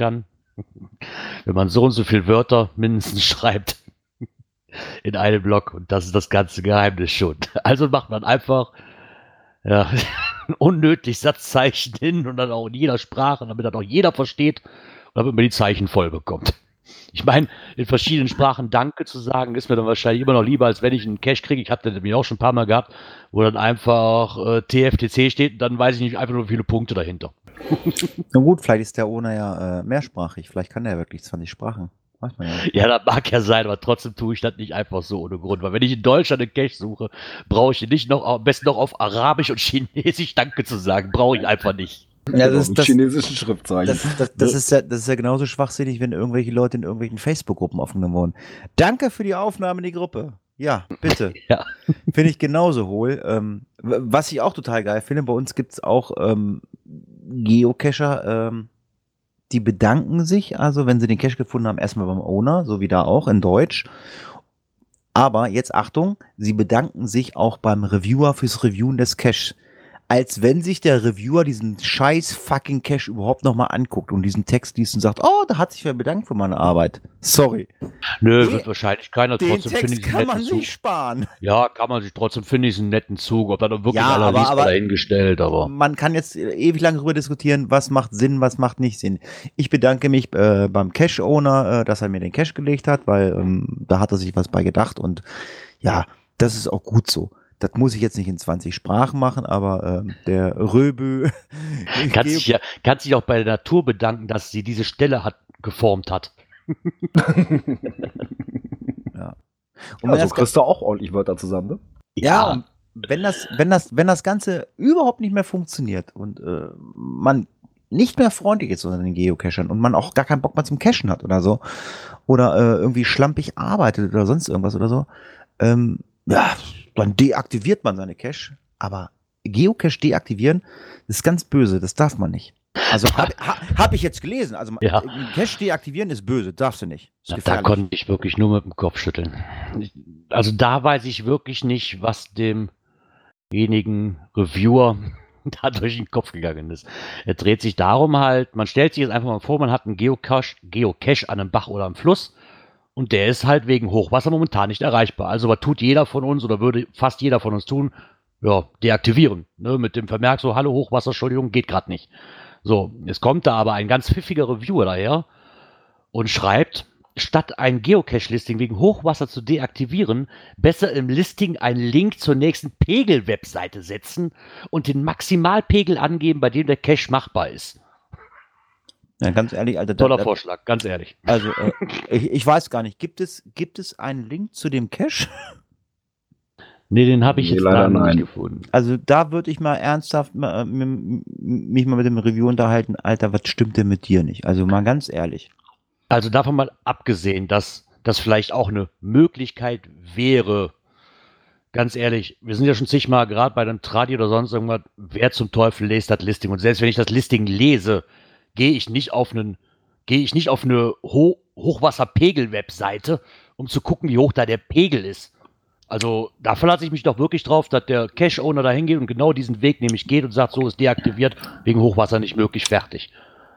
Wenn man so und so viele Wörter mindestens schreibt in einem Block und das ist das ganze Geheimnis schon. Also macht man einfach ja, unnötig Satzzeichen hin und dann auch in jeder Sprache, damit dann auch jeder versteht und damit man die Zeichen voll bekommt. Ich meine, in verschiedenen Sprachen Danke zu sagen, ist mir dann wahrscheinlich immer noch lieber, als wenn ich einen Cache kriege. Ich habe das nämlich auch schon ein paar Mal gehabt, wo dann einfach äh, T F T C steht und dann weiß ich nicht einfach nur, wie viele Punkte dahinter. Na gut, vielleicht ist der Owner ja äh, mehrsprachig. Vielleicht kann der wirklich zwanzig Sprachen. Weiß man ja nicht. Ja, das mag ja sein, aber trotzdem tue ich das nicht einfach so ohne Grund. Weil wenn ich in Deutschland einen Cache suche, brauche ich nicht noch, am besten noch auf Arabisch und Chinesisch Danke zu sagen. Brauche ich einfach nicht. Ja, das, Mit das, chinesischen Schriftzeichen. das, das, das, ist ja, das ist ja genauso schwachsinnig, wenn irgendwelche Leute in irgendwelchen Facebook-Gruppen aufgenommen wurden. Danke für die Aufnahme in die Gruppe. Ja, bitte. Ja. Finde ich genauso hohl. Ähm, was ich auch total geil finde, bei uns gibt es auch ähm, Geocacher, ähm, die bedanken sich, also wenn sie den Cache gefunden haben, erstmal beim Owner, so wie da auch in Deutsch. Aber jetzt Achtung, sie bedanken sich auch beim Reviewer fürs Reviewen des Caches. Als wenn sich der Reviewer diesen scheiß fucking Cache überhaupt nochmal anguckt und diesen Text liest und sagt, oh, da hat sich wer bedankt für meine Arbeit. Sorry. Nö, Den- wird wahrscheinlich keiner. Den Trotzdem finde Text ich es kann einen man netten Zug. sich sparen. Ja, kann man sich trotzdem, finde ich es einen netten Zug. Ob da doch wirklich Ja, einer aber- liest, aber- war dahingestellt, aber. Man kann jetzt ewig lang darüber diskutieren, was macht Sinn, was macht nicht Sinn. Ich bedanke mich äh, beim Cache-Owner, äh, dass er mir den Cache gelegt hat, weil ähm, da hat er sich was bei gedacht und ja, das ist auch gut so. Das muss ich jetzt nicht in zwanzig Sprachen machen, aber ähm, der Röbü Kannst dich ja, kannst dich auch bei der Natur bedanken, dass sie diese Stelle hat, geformt hat. ja. Und wenn Also das, kriegst du auch ordentlich Wörter zusammen, ne? ja, und wenn das, wenn das, wenn das Ganze überhaupt nicht mehr funktioniert und äh, man nicht mehr freundlich ist unter den Geocachern und man auch gar keinen Bock mehr zum Cachen hat oder so oder äh, irgendwie schlampig arbeitet oder sonst irgendwas oder so, ähm, ja, dann deaktiviert man seine Cache. Aber Geocache deaktivieren, das ist ganz böse, das darf man nicht. Also habe ha, hab ich jetzt gelesen, also Ja. einen Cache deaktivieren ist böse, darfst du nicht. Ist Da, da gefährlich. konnte ich wirklich nur mit dem Kopf schütteln. Also da weiß ich wirklich nicht, was demjenigen Reviewer da durch den Kopf gegangen ist. Es dreht sich darum halt, man stellt sich jetzt einfach mal vor, man hat einen Geocache, Geocache an einem Bach oder am Fluss und der ist halt wegen Hochwasser momentan nicht erreichbar. Also was tut jeder von uns oder würde fast jeder von uns tun? Ja, deaktivieren. Ne, mit dem Vermerk so, hallo Hochwasser, Entschuldigung, geht gerade nicht. So, jetzt kommt da aber ein ganz pfiffiger Reviewer daher und schreibt, statt ein Geocache-Listing wegen Hochwasser zu deaktivieren, besser im Listing einen Link zur nächsten Pegel-Webseite setzen und den Maximalpegel angeben, bei dem der Cache machbar ist. Ja, ganz ehrlich, Alter. da- Toller da- Vorschlag, ganz ehrlich. Also, äh, ich, ich weiß gar nicht, gibt es, gibt es einen Link zu dem Cache? Nee, den habe ich Nee, jetzt leider da noch nein. nicht gefunden. Also, da würde ich mal ernsthaft mal, äh, m- m- mich mal mit dem Review unterhalten. Alter, was stimmt denn mit dir nicht? Also, mal ganz ehrlich. Also davon mal abgesehen, dass das vielleicht auch eine Möglichkeit wäre, ganz ehrlich, wir sind ja schon zigmal gerade bei einem Tradi oder sonst irgendwas, wer zum Teufel lest das Listing? Und selbst wenn ich das Listing lese, gehe ich nicht auf einen, gehe ich nicht auf eine Ho Hochwasserpegel-Webseite, um zu gucken, wie hoch da der Pegel ist. Also da verlasse ich mich doch wirklich drauf, dass der Cache-Owner da hingeht und genau diesen Weg nämlich geht und sagt, so ist deaktiviert, wegen Hochwasser nicht möglich, fertig.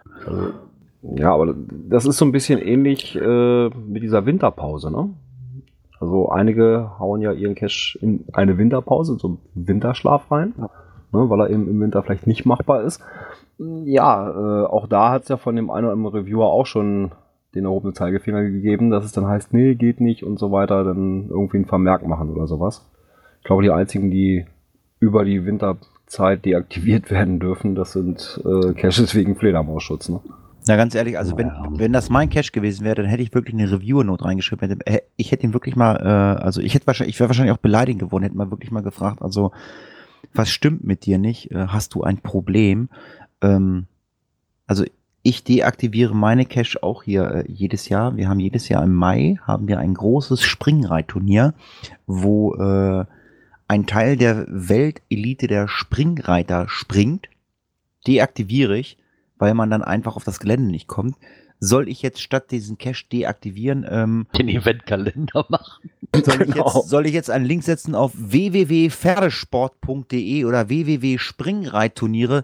Ja, aber das ist so ein bisschen ähnlich äh, mit dieser Winterpause, ne? Also einige hauen ja ihren Cache in eine Winterpause, so einen Winterschlaf rein, ne, weil er eben im Winter vielleicht nicht machbar ist. Ja, äh, auch da hat es ja von dem einen oder anderen Reviewer auch schon den erhobenen Zeigefinger gegeben, dass es dann heißt, nee, geht nicht und so weiter, dann irgendwie einen Vermerk machen oder sowas. Ich glaube, die einzigen, die über die Winterzeit deaktiviert werden dürfen, das sind äh, Caches wegen Fledermausschutz, ne? Na, ganz ehrlich, also, wenn, Ja. wenn das mein Cache gewesen wäre, dann hätte ich wirklich eine Reviewer-Note reingeschrieben. Hätte- äh, Ich hätte ihn wirklich mal, äh, also, ich hätte wahrscheinlich, ich wäre wahrscheinlich auch beleidigt geworden, hätte mal wirklich mal gefragt, also, was stimmt mit dir nicht? Äh, Hast du ein Problem? Ähm, also, ich deaktiviere meine Cache auch hier äh, jedes Jahr. Wir haben jedes Jahr im Mai haben wir ein großes Springreitturnier, wo äh, ein Teil der Weltelite der Springreiter springt. Deaktiviere ich, weil man dann einfach auf das Gelände nicht kommt. Soll ich jetzt statt diesen Cache deaktivieren, ähm, Den Eventkalender machen. soll, ich Genau. jetzt, soll ich jetzt einen Link setzen auf w w w punkt pferdesport punkt d e oder w w w punkt springreitturniere?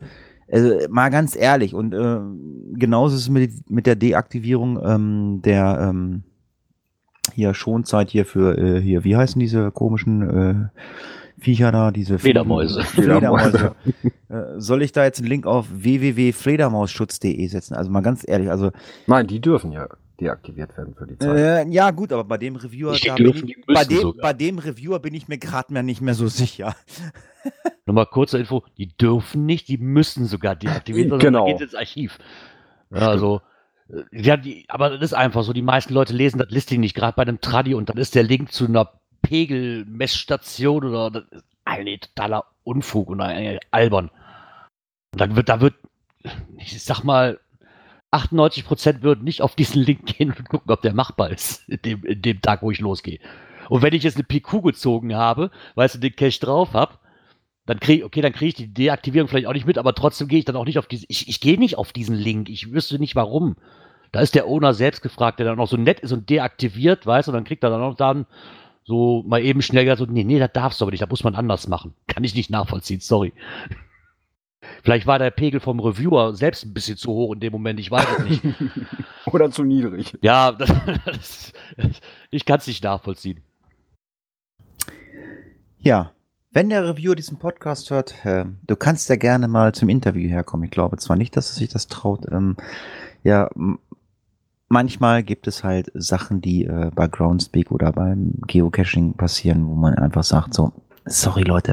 Also mal ganz ehrlich, und äh, genauso ist es mit, mit der Deaktivierung ähm, der ähm, hier Schonzeit hier für äh, hier, wie heißen diese komischen äh, Viecher da, diese Fledermäuse. Fledermäuse. äh, soll ich da jetzt einen Link auf w w w punkt fledermausschutz punkt de setzen? Also mal ganz ehrlich, also Nein, die dürfen ja deaktiviert werden für die Zeit. äh, ja gut, aber bei dem Reviewer, Die da bin dürfen, ich, die bei, müssen dem, sogar. bei dem Reviewer bin ich mir gerade mehr nicht mehr so sicher. Nochmal kurze Info, die dürfen nicht, die müssen sogar deaktiviert werden, Genau. sonst geht ins Archiv. Ja, also, äh, ja, die, aber das ist einfach so, die meisten Leute lesen das Listing nicht, gerade bei einem Tradi, und dann ist der Link zu einer Pegelmessstation oder das ist ein totaler Unfug und ein, albern. Und dann wird, da wird, ich sag mal, achtundneunzig Prozent würden nicht auf diesen Link gehen und gucken, ob der machbar ist, in dem, in dem Tag, wo ich losgehe. Und wenn ich jetzt eine P Q gezogen habe, weil ich den Cache drauf habe, dann kriege okay, dann kriege ich die Deaktivierung vielleicht auch nicht mit, aber trotzdem gehe ich dann auch nicht auf diese, ich, ich gehe nicht auf diesen Link, ich wüsste nicht warum. Da ist der Owner selbst gefragt, der dann noch so nett ist und deaktiviert, weißt du, und dann kriegt er dann auch dann so mal eben schnell gesagt, so, nee, nee, das darfst du aber nicht, das muss man anders machen. Kann ich nicht nachvollziehen, sorry. Vielleicht war der Pegel vom Reviewer selbst ein bisschen zu hoch in dem Moment, ich weiß es nicht. Oder zu niedrig. Ja, das, das, ich kann es nicht nachvollziehen. Ja, wenn der Reviewer diesen Podcast hört, äh, du kannst ja gerne mal zum Interview herkommen. Ich glaube zwar nicht, dass er sich das traut. Ähm, ja, m- manchmal gibt es halt Sachen, die äh, bei Groundspeak oder beim Geocaching passieren, wo man einfach sagt so, sorry Leute,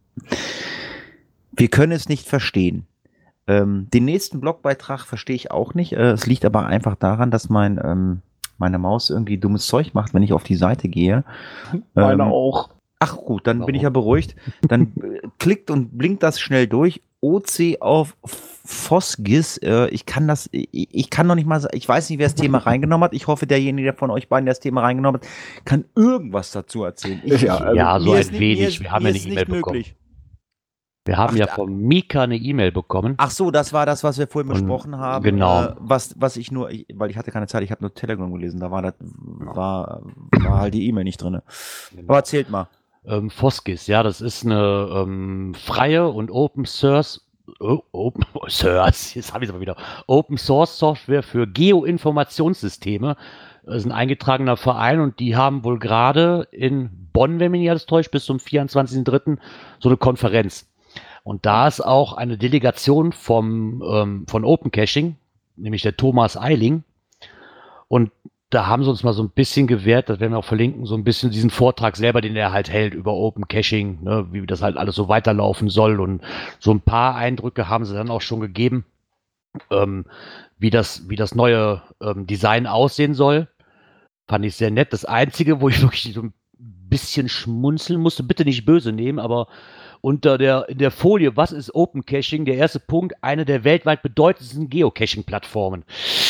wir können es nicht verstehen. Ähm, den nächsten Blogbeitrag verstehe ich auch nicht. Äh, es liegt aber einfach daran, dass mein ähm, meine Maus irgendwie dummes Zeug macht, wenn ich auf die Seite gehe. Meine Ähm, auch. Ach gut, dann bin Warum? ich ja beruhigt. Dann äh, klickt und blinkt das schnell durch. O C auf Phosgis. Äh, ich kann das, ich, ich kann noch nicht mal sagen, ich weiß nicht, wer das Thema reingenommen hat. Ich hoffe, derjenige der von euch beiden, der das Thema reingenommen hat, kann irgendwas dazu erzählen. Ich, Ja, also Ja, so mir ein ist nicht- wenig. mir ist- Wir haben mir ja eine ist E-Mail nicht bekommen. möglich. Wir haben Ach, ja da- von Mika eine E-Mail bekommen. Ach so, das war das, was wir vorhin Und- besprochen haben. genau. Äh, was, was ich nur, ich, weil ich hatte keine Zeit, ich habe nur Telegram gelesen, da war das, war, war halt die E-Mail nicht drin. Aber erzählt mal. Ähm, Phosgis, ja, das ist eine ähm, freie und Open Source, oh, Open Source, jetzt habe ich es aber wieder, Open Source Software für Geoinformationssysteme. Das ist ein eingetragener Verein und die haben wohl gerade in Bonn, wenn mich nicht alles täuscht, bis zum vierundzwanzigsten dritten so eine Konferenz. Und da ist auch eine Delegation vom, ähm, von Open Caching, nämlich der Thomas Eiling. Und da haben sie uns mal so ein bisschen gewährt, das werden wir auch verlinken, so ein bisschen diesen Vortrag selber, den er halt hält über Open Caching, ne, wie das halt alles so weiterlaufen soll. Und so ein paar Eindrücke haben sie dann auch schon gegeben, ähm, wie das, wie das neue ähm, Design aussehen soll. Fand ich sehr nett. Das Einzige, wo ich wirklich so ein bisschen schmunzeln musste, bitte nicht böse nehmen, aber unter der, in der Folie, was ist Open Caching? Der erste Punkt, eine der weltweit bedeutendsten Geocaching-Plattformen.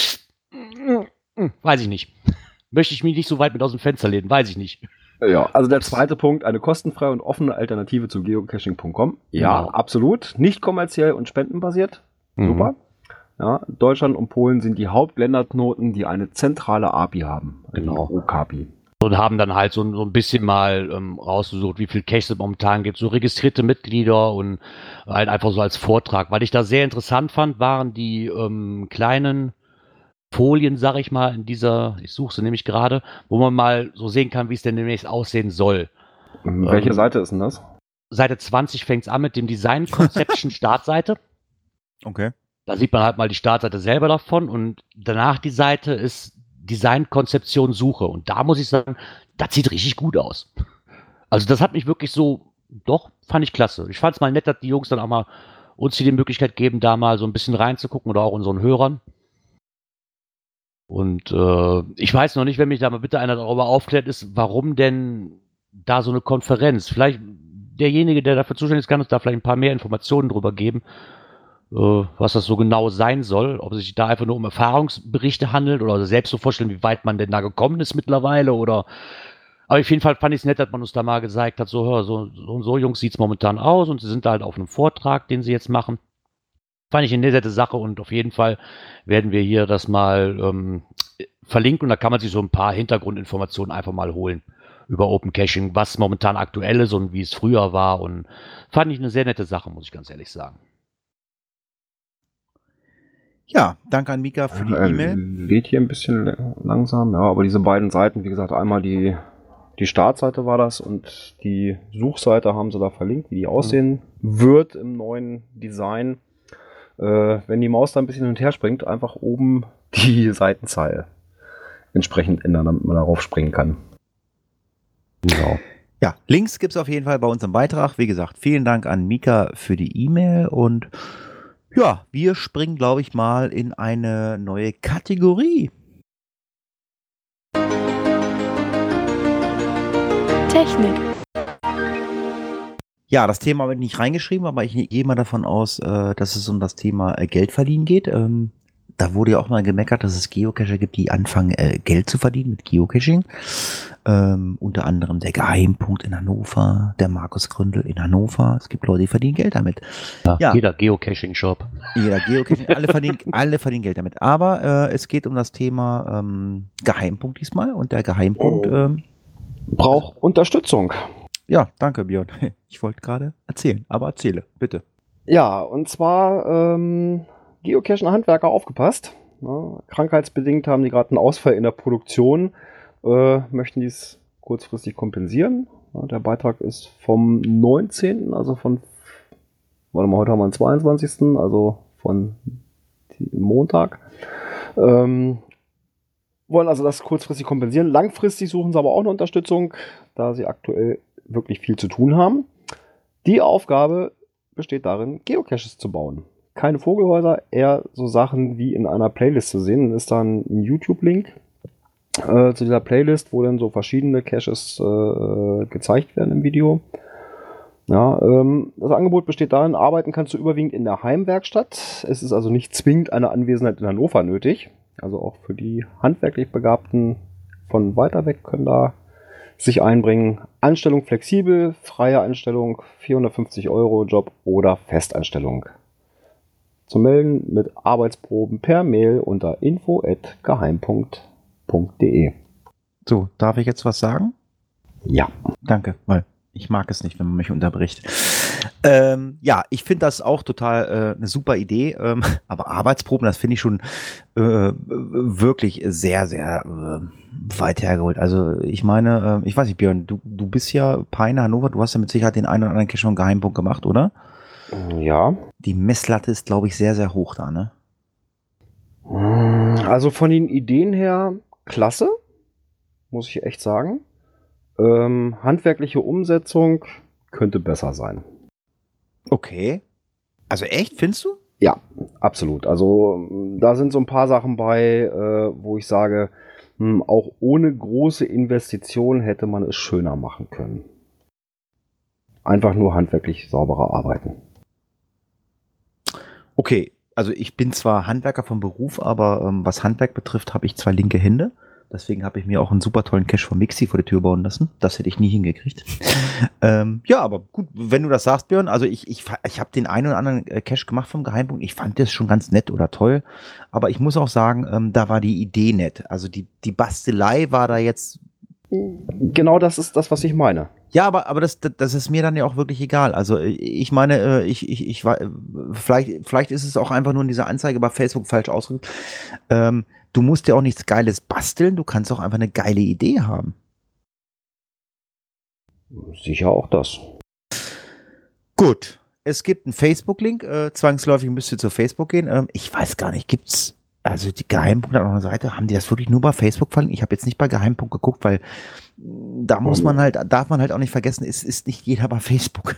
Weiß ich nicht. Möchte ich mich nicht so weit mit aus dem Fenster lehnen, weiß ich nicht. Ja, also der zweite Punkt, eine kostenfreie und offene Alternative zu geocaching punkt com. Ja, Genau. absolut. Nicht kommerziell und spendenbasiert. Mhm. Super. Ja, Deutschland und Polen sind die Hauptländerknoten, die eine zentrale A P I haben. Genau. O K P I. Und haben dann halt so, so ein bisschen mal ähm, rausgesucht, wie viel Caches es momentan gibt, so registrierte Mitglieder und halt einfach so als Vortrag. Was ich da sehr interessant fand, waren die ähm, kleinen Folien, sag ich mal, in dieser, ich suche sie nämlich gerade, wo man mal so sehen kann, wie es denn demnächst aussehen soll. Welche Ähm, Seite ist denn das? Seite zwanzig fängt es an mit dem Design Conception Startseite. Okay. Da sieht man halt mal die Startseite selber davon und danach die Seite ist Design, Konzeption, Suche. Und da muss ich sagen, das sieht richtig gut aus. Also das hat mich wirklich so, doch, fand ich klasse. Ich fand es mal nett, dass die Jungs dann auch mal uns hier die Möglichkeit geben, da mal so ein bisschen reinzugucken oder auch unseren Hörern. Und äh, ich weiß noch nicht, wenn mich da mal bitte einer darüber aufklärt ist, warum denn da so eine Konferenz? Vielleicht derjenige, der dafür zuständig ist, kann uns da vielleicht ein paar mehr Informationen drüber geben, äh, was das so genau sein soll. Ob es sich da einfach nur um Erfahrungsberichte handelt oder selbst so vorstellen, wie weit man denn da gekommen ist mittlerweile. Oder aber auf jeden Fall fand ich es nett, dass man uns da mal gezeigt hat, so, hör, so, so, so Jungs sieht es momentan aus und sie sind da halt auf einem Vortrag, den sie jetzt machen. Fand ich eine nette Sache und auf jeden Fall werden wir hier das mal ähm, verlinken und da kann man sich so ein paar Hintergrundinformationen einfach mal holen über Open Caching, was momentan aktuell ist und wie es früher war und fand ich eine sehr nette Sache, muss ich ganz ehrlich sagen. Ja, danke an Mika für die Äh, E-Mail. Lädt hier ein bisschen langsam, ja, aber diese beiden Seiten, wie gesagt, einmal die, die Startseite war das und die Suchseite haben sie da verlinkt, wie die aussehen wird im neuen Design. Äh, wenn die Maus da ein bisschen hin und her springt, einfach oben die Seitenzahl entsprechend ändern, damit man darauf springen kann. Genau. Ja, Links gibt es auf jeden Fall bei uns im Beitrag. Wie gesagt, vielen Dank an Mika für die E-Mail und ja, wir springen, glaube ich, mal in eine neue Kategorie. Technik. Ja, das Thema habe ich nicht reingeschrieben, aber ich gehe mal davon aus, äh, dass es um das Thema äh, Geld verdienen geht. Ähm, da wurde ja auch mal gemeckert, dass es Geocacher gibt, die anfangen, äh, Geld zu verdienen mit Geocaching. Ähm, unter anderem der Geheimpunkt in Hannover, der Markus Gründel in Hannover. Es gibt Leute, die verdienen Geld damit. Ja, Ja. Jeder Geocaching-Shop. Jeder Geocaching, alle verdienen, alle verdienen Geld damit. Aber äh, es geht um das Thema ähm, Geheimpunkt diesmal und der Geheimpunkt. Ähm, Braucht Unterstützung. ja, danke Björn. Ich wollte gerade erzählen, aber erzähle, bitte. Ja, und zwar ähm, Geocachen Handwerker aufgepasst. Ja, krankheitsbedingt haben die gerade einen Ausfall in der Produktion, äh, möchten dies kurzfristig kompensieren. Ja, der Beitrag ist vom neunzehnten, also von, warte mal, heute haben wir den zweiundzwanzigsten, also von Montag. Ähm, wollen also das kurzfristig kompensieren. Langfristig suchen sie aber auch eine Unterstützung, da sie aktuell wirklich viel zu tun haben. Die Aufgabe besteht darin, Geocaches zu bauen. Keine Vogelhäuser, eher so Sachen wie in einer Playlist zu sehen. Dann ist dann ein YouTube-Link äh, zu dieser Playlist, wo dann so verschiedene Caches äh, gezeigt werden im Video. Ja, ähm, das Angebot besteht darin, arbeiten kannst du überwiegend in der Heimwerkstatt. Es ist also nicht zwingend eine Anwesenheit in Hannover nötig. Also auch für die handwerklich Begabten von weiter weg können da sich einbringen. Anstellung flexibel, freie Anstellung, vierhundertfünfzig Euro Job oder Festanstellung. Zu melden mit Arbeitsproben per Mail unter info at geheimpunkt punkt de. So, darf ich jetzt was sagen? Ja. Danke, weil ich mag es nicht, wenn man mich unterbricht. Ähm, ja, ich finde das auch total äh, eine super Idee, ähm, aber Arbeitsproben, das finde ich schon äh, wirklich sehr, sehr äh, weit hergeholt. Also ich meine, äh, ich weiß nicht, Björn, du, du bist ja Peine Hannover, du hast ja mit Sicherheit den einen oder anderen Cache schon Geheimpunkt gemacht, oder? Ja. Die Messlatte ist, glaube ich, sehr, sehr hoch da, ne? Also von den Ideen her klasse, muss ich echt sagen. Ähm, handwerkliche Umsetzung könnte besser sein. Okay. Also echt, findest du? Ja, absolut. Also da sind so ein paar Sachen bei, äh, wo ich sage, mh, auch ohne große Investitionen hätte man es schöner machen können. Einfach nur handwerklich sauberer arbeiten. Okay, also ich bin zwar Handwerker vom Beruf, aber ähm, was Handwerk betrifft, habe ich zwei linke Hände. Deswegen habe ich mir auch einen super tollen Cache von Mixi vor die Tür bauen lassen. Das hätte ich nie hingekriegt. ähm, ja, aber gut, wenn du das sagst, Björn, also ich, ich, ich habe den einen oder anderen Cache gemacht vom Geheimpunkt. Ich fand das schon ganz nett oder toll. Aber ich muss auch sagen, ähm, da war die Idee nett. Also die, die Bastelei war da jetzt... Genau das ist das, was ich meine. Ja, aber, aber das, das ist mir dann ja auch wirklich egal. Also ich meine, ich, ich, ich war, vielleicht, vielleicht ist es auch einfach nur in dieser Anzeige bei Facebook falsch ausgedrückt. Ähm, du musst ja auch nichts Geiles basteln, du kannst auch einfach eine geile Idee haben. Sicher auch das. Gut, es gibt einen Facebook-Link, äh, zwangsläufig müsst ihr zu Facebook gehen. Ähm, ich weiß gar nicht, gibt's, also die Geheimpunkt an einer Seite, haben die das wirklich nur bei Facebook verlinkt? Ich habe jetzt nicht bei Geheimpunkt geguckt, weil da muss man halt, darf man halt auch nicht vergessen, es ist nicht jeder bei Facebook.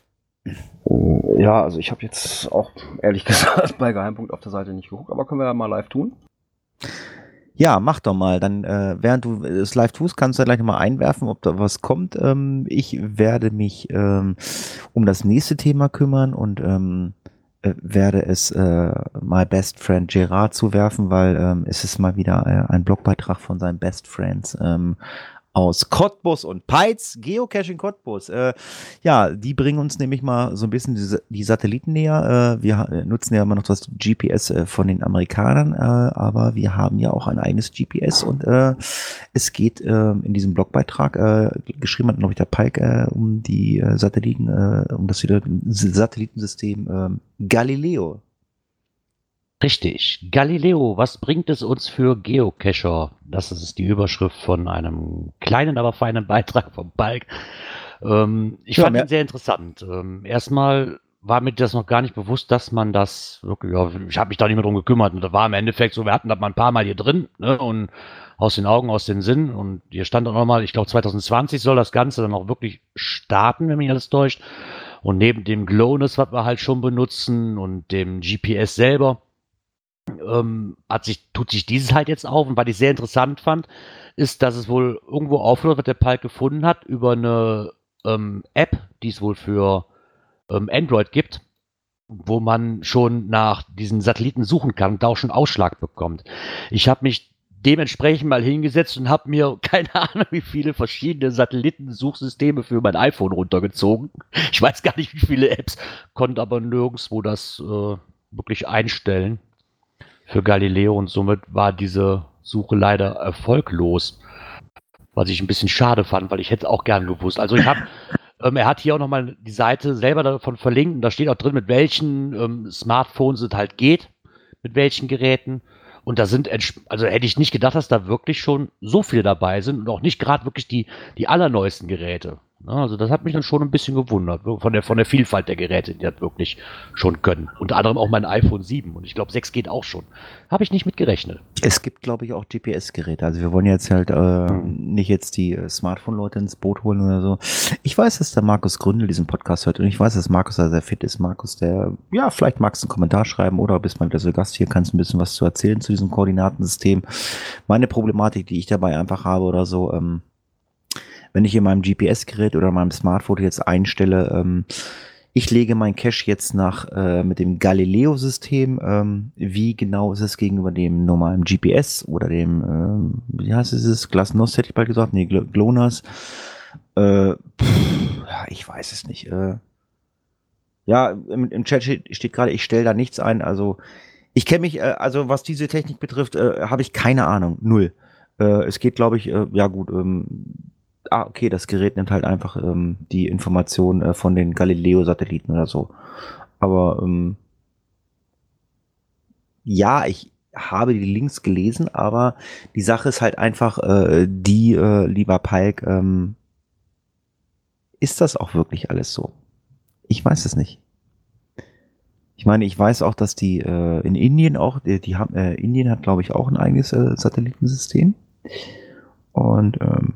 Ja, also ich habe jetzt auch ehrlich gesagt bei Geheimpunkt auf der Seite nicht geguckt, aber können wir ja mal live tun. Ja, mach doch mal. Dann, äh, während du es live tust, kannst du ja gleich nochmal einwerfen, ob da was kommt. Ähm, ich werde mich ähm, um das nächste Thema kümmern und ähm, äh, werde es äh, My Best Friend Gerard zuwerfen, weil ähm, es ist mal wieder äh, ein Blogbeitrag von seinen Best Friends ähm, aus Cottbus und Peitz, Geocaching Cottbus. Äh, ja, die bringen uns nämlich mal so ein bisschen die, die Satelliten näher. Äh, wir nutzen ja immer noch das G P S äh, von den Amerikanern, äh, aber wir haben ja auch ein eigenes G P S und äh, es geht äh, in diesem Blogbeitrag, äh, geschrieben hat, glaube ich, der Pike, äh, um die äh, Satelliten, äh, um das Satellitensystem äh, Galileo. Richtig. Galileo, was bringt es uns für Geocacher? Das ist die Überschrift von einem kleinen, aber feinen Beitrag vom Balk. Ähm, ich Ja, fand mehr- ihn sehr interessant. Ähm, erstmal war mir das noch gar nicht bewusst, dass man das wirklich, ja, ich habe mich da nicht mehr drum gekümmert. Und da war im Endeffekt so, wir hatten das mal ein paar Mal hier drin, ne, und aus den Augen, aus den Sinn. Und hier stand auch nochmal, ich glaube zwanzig zwanzig soll das Ganze dann auch wirklich starten, wenn mich alles täuscht. Und neben dem GLONASS, was wir halt schon benutzen, und dem G P S selber, ähm, hat sich, tut sich dieses halt jetzt auf. Und was ich sehr interessant fand, ist, dass es wohl irgendwo aufhört, was der Palk gefunden hat, über eine ähm, App, die es wohl für ähm, Android gibt, wo man schon nach diesen Satelliten suchen kann und da auch schon Ausschlag bekommt. Ich habe mich dementsprechend mal hingesetzt und habe mir keine Ahnung, wie viele verschiedene Satellitensuchsysteme für mein iPhone runtergezogen. Ich weiß gar nicht, wie viele Apps, konnte aber nirgendwo das äh, wirklich einstellen für Galileo, und somit war diese Suche leider erfolglos, was ich ein bisschen schade fand, weil ich hätte es auch gern gewusst. Also ich habe, ähm, er hat hier auch nochmal die Seite selber davon verlinkt, und da steht auch drin, mit welchen ähm, Smartphones es halt geht, mit welchen Geräten. Und da sind, entsp- also hätte ich nicht gedacht, dass da wirklich schon so viele dabei sind und auch nicht gerade wirklich die, die allerneuesten Geräte. Ne, also das hat mich dann schon ein bisschen gewundert, von der, von der Vielfalt der Geräte, die das wirklich schon können. Unter anderem auch mein iPhone sieben, und ich glaube sechs geht auch schon. Habe ich nicht mit gerechnet. Es gibt, glaube ich, auch G P S-Geräte. Also wir wollen jetzt halt äh, Hm. nicht jetzt die äh, Smartphone-Leute ins Boot holen oder so. Ich weiß, dass der Markus Gründel diesen Podcast hört, und ich weiß, dass Markus da sehr fit ist. Markus, der, ja, vielleicht magst du einen Kommentar schreiben oder bist mal wieder so Gast hier, kannst ein bisschen was zu erzählen zu diesem Koordinatensystem. Meine Problematik, die ich dabei einfach habe oder so, ähm, wenn ich in meinem G P S-Gerät oder meinem Smartphone jetzt einstelle, ähm, ich lege mein Cache jetzt nach äh, mit dem Galileo-System. Ähm, wie genau ist es gegenüber dem normalen G P S oder dem, ähm, wie heißt es, GLONASS hätte ich bald gesagt, nee, Gl- GLONASS. Äh, pff, ja, ich weiß es nicht. Äh, ja, im, im Chat steht, steht gerade, ich stelle da nichts ein. Also ich kenne mich, äh, also was diese Technik betrifft, äh, habe ich keine Ahnung, null. Äh, es geht, glaube ich, äh, ja gut, ähm, ah, okay, das Gerät nimmt halt einfach ähm, die Informationen äh, von den Galileo-Satelliten oder so. Aber ähm, ja, ich habe die Links gelesen, aber die Sache ist halt einfach äh, die, äh, lieber Palk, ähm, ist das auch wirklich alles so? Ich weiß es nicht. Ich meine, ich weiß auch, dass die äh, in Indien auch, die, die haben, äh, Indien hat, glaube ich, auch ein eigenes äh, Satellitensystem. Und ähm,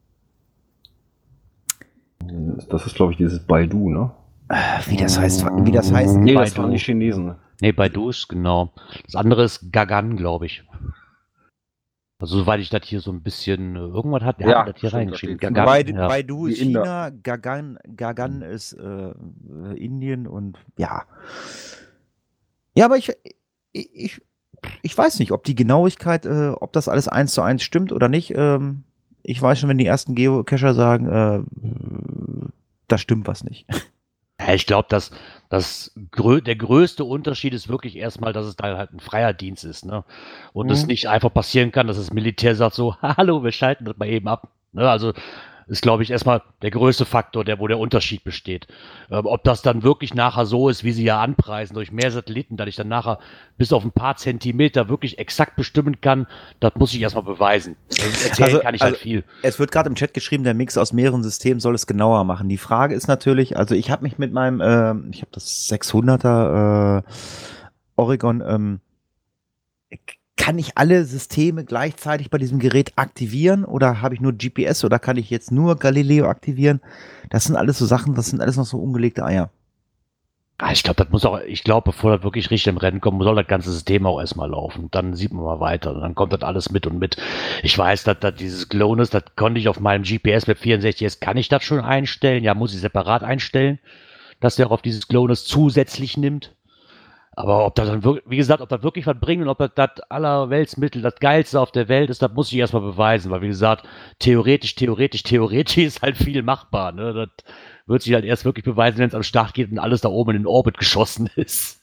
Das ist, glaube ich, dieses Baidu, ne? wie das heißt, wie das heißt, Nee, Baidu. das waren die Chinesen. Nee, Baidu ist genau. Das andere ist Gagan, glaube ich. Also soweit ich das hier so ein bisschen, äh, irgendwas hat, der Ja, hat das hier stimmt, reingeschrieben. da steht's. Gagan, Baidu, ja. Baidu Die ist Inder. China, Gagan, Gagan ist äh, äh, Indien und ja. Ja, aber ich, ich, ich, ich weiß nicht, ob die Genauigkeit, äh, ob das alles eins zu eins stimmt oder nicht. Ähm, ich weiß schon, wenn die ersten Geocacher sagen, äh, da stimmt was nicht. Ja, ich glaube, dass das grö der größte Unterschied ist wirklich erstmal, dass es da halt ein freier Dienst ist, ne? Und es Mhm. nicht einfach passieren kann, dass das Militär sagt so, hallo, wir schalten das mal eben ab. Ne? Also ist, glaube ich, erstmal der größte Faktor, der, wo der Unterschied besteht. Ähm, ob das dann wirklich nachher so ist, wie sie ja anpreisen, durch mehr Satelliten, dass ich dann nachher bis auf ein paar Zentimeter wirklich exakt bestimmen kann, das muss ich erstmal beweisen. Also erzählen Also- kann ich also- halt viel. Es wird gerade im Chat geschrieben, der Mix aus mehreren Systemen soll es genauer machen. Die Frage ist natürlich, also ich habe mich mit meinem, ähm, ich habe das sechshunderter äh, Oregon, ähm, kann ich alle Systeme gleichzeitig bei diesem Gerät aktivieren oder habe ich nur G P S oder kann ich jetzt nur Galileo aktivieren? Das sind alles so Sachen, das sind alles noch so ungelegte Eier. Ah, ich glaube, das muss auch, ich glaube, bevor das wirklich richtig im Rennen kommt, soll das ganze System auch erstmal laufen. Dann sieht man mal weiter. Und dann kommt das alles mit und mit. Ich weiß, dass, dass dieses GLONASS, das konnte ich auf meinem G P S mit vierundsechzig S, kann ich das schon einstellen. Ja, muss ich separat einstellen, dass der auch auf dieses GLONASS zusätzlich nimmt. Aber ob das dann wirklich, wie gesagt, ob das wirklich was bringt und ob das das allerweltsmittel, das Geilste auf der Welt ist, das muss ich erstmal beweisen. Weil, wie gesagt, theoretisch, theoretisch, theoretisch ist halt viel machbar. Ne? Das wird sich halt erst wirklich beweisen, wenn es am Start geht und alles da oben in den Orbit geschossen ist.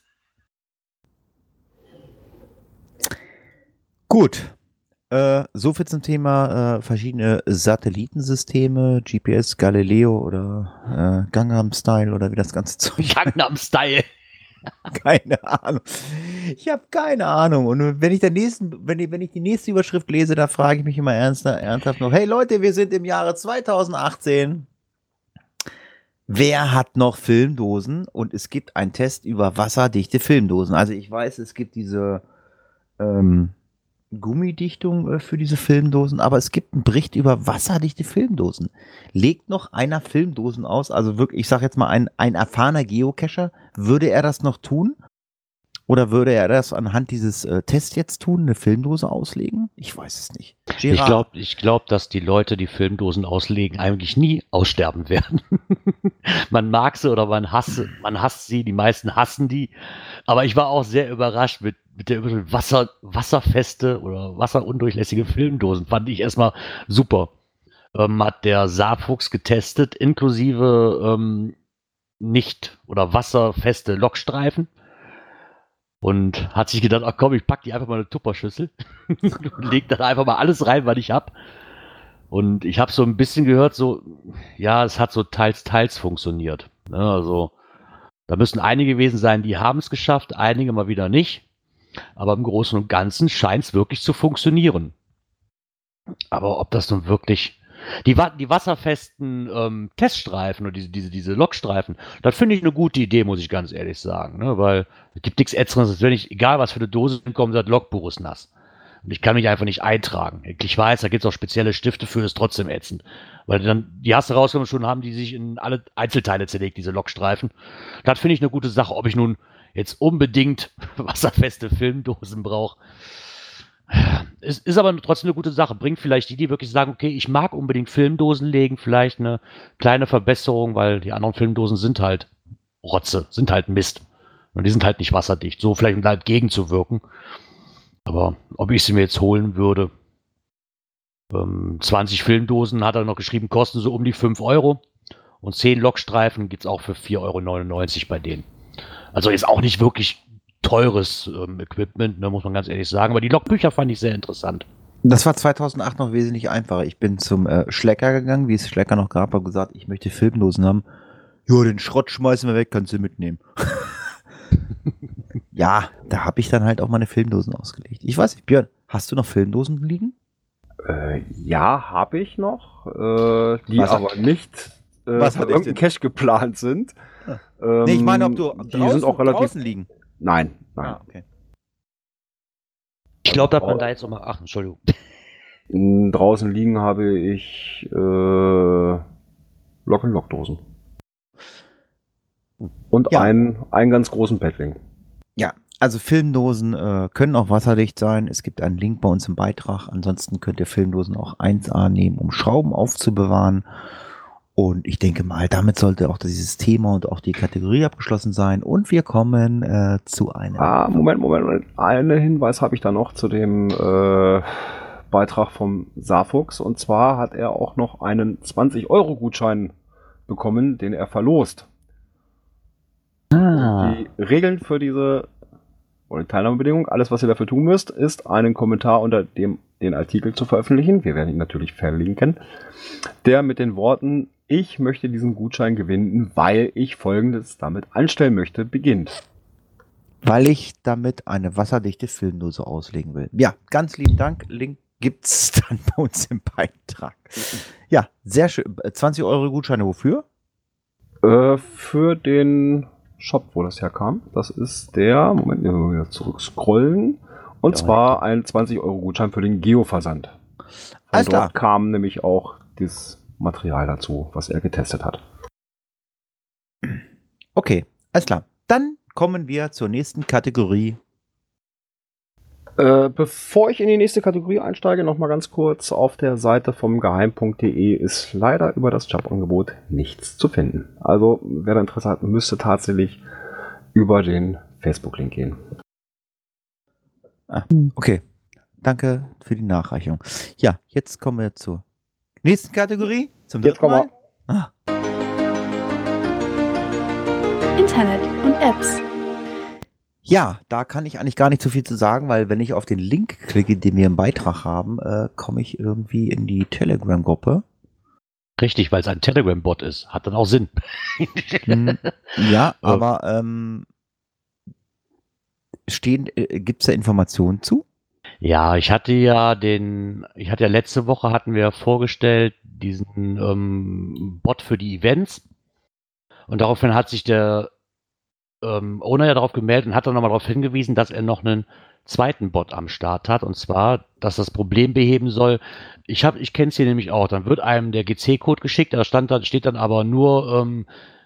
Gut. Äh, so viel zum Thema äh, verschiedene Satellitensysteme, G P S, Galileo oder äh, Gangnam Style oder wie das ganze Zeug. Gangnam Style. Keine Ahnung. Ich habe keine Ahnung. Und wenn ich, der nächsten, wenn, ich, wenn ich die nächste Überschrift lese, da frage ich mich immer ernst, ernsthaft noch, hey Leute, wir sind im Jahre zweitausendachtzehn. Wer hat noch Filmdosen? Und es gibt einen Test über wasserdichte Filmdosen. Also ich weiß, es gibt diese ähm, Gummidichtung äh, für diese Filmdosen, aber es gibt einen Bericht über wasserdichte Filmdosen. Legt noch einer Filmdosen aus? Also wirklich, ich sage jetzt mal, ein, ein erfahrener Geocacher, würde er das noch tun? Oder würde er das anhand dieses äh, Tests jetzt tun, eine Filmdose auslegen? Ich weiß es nicht. Gerard. Ich glaube, ich glaub, dass die Leute, die Filmdosen auslegen, eigentlich nie aussterben werden. Man mag sie oder man hasst, man hasst sie, die meisten hassen die. Aber ich war auch sehr überrascht mit, mit der Überschrift Wasser, wasserfeste oder wasserundurchlässige Filmdosen. Fand ich erstmal super. Ähm, hat der Saarfuchs getestet, inklusive ähm, nicht oder wasserfeste Lockstreifen. Und hat sich gedacht, ach komm, ich pack die einfach mal in eine Tupperschüssel und leg da einfach mal alles rein, was ich hab. Und ich habe so ein bisschen gehört, so, ja, es hat so teils, teils funktioniert. Ne, also, da müssen einige gewesen sein, die haben es geschafft, einige mal wieder nicht. Aber im Großen und Ganzen scheint es wirklich zu funktionieren. Aber ob das nun wirklich... Die, die wasserfesten ähm, Teststreifen oder diese, diese, diese Lockstreifen, das finde ich eine gute Idee, muss ich ganz ehrlich sagen. Ne? Weil es gibt nichts Ätzendes, als wenn ich, egal was für eine Dose kommt, das Logbuch ist nass. Und ich kann mich einfach nicht eintragen. Ich weiß, da gibt es auch spezielle Stifte für, ist trotzdem ätzend. Weil dann, die hast du rausgekommen, schon haben die sich in alle Einzelteile zerlegt, diese Lockstreifen. Das finde ich eine gute Sache. Ob ich nun jetzt unbedingt wasserfeste Filmdosen brauche, es ist aber trotzdem eine gute Sache. Bringt vielleicht die, die wirklich sagen, okay, ich mag unbedingt Filmdosen legen, vielleicht eine kleine Verbesserung, weil die anderen Filmdosen sind halt Rotze, sind halt Mist. Und die sind halt nicht wasserdicht. So vielleicht um da gegenzuwirken. Aber ob ich sie mir jetzt holen würde, ähm, zwanzig Filmdosen hat er noch geschrieben, kosten so um die fünf Euro. Und zehn Lockstreifen gibt es auch für vier Euro neunundneunzig bei denen. Also ist auch nicht wirklich teures ähm, Equipment, ne, muss man ganz ehrlich sagen. Aber die Logbücher fand ich sehr interessant. Das war zweitausendacht noch wesentlich einfacher. Ich bin zum äh, Schlecker gegangen, wie es Schlecker noch gab, habe gesagt, ich möchte Filmdosen haben. Jo, den Schrott schmeißen wir weg, kannst du mitnehmen. Ja, da habe ich dann halt auch meine Filmdosen ausgelegt. Ich weiß nicht, Björn, hast du noch Filmdosen liegen? Äh, ja, habe ich noch, äh, die Was aber nicht äh, was für hat ich irgendeinen denn? Cache geplant sind. Ah. Ähm, Nee, ich meine, ob du die draußen, sind auch relativ draußen liegen. Nein, nein. Ah, okay. Ich glaube, dass man da jetzt nochmal... Ach, Entschuldigung. Mm, Draußen liegen habe ich äh, Lock-and-Lock-Dosen. Und Ja. einen, einen ganz großen Petling. Ja, also Filmdosen äh, können auch wasserdicht sein. Es gibt einen Link bei uns im Beitrag. Ansonsten könnt ihr Filmdosen auch eins A nehmen, um Schrauben aufzubewahren. Und ich denke mal, damit sollte auch dieses Thema und auch die Kategorie abgeschlossen sein. Und wir kommen äh, zu einem... Ah, Moment, Moment, Moment. Einen Hinweis habe ich da noch zu dem äh, Beitrag vom Saarfuchs. Und zwar hat er auch noch einen zwanzig Euro Gutschein bekommen, den er verlost. Ah. Die Regeln für diese oder die Teilnahmebedingung, alles was ihr dafür tun müsst, ist einen Kommentar unter dem den Artikel zu veröffentlichen. Wir werden ihn natürlich verlinken. Der mit den Worten, ich möchte diesen Gutschein gewinnen, weil ich Folgendes damit anstellen möchte, beginnt. Weil ich damit eine wasserdichte Filmdose auslegen will. Ja, ganz lieben Dank. Link gibt's dann bei uns im Beitrag. Ja, sehr schön. zwanzig Euro Gutscheine wofür? Äh, für den Shop, wo das herkam. Das ist der, Moment, wir müssen wieder zurück scrollen. Und Ja, zwar ein zwanzig Euro Gutschein für den Geoversand. Alles Und dort klar. kam nämlich auch das Material dazu, was er getestet hat. Okay, alles klar. Dann kommen wir zur nächsten Kategorie. Äh, bevor ich in die nächste Kategorie einsteige, noch mal ganz kurz. Auf der Seite vom geheim punkt de ist leider über das Jobangebot nichts zu finden. Also, wer da Interesse hat, müsste tatsächlich über den Facebook-Link gehen. Ah, okay. Danke für die Nachreichung. Ja, jetzt kommen wir zur nächsten Kategorie. Zum Jetzt dritten kommen Mal. Ah, Internet und Apps. ja, da kann ich eigentlich gar nicht so viel zu sagen, weil wenn ich auf den Link klicke, den wir im Beitrag haben, äh, komme ich irgendwie in die Telegram-Gruppe. Richtig, weil es ein Telegram-Bot ist. Hat dann auch Sinn. Hm, ja, aber ähm, stehen, äh, gibt es da Informationen zu? Ja, ich hatte ja den, ich hatte ja letzte Woche hatten wir vorgestellt, diesen ähm, Bot für die Events. Und daraufhin hat sich der ähm, Owner ja darauf gemeldet und hat dann nochmal darauf hingewiesen, dass er noch einen zweiten Bot am Start hat. Und zwar, dass das Problem beheben soll. Ich habe, ich kenne es hier nämlich auch. Dann wird einem der G C-Code geschickt, da stand dann, steht dann aber nur ähm,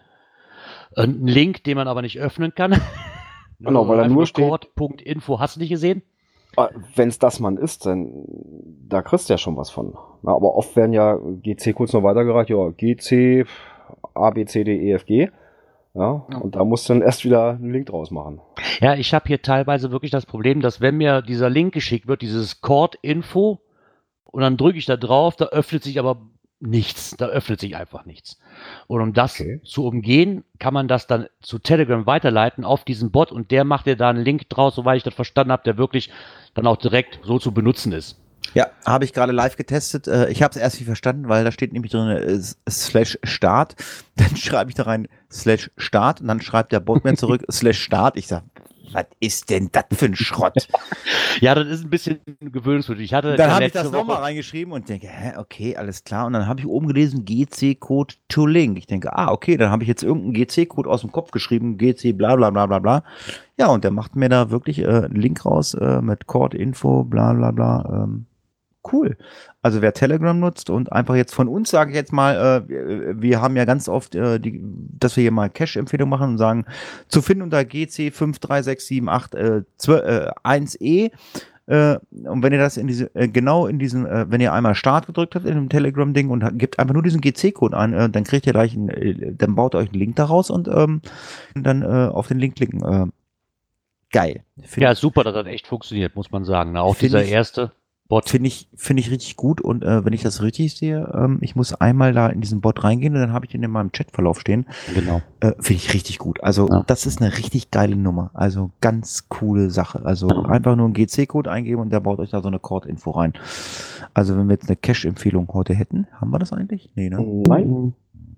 ein Link, den man aber nicht öffnen kann. Genau, weil da nur steht. Cord.info, hast du nicht gesehen? Wenn es das man ist, dann da kriegst du ja schon was von. Na, aber oft werden ja G C-Codes noch weitergereicht, ja, G C, A, B, C, D, E, F, G. Ja, ja. Und da musst du dann erst wieder einen Link draus machen. Ja, ich habe hier teilweise wirklich das Problem, dass wenn mir dieser Link geschickt wird, dieses Cord-Info, und dann drücke ich da drauf, da öffnet sich aber nichts. Da öffnet sich einfach nichts. Und um das okay. zu umgehen, kann man das dann zu Telegram weiterleiten auf diesen Bot und der macht dir da einen Link draus, soweit ich das verstanden habe, der wirklich dann auch direkt so zu benutzen ist. Ja, habe ich gerade live getestet. Ich habe es erst nicht verstanden, weil da steht nämlich drin äh, slash Start. Dann schreibe ich da rein slash Start und dann schreibt der Bot mir zurück slash Start. Ich sage, was ist denn das für ein Schrott? Ja, das ist ein bisschen gewöhnungswürdig. Ich hatte dann habe ich das nochmal reingeschrieben und denke, hä, okay, alles klar. Und dann habe ich oben gelesen, G C-Code to Link. Ich denke, ah, okay, dann habe ich jetzt irgendeinen G C-Code aus dem Kopf geschrieben, G C bla bla bla bla bla. Ja, und der macht mir da wirklich äh, einen Link raus äh, mit Cord-Info, bla bla bla. Ähm, cool. Also wer Telegram nutzt und einfach jetzt von uns, sage ich jetzt mal, äh, wir, wir haben ja ganz oft, äh, die, dass wir hier mal Cache-Empfehlungen machen und sagen, zu finden unter G C fünf drei sechs sieben acht eins E. Äh, und wenn ihr das in diese, äh, genau in diesem, äh, wenn ihr einmal Start gedrückt habt in dem Telegram-Ding und hat, gebt einfach nur diesen G C-Code ein, äh, dann kriegt ihr gleich, einen, äh, dann baut ihr euch einen Link daraus und ähm, dann äh, auf den Link klicken. Äh, geil. Find ja, super, dass das echt funktioniert, muss man sagen. Na, auch dieser ich, erste. Finde ich, finde ich richtig gut und äh, wenn ich das richtig sehe, ähm, ich muss einmal da in diesen Bot reingehen und dann habe ich den in meinem Chatverlauf stehen. Genau. Äh, finde ich richtig gut. Also ja. Das ist eine richtig geile Nummer. Also ganz coole Sache. Also einfach nur einen G C-Code eingeben und der baut euch da so eine Cord-Info rein. Also wenn wir jetzt eine Cache-Empfehlung heute hätten, haben wir das eigentlich? Nee, ne? Nein.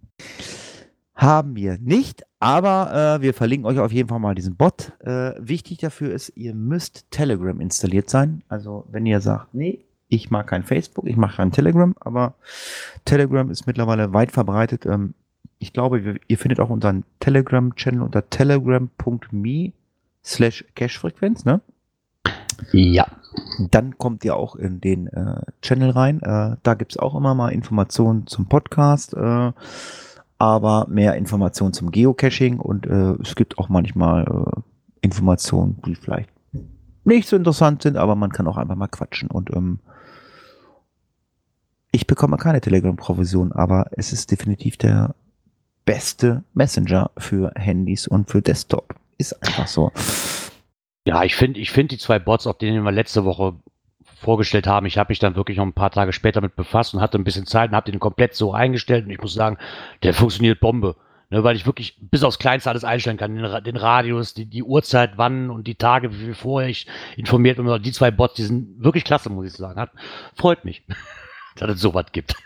Haben wir nicht, aber äh, wir verlinken euch auf jeden Fall mal diesen Bot. Äh, wichtig dafür ist, ihr müsst Telegram installiert sein. Also wenn ihr sagt, nee, ich mag kein Facebook, ich mag kein Telegram, aber Telegram ist mittlerweile weit verbreitet. Ähm, ich glaube, wir, ihr findet auch unseren Telegram-Channel unter telegram.me slash Cachefrequenz, ne? Ja. Dann kommt ihr auch in den äh, Channel rein. Äh, da gibt's auch immer mal Informationen zum Podcast, äh, aber mehr Informationen zum Geocaching und äh, es gibt auch manchmal äh, Informationen, die vielleicht nicht so interessant sind, aber man kann auch einfach mal quatschen und ähm, ich bekomme keine Telegram-Provision, aber es ist definitiv der beste Messenger für Handys und für Desktop. Ist einfach so. Ja, ich finde ich finde die zwei Bots, auf denen wir letzte Woche vorgestellt haben, ich habe mich dann wirklich noch ein paar Tage später mit befasst und hatte ein bisschen Zeit und habe den komplett so eingestellt und ich muss sagen, der funktioniert Bombe. Ne, weil ich wirklich bis aufs Kleinste alles einstellen kann, den, den Radius, die, die Uhrzeit, wann und die Tage, wie viel vorher ich informiert bin. Die zwei Bots, die sind wirklich klasse, muss ich sagen. Hat, freut mich, dass es sowas gibt.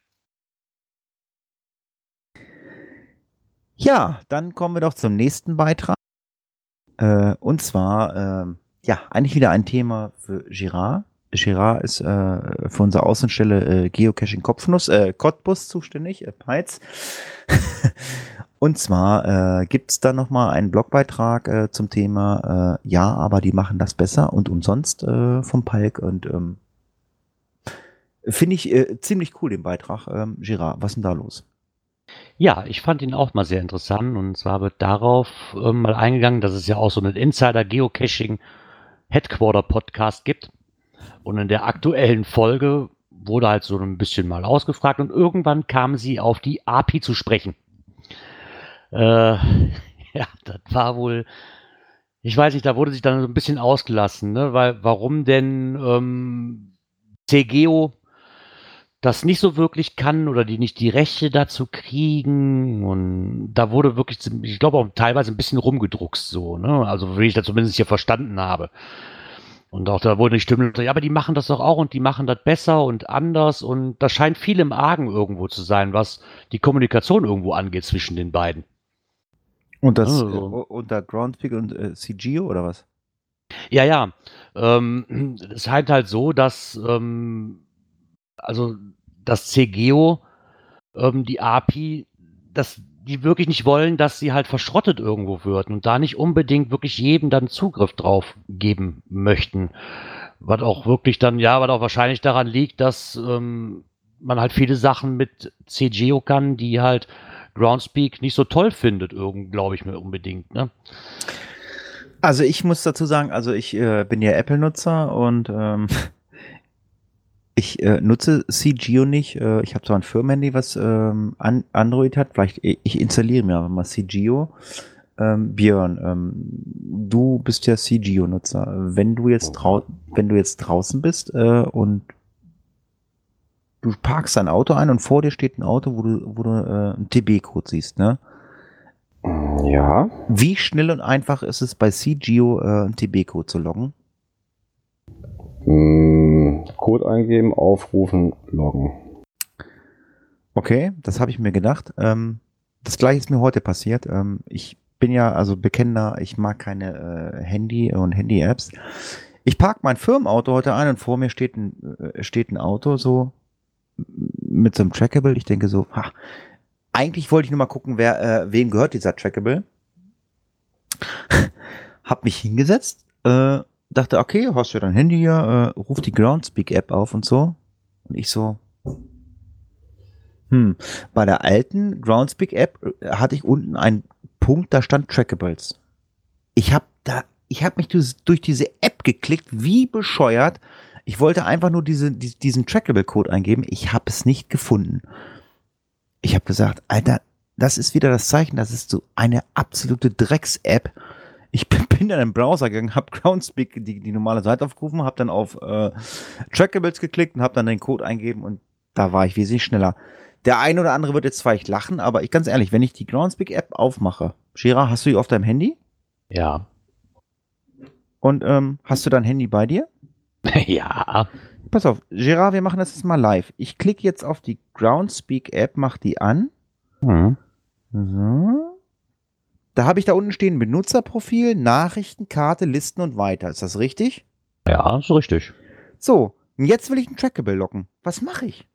Ja, dann kommen wir doch zum nächsten Beitrag. Äh, und zwar, äh, ja, eigentlich wieder ein Thema für Girard. Girard ist äh, für unsere Außenstelle äh, Geocaching Kopfnuss, äh, Cottbus zuständig, äh, Peitz. Und zwar äh, gibt es da nochmal einen Blogbeitrag äh, zum Thema, äh, ja, aber die machen das besser und umsonst äh, vom Palk. Und ähm, finde ich äh, ziemlich cool, den Beitrag. Ähm, Girard, was ist denn da los? Ja, ich fand ihn auch mal sehr interessant und zwar wird darauf ähm, mal eingegangen, dass es ja auch so einen Insider-Geocaching Headquarter-Podcast gibt. Und in der aktuellen Folge wurde halt so ein bisschen mal ausgefragt und irgendwann kamen sie auf die A P I zu sprechen. Äh, ja, das war wohl, ich weiß nicht, da wurde sich dann so ein bisschen ausgelassen, ne? Weil warum denn ähm, C-Geo das nicht so wirklich kann oder die nicht die Rechte dazu kriegen und da wurde wirklich, ich glaube auch teilweise ein bisschen rumgedruckst so, ne? Also wie ich das zumindest hier verstanden habe. Und auch da wurde die Stimme, ja, aber die machen das doch auch und die machen das besser und anders und das scheint viel im Argen irgendwo zu sein, was die Kommunikation irgendwo angeht zwischen den beiden. Und das also. äh, unter Groundspeak und äh, C G O oder was? Ja, ja. Ähm, es ist halt halt so, dass ähm, also das C G O, ähm, die A P I, dass die wirklich nicht wollen, dass sie halt verschrottet irgendwo wird und da nicht unbedingt wirklich jedem dann Zugriff drauf geben möchten. Was auch wirklich dann, ja, was auch wahrscheinlich daran liegt, dass ähm, man halt viele Sachen mit C G O kann, die halt Groundspeak nicht so toll findet, glaube ich mir unbedingt, ne? Also ich muss dazu sagen, also ich äh, bin ja Apple-Nutzer und ähm, ich äh, nutze C G O nicht. Äh, ich habe zwar ein Firmenhandy, was ähm, an Android hat. Vielleicht ich installiere mir aber mal C G O. Ähm, Björn, ähm, du bist ja C G O-Nutzer. Wenn du jetzt drau wenn du jetzt draußen bist äh, und du parkst dein Auto ein und vor dir steht ein Auto, wo du, wo du äh, einen T B-Code siehst, ne? Ja. Wie schnell und einfach ist es bei C G O äh, einen T B-Code zu loggen? Hm, Code eingeben, aufrufen, loggen. Okay, das habe ich mir gedacht. Ähm, das gleiche ist mir heute passiert. Ähm, ich bin ja also bekennender, ich mag keine äh, Handy- und Handy-Apps. Ich parke mein Firmenauto heute ein und vor mir steht ein, äh, steht ein Auto so mit so einem Trackable. Ich denke so, ha, eigentlich wollte ich nur mal gucken, wer, äh, wem gehört dieser Trackable. Hab mich hingesetzt, äh, dachte, okay, hast du dein Handy hier, äh, ruf die Groundspeak-App auf und so. Und ich so, hm, bei der alten Groundspeak-App äh, hatte ich unten einen Punkt, da stand Trackables. Ich hab da, ich hab mich durch, durch diese App geklickt, wie bescheuert. Ich wollte einfach nur diese, die, diesen Trackable-Code eingeben. Ich habe es nicht gefunden. Ich habe gesagt, Alter, das ist wieder das Zeichen, das ist so eine absolute Drecks-App. Ich bin, bin dann im Browser gegangen, habe Groundspeak, die, die normale Seite aufgerufen, habe dann auf äh, Trackables geklickt und habe dann den Code eingegeben und da war ich wesentlich schneller. Der eine oder andere wird jetzt vielleicht lachen, aber ich ganz ehrlich, wenn ich die Groundspeak-App aufmache, Gera, hast du die auf deinem Handy? Ja. Und ähm, hast du dein Handy bei dir? Ja. Pass auf, Gera, wir machen das jetzt mal live. Ich klicke jetzt auf die Groundspeak-App, mach die an. Mhm. So. Da habe ich da unten stehen Benutzerprofil, Nachrichten, Karte, Listen und weiter. Ist das richtig? Ja, ist richtig. So, und jetzt will ich ein Trackable locken. Was mache ich?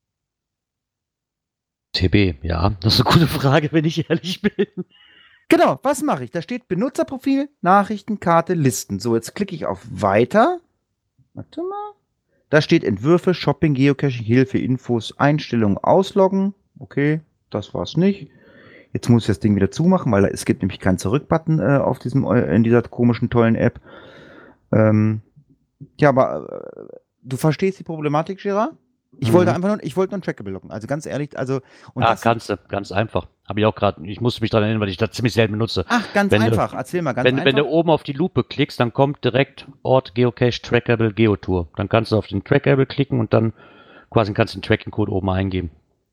T B, ja. Das ist eine gute Frage, wenn ich ehrlich bin. Genau, was mache ich? Da steht Benutzerprofil, Nachrichten, Karte, Listen. So, jetzt klicke ich auf Weiter. Warte mal. Da steht Entwürfe, Shopping, Geocaching, Hilfe, Infos, Einstellungen, Ausloggen. Okay, das war's nicht. Jetzt muss ich das Ding wieder zumachen, weil es gibt nämlich keinen Zurück-Button äh, auf diesem, äh, in dieser komischen, tollen App. Ähm, ja, aber äh, du verstehst die Problematik, Gérard? Ich Mhm. wollte einfach nur, ich wollte nur ein Trackable locken. Also ganz ehrlich, also. Und Ah, das, kannst du, ganz einfach. Habe ich auch gerade, ich musste mich daran erinnern, weil ich das ziemlich selten benutze. ach, ganz Wenn du- einfach. Erzähl mal ganz Wenn, einfach. wenn du oben auf die Lupe klickst, dann kommt direkt Ort, Geocache, Trackable, Geotour. Dann kannst du auf den Trackable klicken und dann quasi kannst du den Tracking-Code oben eingeben.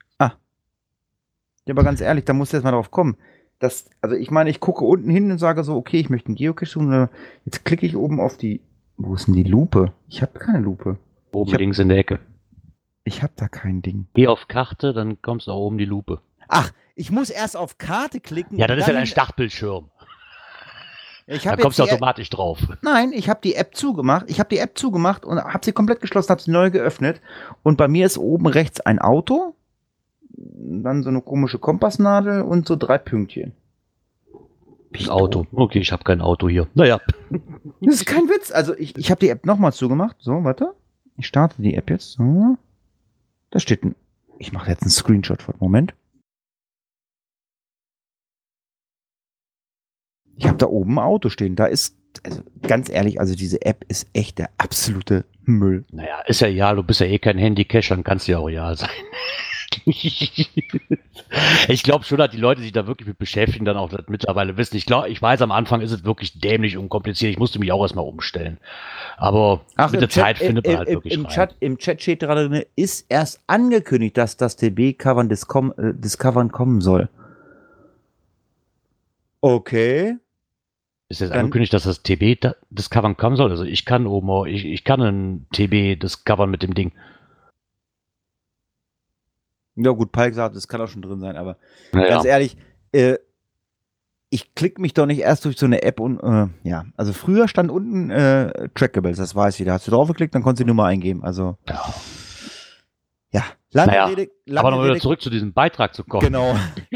Ja, aber ganz ehrlich, da musst du jetzt mal drauf kommen. Das, also ich meine, ich gucke unten hin und sage so, okay, ich möchte einen Geocache suchen. äh, Jetzt klicke ich oben auf die. Wo ist denn die Lupe? Ich habe keine Lupe. Oben Ich hab- links in der Ecke. Ich habe da kein Ding. Geh auf Karte, dann kommst du auch oben die Lupe. Ach, ich muss erst auf Karte klicken. Ja, und das ist ja dann- dein Startbildschirm. Ich Da habe kommst jetzt du die, automatisch drauf. Nein, ich habe die App zugemacht. Ich habe die App zugemacht und habe sie komplett geschlossen, habe sie neu geöffnet. Und bei mir ist oben rechts ein Auto, dann so eine komische Kompassnadel und so drei Pünktchen. Das Auto. Okay, ich habe kein Auto hier. Naja. Das ist kein Witz. Also ich, ich habe die App nochmal zugemacht. So, warte. Ich starte die App jetzt. So. Da steht ein. Ich mache jetzt einen Screenshot von. Moment. Ich habe da oben ein Auto stehen. Da ist, also ganz ehrlich, also diese App ist echt der absolute Müll. Naja, ist ja egal, du bist ja eh kein Handy-Cache, dann kannst du ja auch real sein. Ich glaube schon, dass die Leute sich da wirklich mit beschäftigen, dann auch das mittlerweile wissen. Ich glaube, ich weiß, am Anfang ist es wirklich dämlich und kompliziert. Ich musste mich auch erstmal umstellen. Aber mit im der Zeit Chat- findet man im- halt im, wirklich im rein. Chat, Im Chat steht gerade drin, ist erst angekündigt, dass das T B-Covern Discom, äh, Discovern kommen soll. Okay. Ist jetzt dann- angekündigt, dass das T B da- Discovern kommen soll? Also ich kann oben, auch- ich, ich kann ein T B Discovern mit dem Ding. Ja gut, Palk sagt, das kann auch schon drin sein, aber Naja. ganz ehrlich, äh, ich klicke mich doch nicht erst durch so eine App und, äh, ja, also früher stand unten äh, Trackables, das weiß ich, da hast du drauf geklickt, dann konntest du die Nummer eingeben, also, Ja. ja, lange Naja, Rede, lange Aber noch wieder Rede, zurück zu diesem Beitrag zu kommen. genau,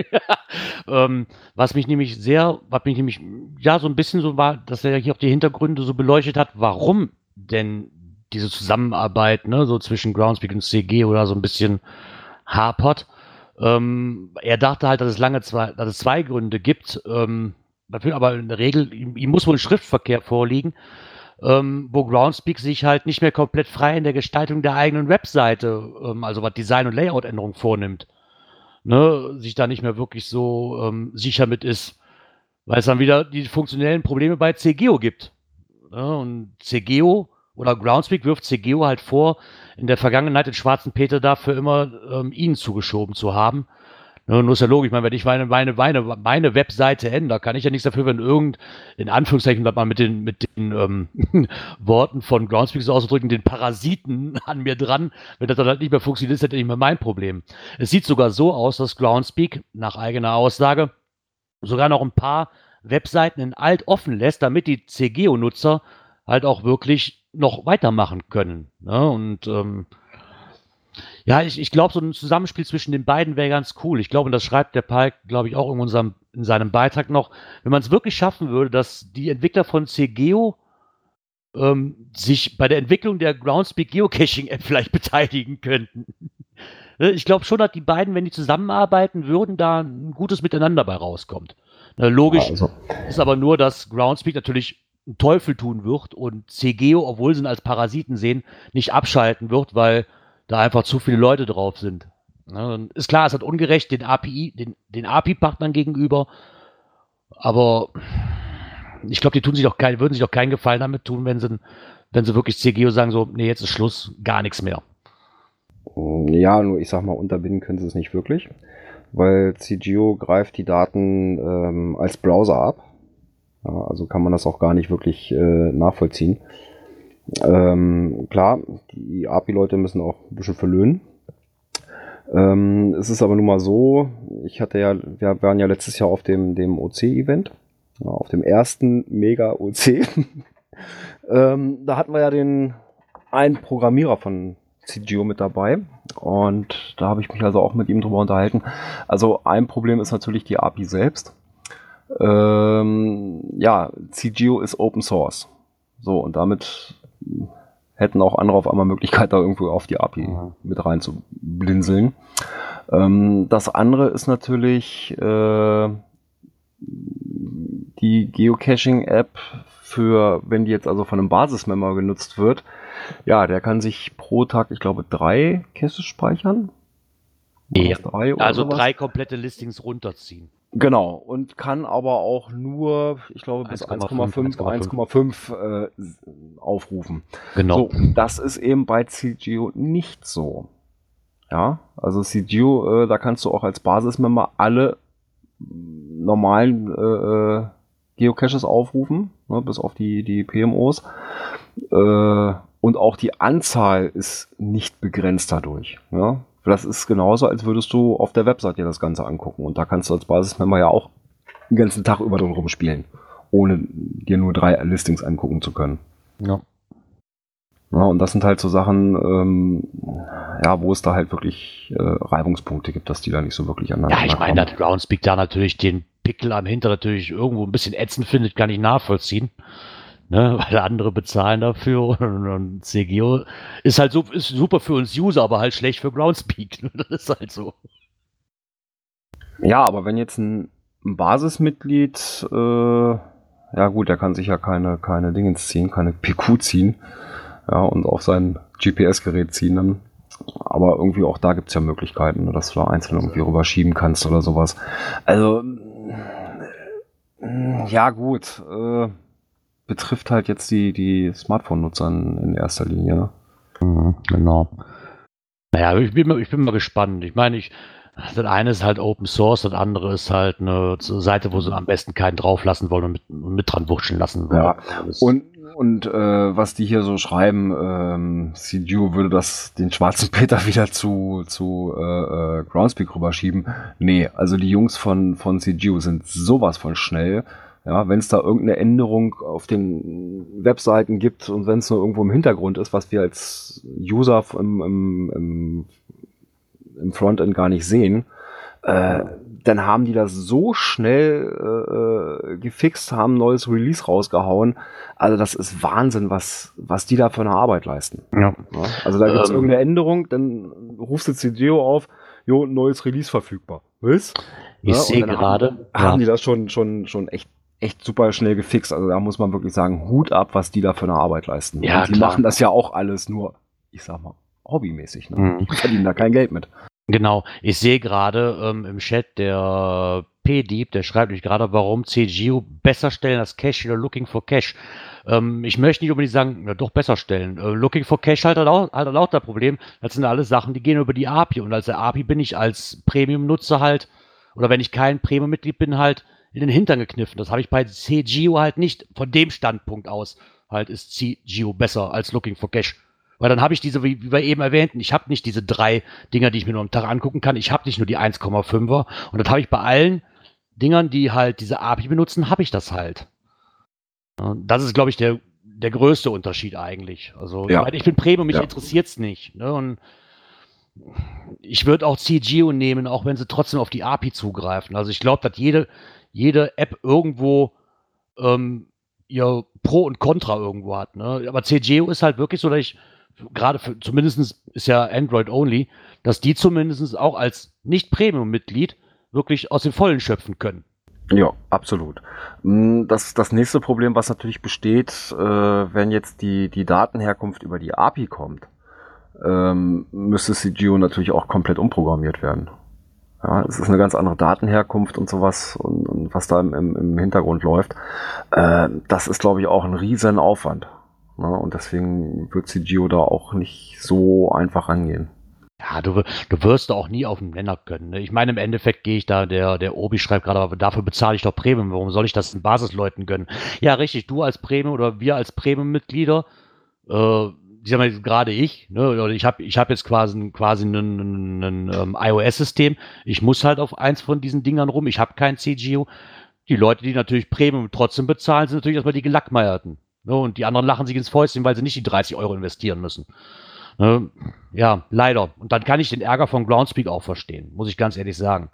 ähm, was mich nämlich sehr, was mich nämlich, ja, so ein bisschen so war, dass er hier auch die Hintergründe so beleuchtet hat, warum denn diese Zusammenarbeit, ne, so zwischen Groundspeak und C G oder so ein bisschen hapert. Ähm, er dachte halt, dass es lange zwei, dass es zwei Gründe gibt. Ähm, dafür aber in der Regel, ihm, ihm muss wohl ein Schriftverkehr vorliegen, ähm, wo Groundspeak sich halt nicht mehr komplett frei in der Gestaltung der eigenen Webseite, ähm, also was Design- und Layout-Änderungen vornimmt, ne, sich da nicht mehr wirklich so ähm, sicher mit ist, weil es dann wieder die funktionellen Probleme bei C G O gibt. Ne? Und C G O oder Groundspeak wirft C G O halt vor, in der Vergangenheit den schwarzen Peter dafür immer ähm, ihnen zugeschoben zu haben. Ne, nur ist ja logisch, ich meine, wenn ich meine, meine, meine, meine Webseite ändere, kann ich ja nichts dafür, wenn irgend, in Anführungszeichen, mal mit den, mit den ähm, Worten von Groundspeak so auszudrücken, den Parasiten an mir dran, wenn das dann halt nicht mehr funktioniert, ist das nicht mehr mein Problem. Es sieht sogar so aus, dass Groundspeak nach eigener Aussage sogar noch ein paar Webseiten in alt offen lässt, damit die C G O-Nutzer halt auch wirklich noch weitermachen können. Ne? Und ähm, ja, ich, ich glaube, so ein Zusammenspiel zwischen den beiden wäre ganz cool. Ich glaube, und das schreibt der Palk, glaube ich, auch in, unserem, in seinem Beitrag noch, wenn man es wirklich schaffen würde, dass die Entwickler von C G O ähm, sich bei der Entwicklung der Groundspeak Geocaching-App vielleicht beteiligen könnten. Ich glaube schon, dass die beiden, wenn die zusammenarbeiten würden, da ein gutes Miteinander bei rauskommt. Na, logisch Also. ist aber nur, dass Groundspeak natürlich einen Teufel tun wird und C G O, obwohl sie ihn als Parasiten sehen, nicht abschalten wird, weil da einfach zu viele Leute drauf sind. Ne, ist klar, es hat ungerecht den A P I, den, den A P I-Partnern gegenüber, aber ich glaube, die tun sich doch kein, würden sich doch keinen Gefallen damit tun, wenn sie, wenn sie wirklich C G O sagen, so, nee, jetzt ist Schluss, gar nichts mehr. Ja, nur ich sag mal, unterbinden können sie es nicht wirklich, weil C G O greift die Daten ähm, als Browser ab. Ja, also kann man das auch gar nicht wirklich äh, nachvollziehen. Ähm, klar, die A P I-Leute müssen auch ein bisschen verlöhnen. Ähm, es ist aber nun mal so, ich hatte ja, wir waren ja letztes Jahr auf dem, dem O C-Event, ja, auf dem ersten Mega-O C. ähm, da hatten wir ja den einen Programmierer von C G O mit dabei und da habe ich mich also auch mit ihm drüber unterhalten. Also ein Problem ist natürlich die A P I selbst. Ähm, ja, C G O ist Open Source. So, und damit hätten auch andere auf einmal Möglichkeit, da irgendwo auf die A P I mhm. mit rein zu blinzeln. Ähm, das andere ist natürlich äh, die Geocaching-App für, wenn die jetzt also von einem Basismember genutzt wird, ja, der kann sich pro Tag, ich glaube, drei Caches speichern. Ja, drei oder also sowas? drei komplette Listings runterziehen. Genau, und kann aber auch nur, ich glaube, bis eins Komma fünf, eins Komma fünf äh, aufrufen. Genau. So, das ist eben bei C G O nicht so. Ja, also C G O, äh, da kannst du auch als Basismember alle normalen äh, Geocaches aufrufen, ne, bis auf die, die P M Os. Äh, und auch die Anzahl ist nicht begrenzt dadurch. Ja? Das ist genauso, als würdest du auf der Website dir das Ganze angucken. Und da kannst du als Basismember ja auch den ganzen Tag über drin rumspielen, ohne dir nur drei Listings angucken zu können. Ja. Ja, und das sind halt so Sachen, ähm, ja, wo es da halt wirklich äh, Reibungspunkte gibt, dass die da nicht so wirklich aneinander Ja, ich meine, dass Groundspeak da natürlich den Pickel am Hinter natürlich irgendwo ein bisschen ätzend findet, kann ich nachvollziehen. Ne, weil andere bezahlen dafür und, und C G O ist halt so, ist super für uns User, aber halt schlecht für Groundspeak. Das ist halt so. Ja, aber wenn jetzt ein, ein Basismitglied, äh, ja gut, der kann sich ja keine, keine Dingens ziehen, keine P Q ziehen, ja, und auf sein G P S-Gerät ziehen dann. Aber irgendwie auch da gibt es ja Möglichkeiten, dass du da einzeln irgendwie rüberschieben kannst oder sowas. Also, äh, ja gut, äh, betrifft halt jetzt die, die Smartphone-Nutzer in erster Linie. Mhm, genau. Naja, ich bin, ich bin mal gespannt. Ich meine, ich, das eine ist halt Open Source, das andere ist halt eine Seite, wo sie am besten keinen drauflassen wollen und mit, mit dran wurscheln lassen wollen. Ja. Und Und äh, was die hier so schreiben, ähm, Seeju würde das den schwarzen Peter wieder zu zu äh, äh, Groundspeak rüberschieben. Nee, also die Jungs von von Seeju sind sowas von schnell. Ja, wenn es da irgendeine Änderung auf den Webseiten gibt und wenn es nur irgendwo im Hintergrund ist, was wir als User im, im, im, im Frontend gar nicht sehen, äh, dann haben die das so schnell äh, gefixt, haben ein neues Release rausgehauen. Also das ist Wahnsinn, was was die da für eine Arbeit leisten. Ja. Ja, also da gibt es Ähm. irgendeine Änderung, dann rufst du C G O auf, jo, neues Release verfügbar. Was? Ich Ja, und sehe dann gerade, Haben, haben ja. die das schon schon schon echt echt super schnell gefixt. Also da muss man wirklich sagen, Hut ab, was die da für eine Arbeit leisten. Ja, und die klar. machen das ja auch alles nur, ich sag mal, hobbymäßig. Ne? Mhm. Die verdienen da kein Geld mit. Genau, ich sehe gerade ähm, im Chat, der P-Dieb, der schreibt mich gerade, warum C G O besser stellen als Cache oder Looking for Cache. Ähm, ich möchte nicht unbedingt sagen, ja, doch besser stellen. Äh, Looking for Cache halt auch, halt auch das Problem, das sind alles Sachen, die gehen über die A P I und als der A P I bin ich als Premium-Nutzer halt, oder wenn ich kein Premium-Mitglied bin, halt in den Hintern gekniffen. Das habe ich bei C G O halt nicht. Von dem Standpunkt aus halt ist C G O besser als Looking for Cache. Weil dann habe ich diese, wie, wie wir eben erwähnten, ich habe nicht diese drei Dinger, die ich mir nur am Tag angucken kann. Ich habe nicht nur die eins Komma fünfer. Und das habe ich bei allen Dingern, die halt diese A P I benutzen, habe ich das halt. Und das ist, glaube ich, der, der größte Unterschied eigentlich. Also, Ja. ich, meine, ich bin Premium, mich Ja. interessiert es nicht. Ne? Und ich würde auch C G O nehmen, auch wenn sie trotzdem auf die A P I zugreifen. Also ich glaube, dass jede, jede App irgendwo ähm, ihr Pro und Contra irgendwo hat. Ne? Aber C G O ist halt wirklich so, dass ich gerade für, zumindest ist ja Android only, dass die zumindest auch als Nicht-Premium-Mitglied wirklich aus den Vollen schöpfen können. Ja, absolut. Mm, Das, das nächste Problem, was natürlich besteht, äh, wenn jetzt die, die Datenherkunft über die A P I kommt, ähm, müsste C G O natürlich auch komplett umprogrammiert werden. Ja, es ist eine ganz andere Datenherkunft und sowas und, und was da im, im, im Hintergrund läuft. Äh, das ist, glaube ich, auch ein riesen Aufwand. Ne? Und deswegen wird C G O da auch nicht so einfach rangehen. Ja, du, wir- du wirst auch nie auf den Nenner können. Ne? Ich meine, im Endeffekt gehe ich da, der, der Obi schreibt gerade, aber dafür bezahle ich doch Premium. Warum soll ich das den Basisleuten gönnen? Ja, richtig, du als Premium oder wir als Premium-Mitglieder, äh, ich sag mal, gerade ich, ne, oder ich habe ich hab jetzt quasi, quasi ein, ein, ein, ähm, iOS-System. Ich muss halt auf eins von diesen Dingern rum. Ich habe kein C G O. Die Leute, die natürlich Premium trotzdem bezahlen, sind natürlich erstmal die Gelackmeierten. Ne? Und die anderen lachen sich ins Fäustchen, weil sie nicht die dreißig Euro investieren müssen. Ne? Ja, leider. Und dann kann ich den Ärger von Groundspeak auch verstehen, muss ich ganz ehrlich sagen.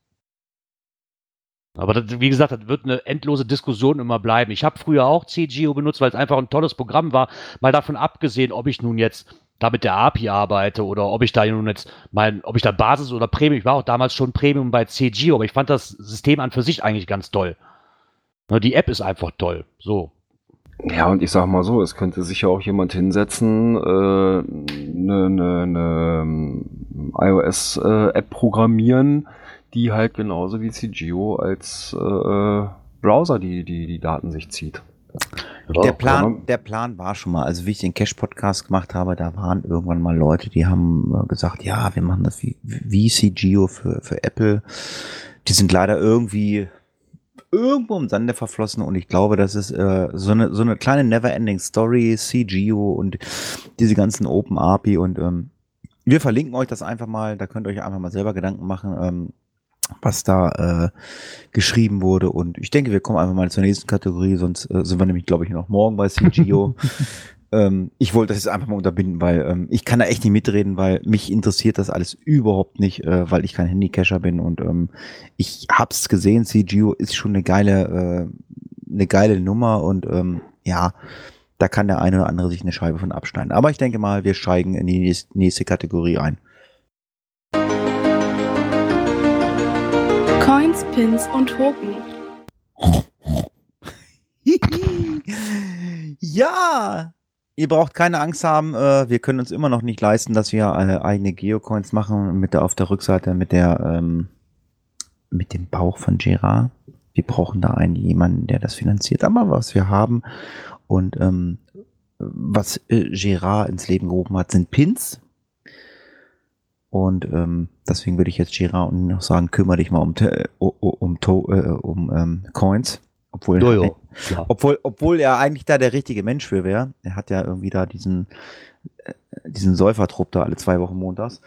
Aber das, wie gesagt, das wird eine endlose Diskussion immer bleiben. Ich habe früher auch C G O benutzt, weil es einfach ein tolles Programm war. Mal davon abgesehen, ob ich nun jetzt da mit der A P I arbeite oder ob ich da nun jetzt mein, ob ich da Basis oder Premium, ich war auch damals schon Premium bei C G O, aber ich fand das System an für sich eigentlich ganz toll. Ne, die App ist einfach toll. So. Ja, und ich sag mal so, es könnte sich ja auch jemand hinsetzen, eine äh, ne, ne, ne iOS-App programmieren, die halt genauso wie C G O als äh, Browser die, die, die Daten sich zieht. Ja, Der Plan, der Plan war schon mal, also wie ich den Cache-Podcast gemacht habe, da waren irgendwann mal Leute, die haben äh, gesagt, ja, wir machen das wie, wie C G O für, für Apple. Die sind leider irgendwie irgendwo im Sande verflossen und ich glaube, das ist äh, so eine so eine kleine Never-Ending Story, C G O und diese ganzen Open A P I und ähm, wir verlinken euch das einfach mal, da könnt ihr euch einfach mal selber Gedanken machen, ähm, was da äh, geschrieben wurde und ich denke, wir kommen einfach mal zur nächsten Kategorie, sonst äh, sind wir nämlich, glaube ich, noch morgen bei C G O. ähm, ich wollte das jetzt einfach mal unterbinden, weil ähm, ich kann da echt nicht mitreden, weil mich interessiert das alles überhaupt nicht, äh, weil ich kein Handycacher bin und ähm, ich hab's gesehen, C G O ist schon eine geile äh, eine geile Nummer und ähm, ja, da kann der eine oder andere sich eine Scheibe von abschneiden. Aber ich denke mal, wir steigen in die nächste Kategorie ein. Coins, Pins und Token. Ja! Ihr braucht keine Angst haben, äh, wir können uns immer noch nicht leisten, dass wir äh, eigene Geocoins machen mit der auf der Rückseite mit der ähm, mit dem Bauch von Gerard. Wir brauchen da einen jemanden, der das finanziert. Aber was wir haben und ähm, was äh, Gerard ins Leben gerufen hat, sind Pins. Und ähm, deswegen würde ich jetzt Gerard noch sagen, kümmere dich mal um um, um, um ähm, Coins. Obwohl, Jojo, er, obwohl, obwohl er eigentlich da der richtige Mensch für wäre. Er hat ja irgendwie da diesen, äh, diesen Säufertrupp da alle zwei Wochen montags.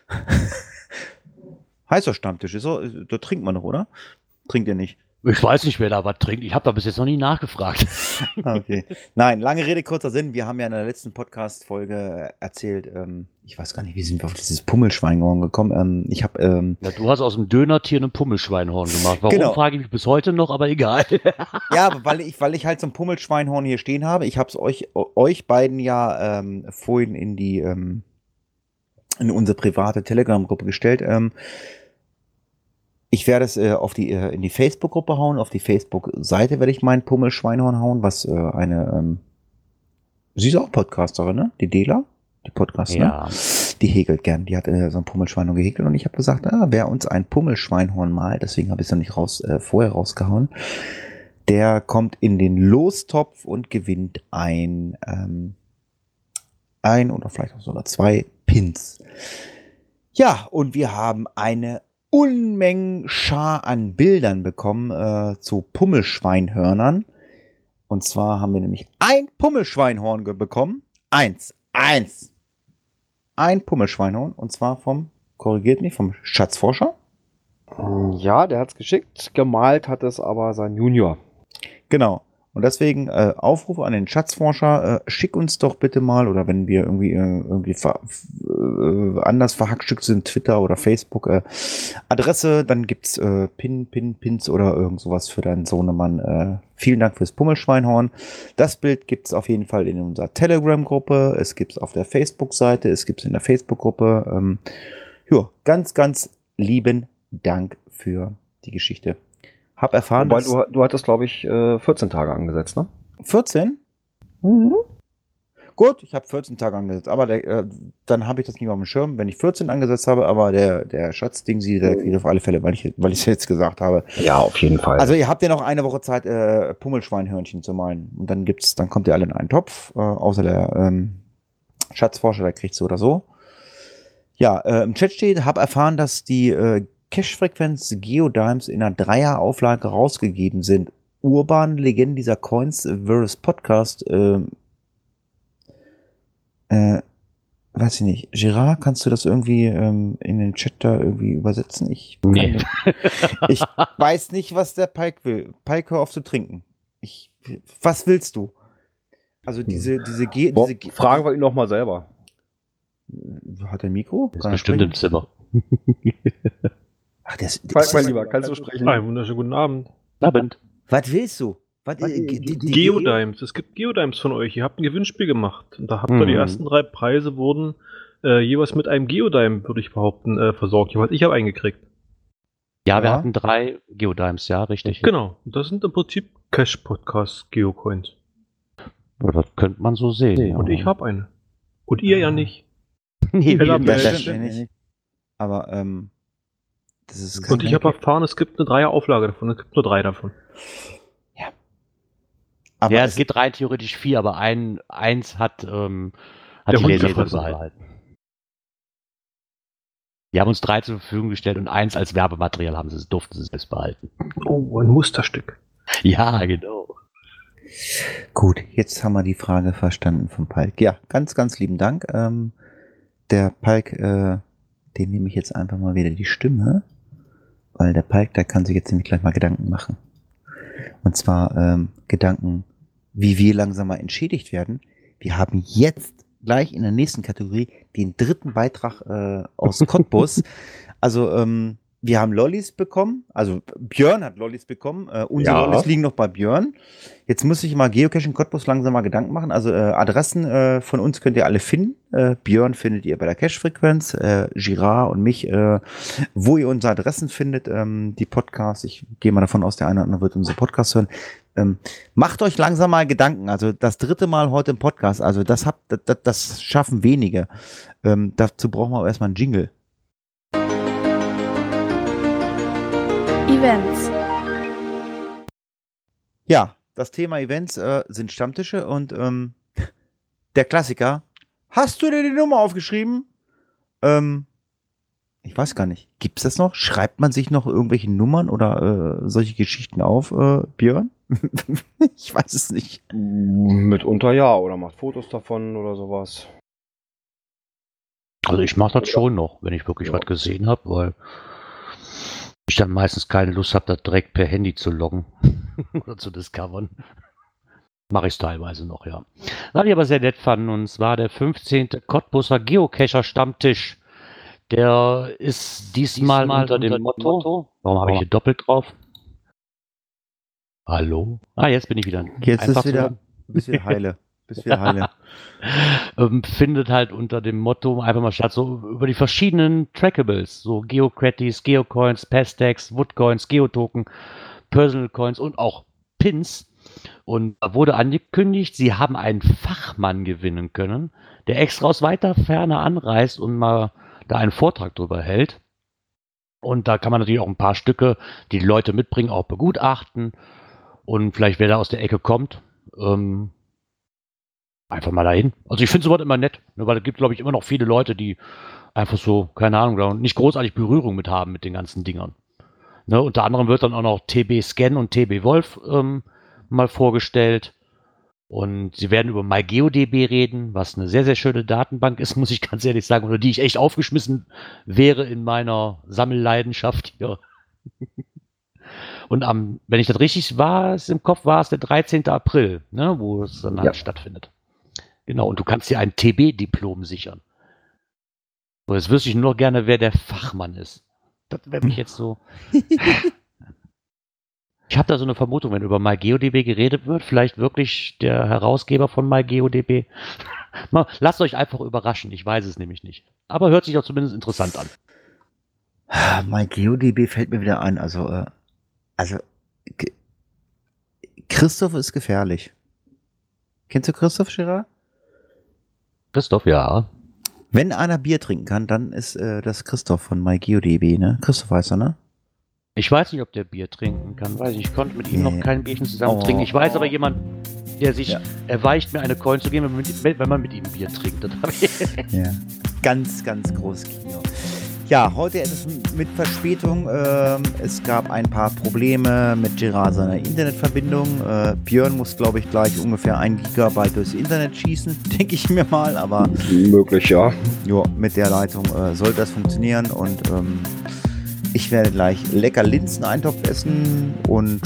Heißer Stammtisch, ist so, da trinkt man noch, oder? Trinkt ihr nicht? Ich weiß nicht, wer da was trinkt. Ich habe da bis jetzt noch nie nachgefragt. Okay. Nein, lange Rede, kurzer Sinn. Wir haben ja in der letzten Podcast-Folge erzählt, ähm, ich weiß gar nicht, wie sind wir auf dieses Pummelschweinhorn gekommen. Ähm, ich habe ähm, Ja, du hast aus dem Dönertier ein Pummelschweinhorn gemacht. Warum, Genau. frage ich mich bis heute noch, aber egal. ja, aber weil ich, weil ich halt so ein Pummelschweinhorn hier stehen habe. Ich habe es euch, euch beiden ja ähm, vorhin in die ähm, in unsere private Telegram-Gruppe gestellt. Ähm, ich werde es äh, auf die äh, in die Facebook-Gruppe hauen. Auf die Facebook-Seite werde ich mein Pummelschweinhorn hauen, was äh, eine ähm, sie ist auch Podcasterin, ne? Die Dela, die Podcasterin. Ja. Die häkelt gern. Die hat äh, so ein Pummelschweinhorn gehäkelt und ich habe gesagt, ah, wer uns ein Pummelschweinhorn malt, deswegen habe ich es noch nicht raus, äh, vorher rausgehauen, der kommt in den Lostopf und gewinnt ein, ähm, ein oder vielleicht auch sogar zwei Pins. Ja, und wir haben eine Unmengen Schar an Bildern bekommen äh, zu Pummelschweinhörnern. Und zwar haben wir nämlich ein Pummelschweinhorn bekommen. Eins. Eins. Ein Pummelschweinhorn. Und zwar vom, korrigiert mich, vom Schatzforscher. Ja, der hat es geschickt. Gemalt hat es aber sein Junior. Genau. Und deswegen äh, Aufruf an den Schatzforscher, äh, schick uns doch bitte mal, oder wenn wir irgendwie, äh, irgendwie ver, äh, anders verhackstückt sind, Twitter oder Facebook, äh, Adresse, dann gibt's äh, Pin, Pin, Pins oder irgend sowas für deinen Sohnemann. Äh, vielen Dank fürs Pummelschweinhorn. Das Bild gibt's auf jeden Fall in unserer Telegram-Gruppe, es gibt's auf der Facebook-Seite, es gibt's in der Facebook-Gruppe. Ähm, ja, ganz, ganz lieben Dank für die Geschichte. Hab erfahren, Wobei dass du, du hattest, glaube ich, äh, vierzehn Tage angesetzt, ne? vierzehn? Mhm. Gut, ich habe vierzehn Tage angesetzt, aber der, äh, dann habe ich das nicht mehr auf dem Schirm, wenn ich vierzehn angesetzt habe, aber der, der Schatzding sieht der kriegt auf alle Fälle, weil ich weil ich es jetzt gesagt habe. Ja, auf jeden Fall. Also ihr habt ja noch eine Woche Zeit, äh, Pummelschweinhörnchen zu malen. Und dann gibt's, dann kommt ihr alle in einen Topf, äh, außer der ähm, Schatzforscher, der kriegt so oder so. Ja, äh, im Chat steht, habe erfahren, dass die äh, Cache-Frequenz Geodimes in einer Dreier-Auflage rausgegeben sind. Urban Legenden dieser Coins versus Podcast. Äh, äh, weiß ich nicht. Gerard, kannst du das irgendwie ähm, in den Chat da irgendwie übersetzen? Ich, Nee. ich weiß nicht, was der Pike will. Pike, hör auf zu trinken. Ich, was willst du? Also diese, diese, Ge Boah, diese Ge fragen wir ihn noch mal selber. Hat er ein Mikro? Das ist Kann er bestimmt sprechen? im Zimmer. Ach, der ist, der Frag ist, mal lieber, kannst du sprechen? Einen wunderschönen guten Abend. Abend. was willst du? Was, äh, die, die, die Geodimes. Es gibt Geodimes von euch. Ihr habt ein Gewinnspiel gemacht. Und da habt ihr die Mhm. ersten drei Preise wurden äh, jeweils mit einem Geodime, würde ich behaupten, äh, versorgt. Jeweils ich habe einen gekriegt. Ja, wir Ja. hatten drei Geodimes, ja, richtig. Genau. Und das sind im Prinzip Cash-Podcasts Geocoins. Ja, das könnte man so sehen. Und ich habe eine. Und ihr ja nicht. Nee, Heller wir- Das Mensch. stimmt nicht. Aber ähm, das ist kein Und ich habe erfahren, es gibt eine Dreier-Auflage davon. Es gibt nur drei davon. aber ja, es, es gibt rein theoretisch vier, aber ein, eins hat, ähm, hat Der die Hund Laser gefressen. behalten. Die haben uns drei zur Verfügung gestellt und eins als Werbematerial haben sie, durften sie es selbst behalten. Oh, ein Musterstück. Ja, genau. gut, jetzt haben wir die Frage verstanden vom Palk. Ja, ganz, ganz lieben Dank. Ähm, der Palk, äh, den nehme ich jetzt einfach mal wieder die Stimme, weil der Palk, der kann sich jetzt nämlich gleich mal Gedanken machen. Und zwar ähm, Gedanken, wie wir langsam mal entschädigt werden. Wir haben jetzt gleich in der nächsten Kategorie den dritten Beitrag äh, aus Cottbus. Also ähm, wir haben Lollis bekommen, also Björn hat Lollis bekommen, äh, unsere Ja. Lollis liegen noch bei Björn. Jetzt muss ich mal Geocaching Cottbus langsam mal Gedanken machen. Also äh, Adressen äh, von uns könnt ihr alle finden. Äh, Björn findet ihr bei der Cache-Frequenz, äh, Girard und mich, äh, wo ihr unsere Adressen findet, ähm, die Podcasts. Ich gehe mal davon aus, der eine oder andere wird unsere Podcasts hören. Ähm, macht euch langsam mal Gedanken. Also das dritte Mal heute im Podcast. Also das habt, das, das, das schaffen wenige. Ähm, dazu brauchen wir aber erstmal einen Jingle. Events. Ja, das Thema Events äh, sind Stammtische und ähm, der Klassiker. Hast du dir die Nummer aufgeschrieben? Ähm, ich weiß gar nicht. Gibt's das noch? Schreibt man sich noch irgendwelche Nummern oder äh, solche Geschichten auf, äh, Björn? Ich weiß es nicht. Mitunter ja, oder macht Fotos davon oder sowas. Also ich mache das schon noch, wenn ich wirklich Ja. was gesehen habe, weil ich dann meistens keine Lust habe, das direkt per Handy zu loggen oder zu discovern. Mache ich teilweise noch, ja. Was ich aber sehr nett fand, und zwar der fünfzehnte Cottbuser Geocacher-Stammtisch. Der ist diesmal, diesmal unter, unter dem Motto, Motto. Warum habe ich hier doppelt drauf? Hallo? Ah, jetzt bin ich wieder. Jetzt ist wieder ein bisschen heile. Bis wieder heile. ähm, findet halt unter dem Motto einfach mal statt, so über die verschiedenen Trackables, so Geocraties, Geocoins, Pastex, Woodcoins, Geotoken, Personal Coins und auch Pins. Und da wurde angekündigt, sie haben einen Fachmann gewinnen können, der extra aus weiter Ferne anreist und mal da einen Vortrag drüber hält. Und da kann man natürlich auch ein paar Stücke, die, die Leute mitbringen, auch begutachten. Und vielleicht, wer da aus der Ecke kommt, ähm, einfach mal dahin. Also ich finde sowas immer nett, ne, weil es gibt, glaube ich, immer noch viele Leute, die einfach so, keine Ahnung, nicht großartig Berührung mit haben mit den ganzen Dingern. Ne, unter anderem wird dann auch noch T B Scan und T B Wolf ähm, mal vorgestellt. Und sie werden über MyGeoDB reden, was eine sehr, sehr schöne Datenbank ist, muss ich ganz ehrlich sagen, oder die ich echt aufgeschmissen wäre in meiner Sammelleidenschaft hier. Und am, wenn ich das richtig war, ist im Kopf war es der dreizehnte April, ne, wo es dann halt Ja. stattfindet. Genau, und du kannst dir ein T B-Diplom sichern. So, jetzt wüsste ich nur noch gerne, wer der Fachmann ist. Das wäre mich jetzt so. Ich habe da so eine Vermutung, wenn über MyGeoDB geredet wird, vielleicht wirklich der Herausgeber von MyGeoDB. Mal, lasst euch einfach überraschen, ich weiß es nämlich nicht. Aber hört sich doch zumindest interessant an. MyGeoDB fällt mir wieder ein. Also, äh, also K- Christoph ist gefährlich. Kennst du Christoph Girard? Christoph, ja. Wenn einer Bier trinken kann, dann ist äh, das Christoph von MyGeoDB, ne? Christoph heißt er, ne? Ich weiß nicht, ob der Bier trinken kann, weiß ich. Ich konnte mit ihm Nee. noch kein Bierchen zusammen Oh. trinken. Ich weiß aber jemand, der sich Ja. erweicht, mir eine Coin zu geben, wenn man mit, wenn man mit ihm Bier trinkt. Das hab ich. Ja. Ganz, ganz großes Kino. Ja, heute etwas mit Verspätung. Ähm, es gab ein paar Probleme mit Girard seiner Internetverbindung. Äh, Björn muss, glaube ich, gleich ungefähr ein Gigabyte durchs Internet schießen, denke ich mir mal. Aber Möglich, ja. jo, mit der Leitung äh, sollte das funktionieren. Und ähm, ich werde gleich lecker Linseneintopf essen. Und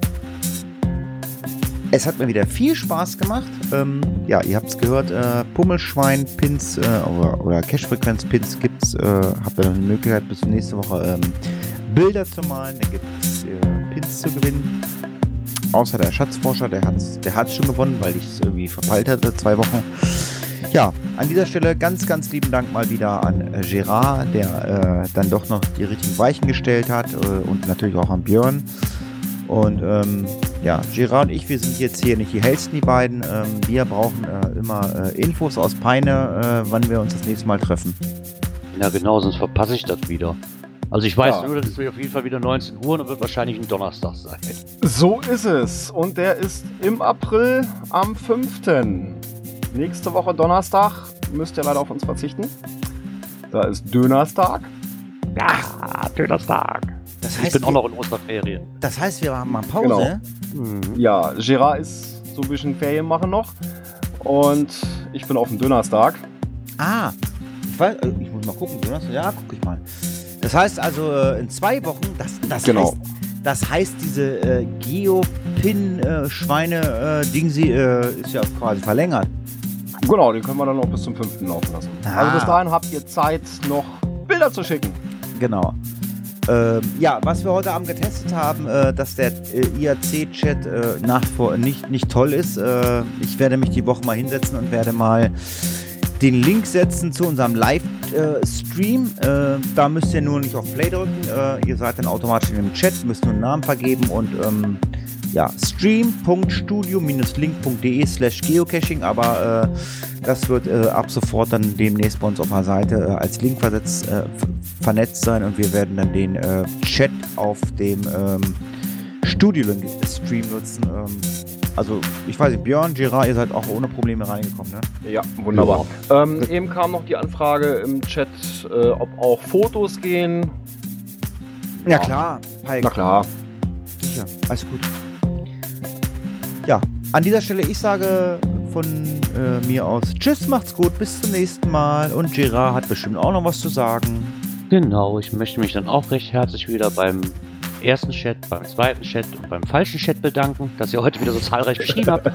es hat mir wieder viel Spaß gemacht. Ähm, ja, ihr habt es gehört, äh, Pummelschwein-Pins äh, oder, oder Cash-Frequenz-Pins gibt es. Äh, habt ihr noch die Möglichkeit, bis zur nächsten Woche ähm, Bilder zu malen. Da gibt es äh, Pins zu gewinnen. Außer der Schatzforscher, der hat es der hat's schon gewonnen, weil ich es irgendwie verpeilt hatte, zwei Wochen. Ja, an dieser Stelle ganz, ganz lieben Dank mal wieder an äh, Girard, der äh, dann doch noch die richtigen Weichen gestellt hat äh, und natürlich auch an Björn. Und ähm, ja, Girard und ich, wir sind jetzt hier nicht die hellsten, die beiden. Ähm, wir brauchen äh, immer äh, Infos aus Peine, äh, wann wir uns das nächste Mal treffen. Ja, genau, sonst verpasse ich das wieder. Also ich weiß Ja. nur, das ist auf jeden Fall wieder neunzehn Uhr und wird wahrscheinlich ein Donnerstag sein. So ist es. Und der ist im April am fünften Nächste Woche Donnerstag müsst ihr leider auf uns verzichten. Da ist Dönerstag. Ja, Donnerstag. Das Ich heißt, bin auch wir, noch in Osterferien. das heißt, wir haben mal Pause. Genau. Mhm. Ja, Girard ist so ein bisschen Ferien machen noch. Und ich bin auf dem Dönerstag. Ah, ich, weiß, äh, ich muss mal gucken. Jonas. Ja, guck ich mal. Das heißt also äh, in zwei Wochen, das, das, Genau. heißt, das heißt, diese äh, Geopin-Schweine-Dingsi äh, ist ja quasi verlängert. Genau, den können wir dann auch bis zum fünften laufen lassen. Ah. Also bis dahin habt ihr Zeit, noch Bilder zu schicken. Genau. Ähm, ja, was wir heute Abend getestet haben, äh, dass der äh, I R C-Chat äh, nach wie vor nicht, nicht toll ist. Äh, ich werde mich die Woche mal hinsetzen und werde mal den Link setzen zu unserem Live-Stream. Äh, da müsst ihr nur nicht auf Play drücken. Äh, ihr seid dann automatisch in dem Chat, müsst nur einen Namen vergeben und ähm, ja, stream.studio-link.de slash geocaching, aber äh, das wird äh, ab sofort dann demnächst bei uns auf der Seite äh, als Link versetzt, äh, vernetzt sein und wir werden dann den äh, Chat auf dem ähm, Studio-Link-Stream nutzen. Ähm, also, ich weiß nicht, Björn, Girard, ihr seid auch ohne Probleme reingekommen, ne? Ja, wunderbar. Ähm, eben kam noch die Anfrage im Chat, äh, ob auch Fotos gehen. Ja, klar, Palk. Na klar. Sicher, alles gut. Ja, an dieser Stelle, ich sage von äh, mir aus tschüss, macht's gut, bis zum nächsten Mal. Und Gerard hat bestimmt auch noch was zu sagen. Genau, ich möchte mich dann auch recht herzlich wieder beim ersten Chat, beim zweiten Chat und beim falschen Chat bedanken, dass ihr heute wieder so zahlreich geschrieben habt.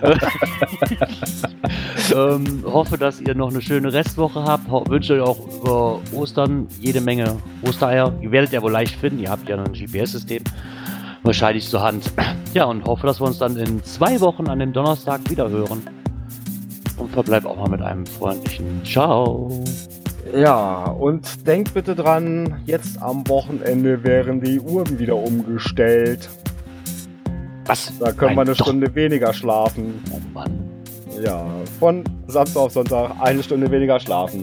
ähm, hoffe, dass ihr noch eine schöne Restwoche habt. Ho- wünsche euch auch über Ostern jede Menge Ostereier. Die werdet ihr wohl leicht finden. Ihr habt ja ein G P S-System wahrscheinlich zur Hand. Ja, und hoffe, dass wir uns dann in zwei Wochen an dem Donnerstag wieder hören. Und verbleib auch mal mit einem freundlichen Ciao. Ja, und denkt bitte dran, jetzt am Wochenende werden die Uhren wieder umgestellt. Was? Da können wir Nein, eine doch. Stunde weniger schlafen. Oh Mann. Ja, von Samstag auf Sonntag eine Stunde weniger schlafen.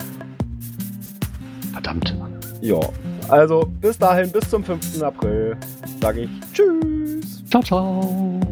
Verdammt. Ja, also bis dahin, bis zum fünften April, sage ich Tschüss. Ciao, ciao.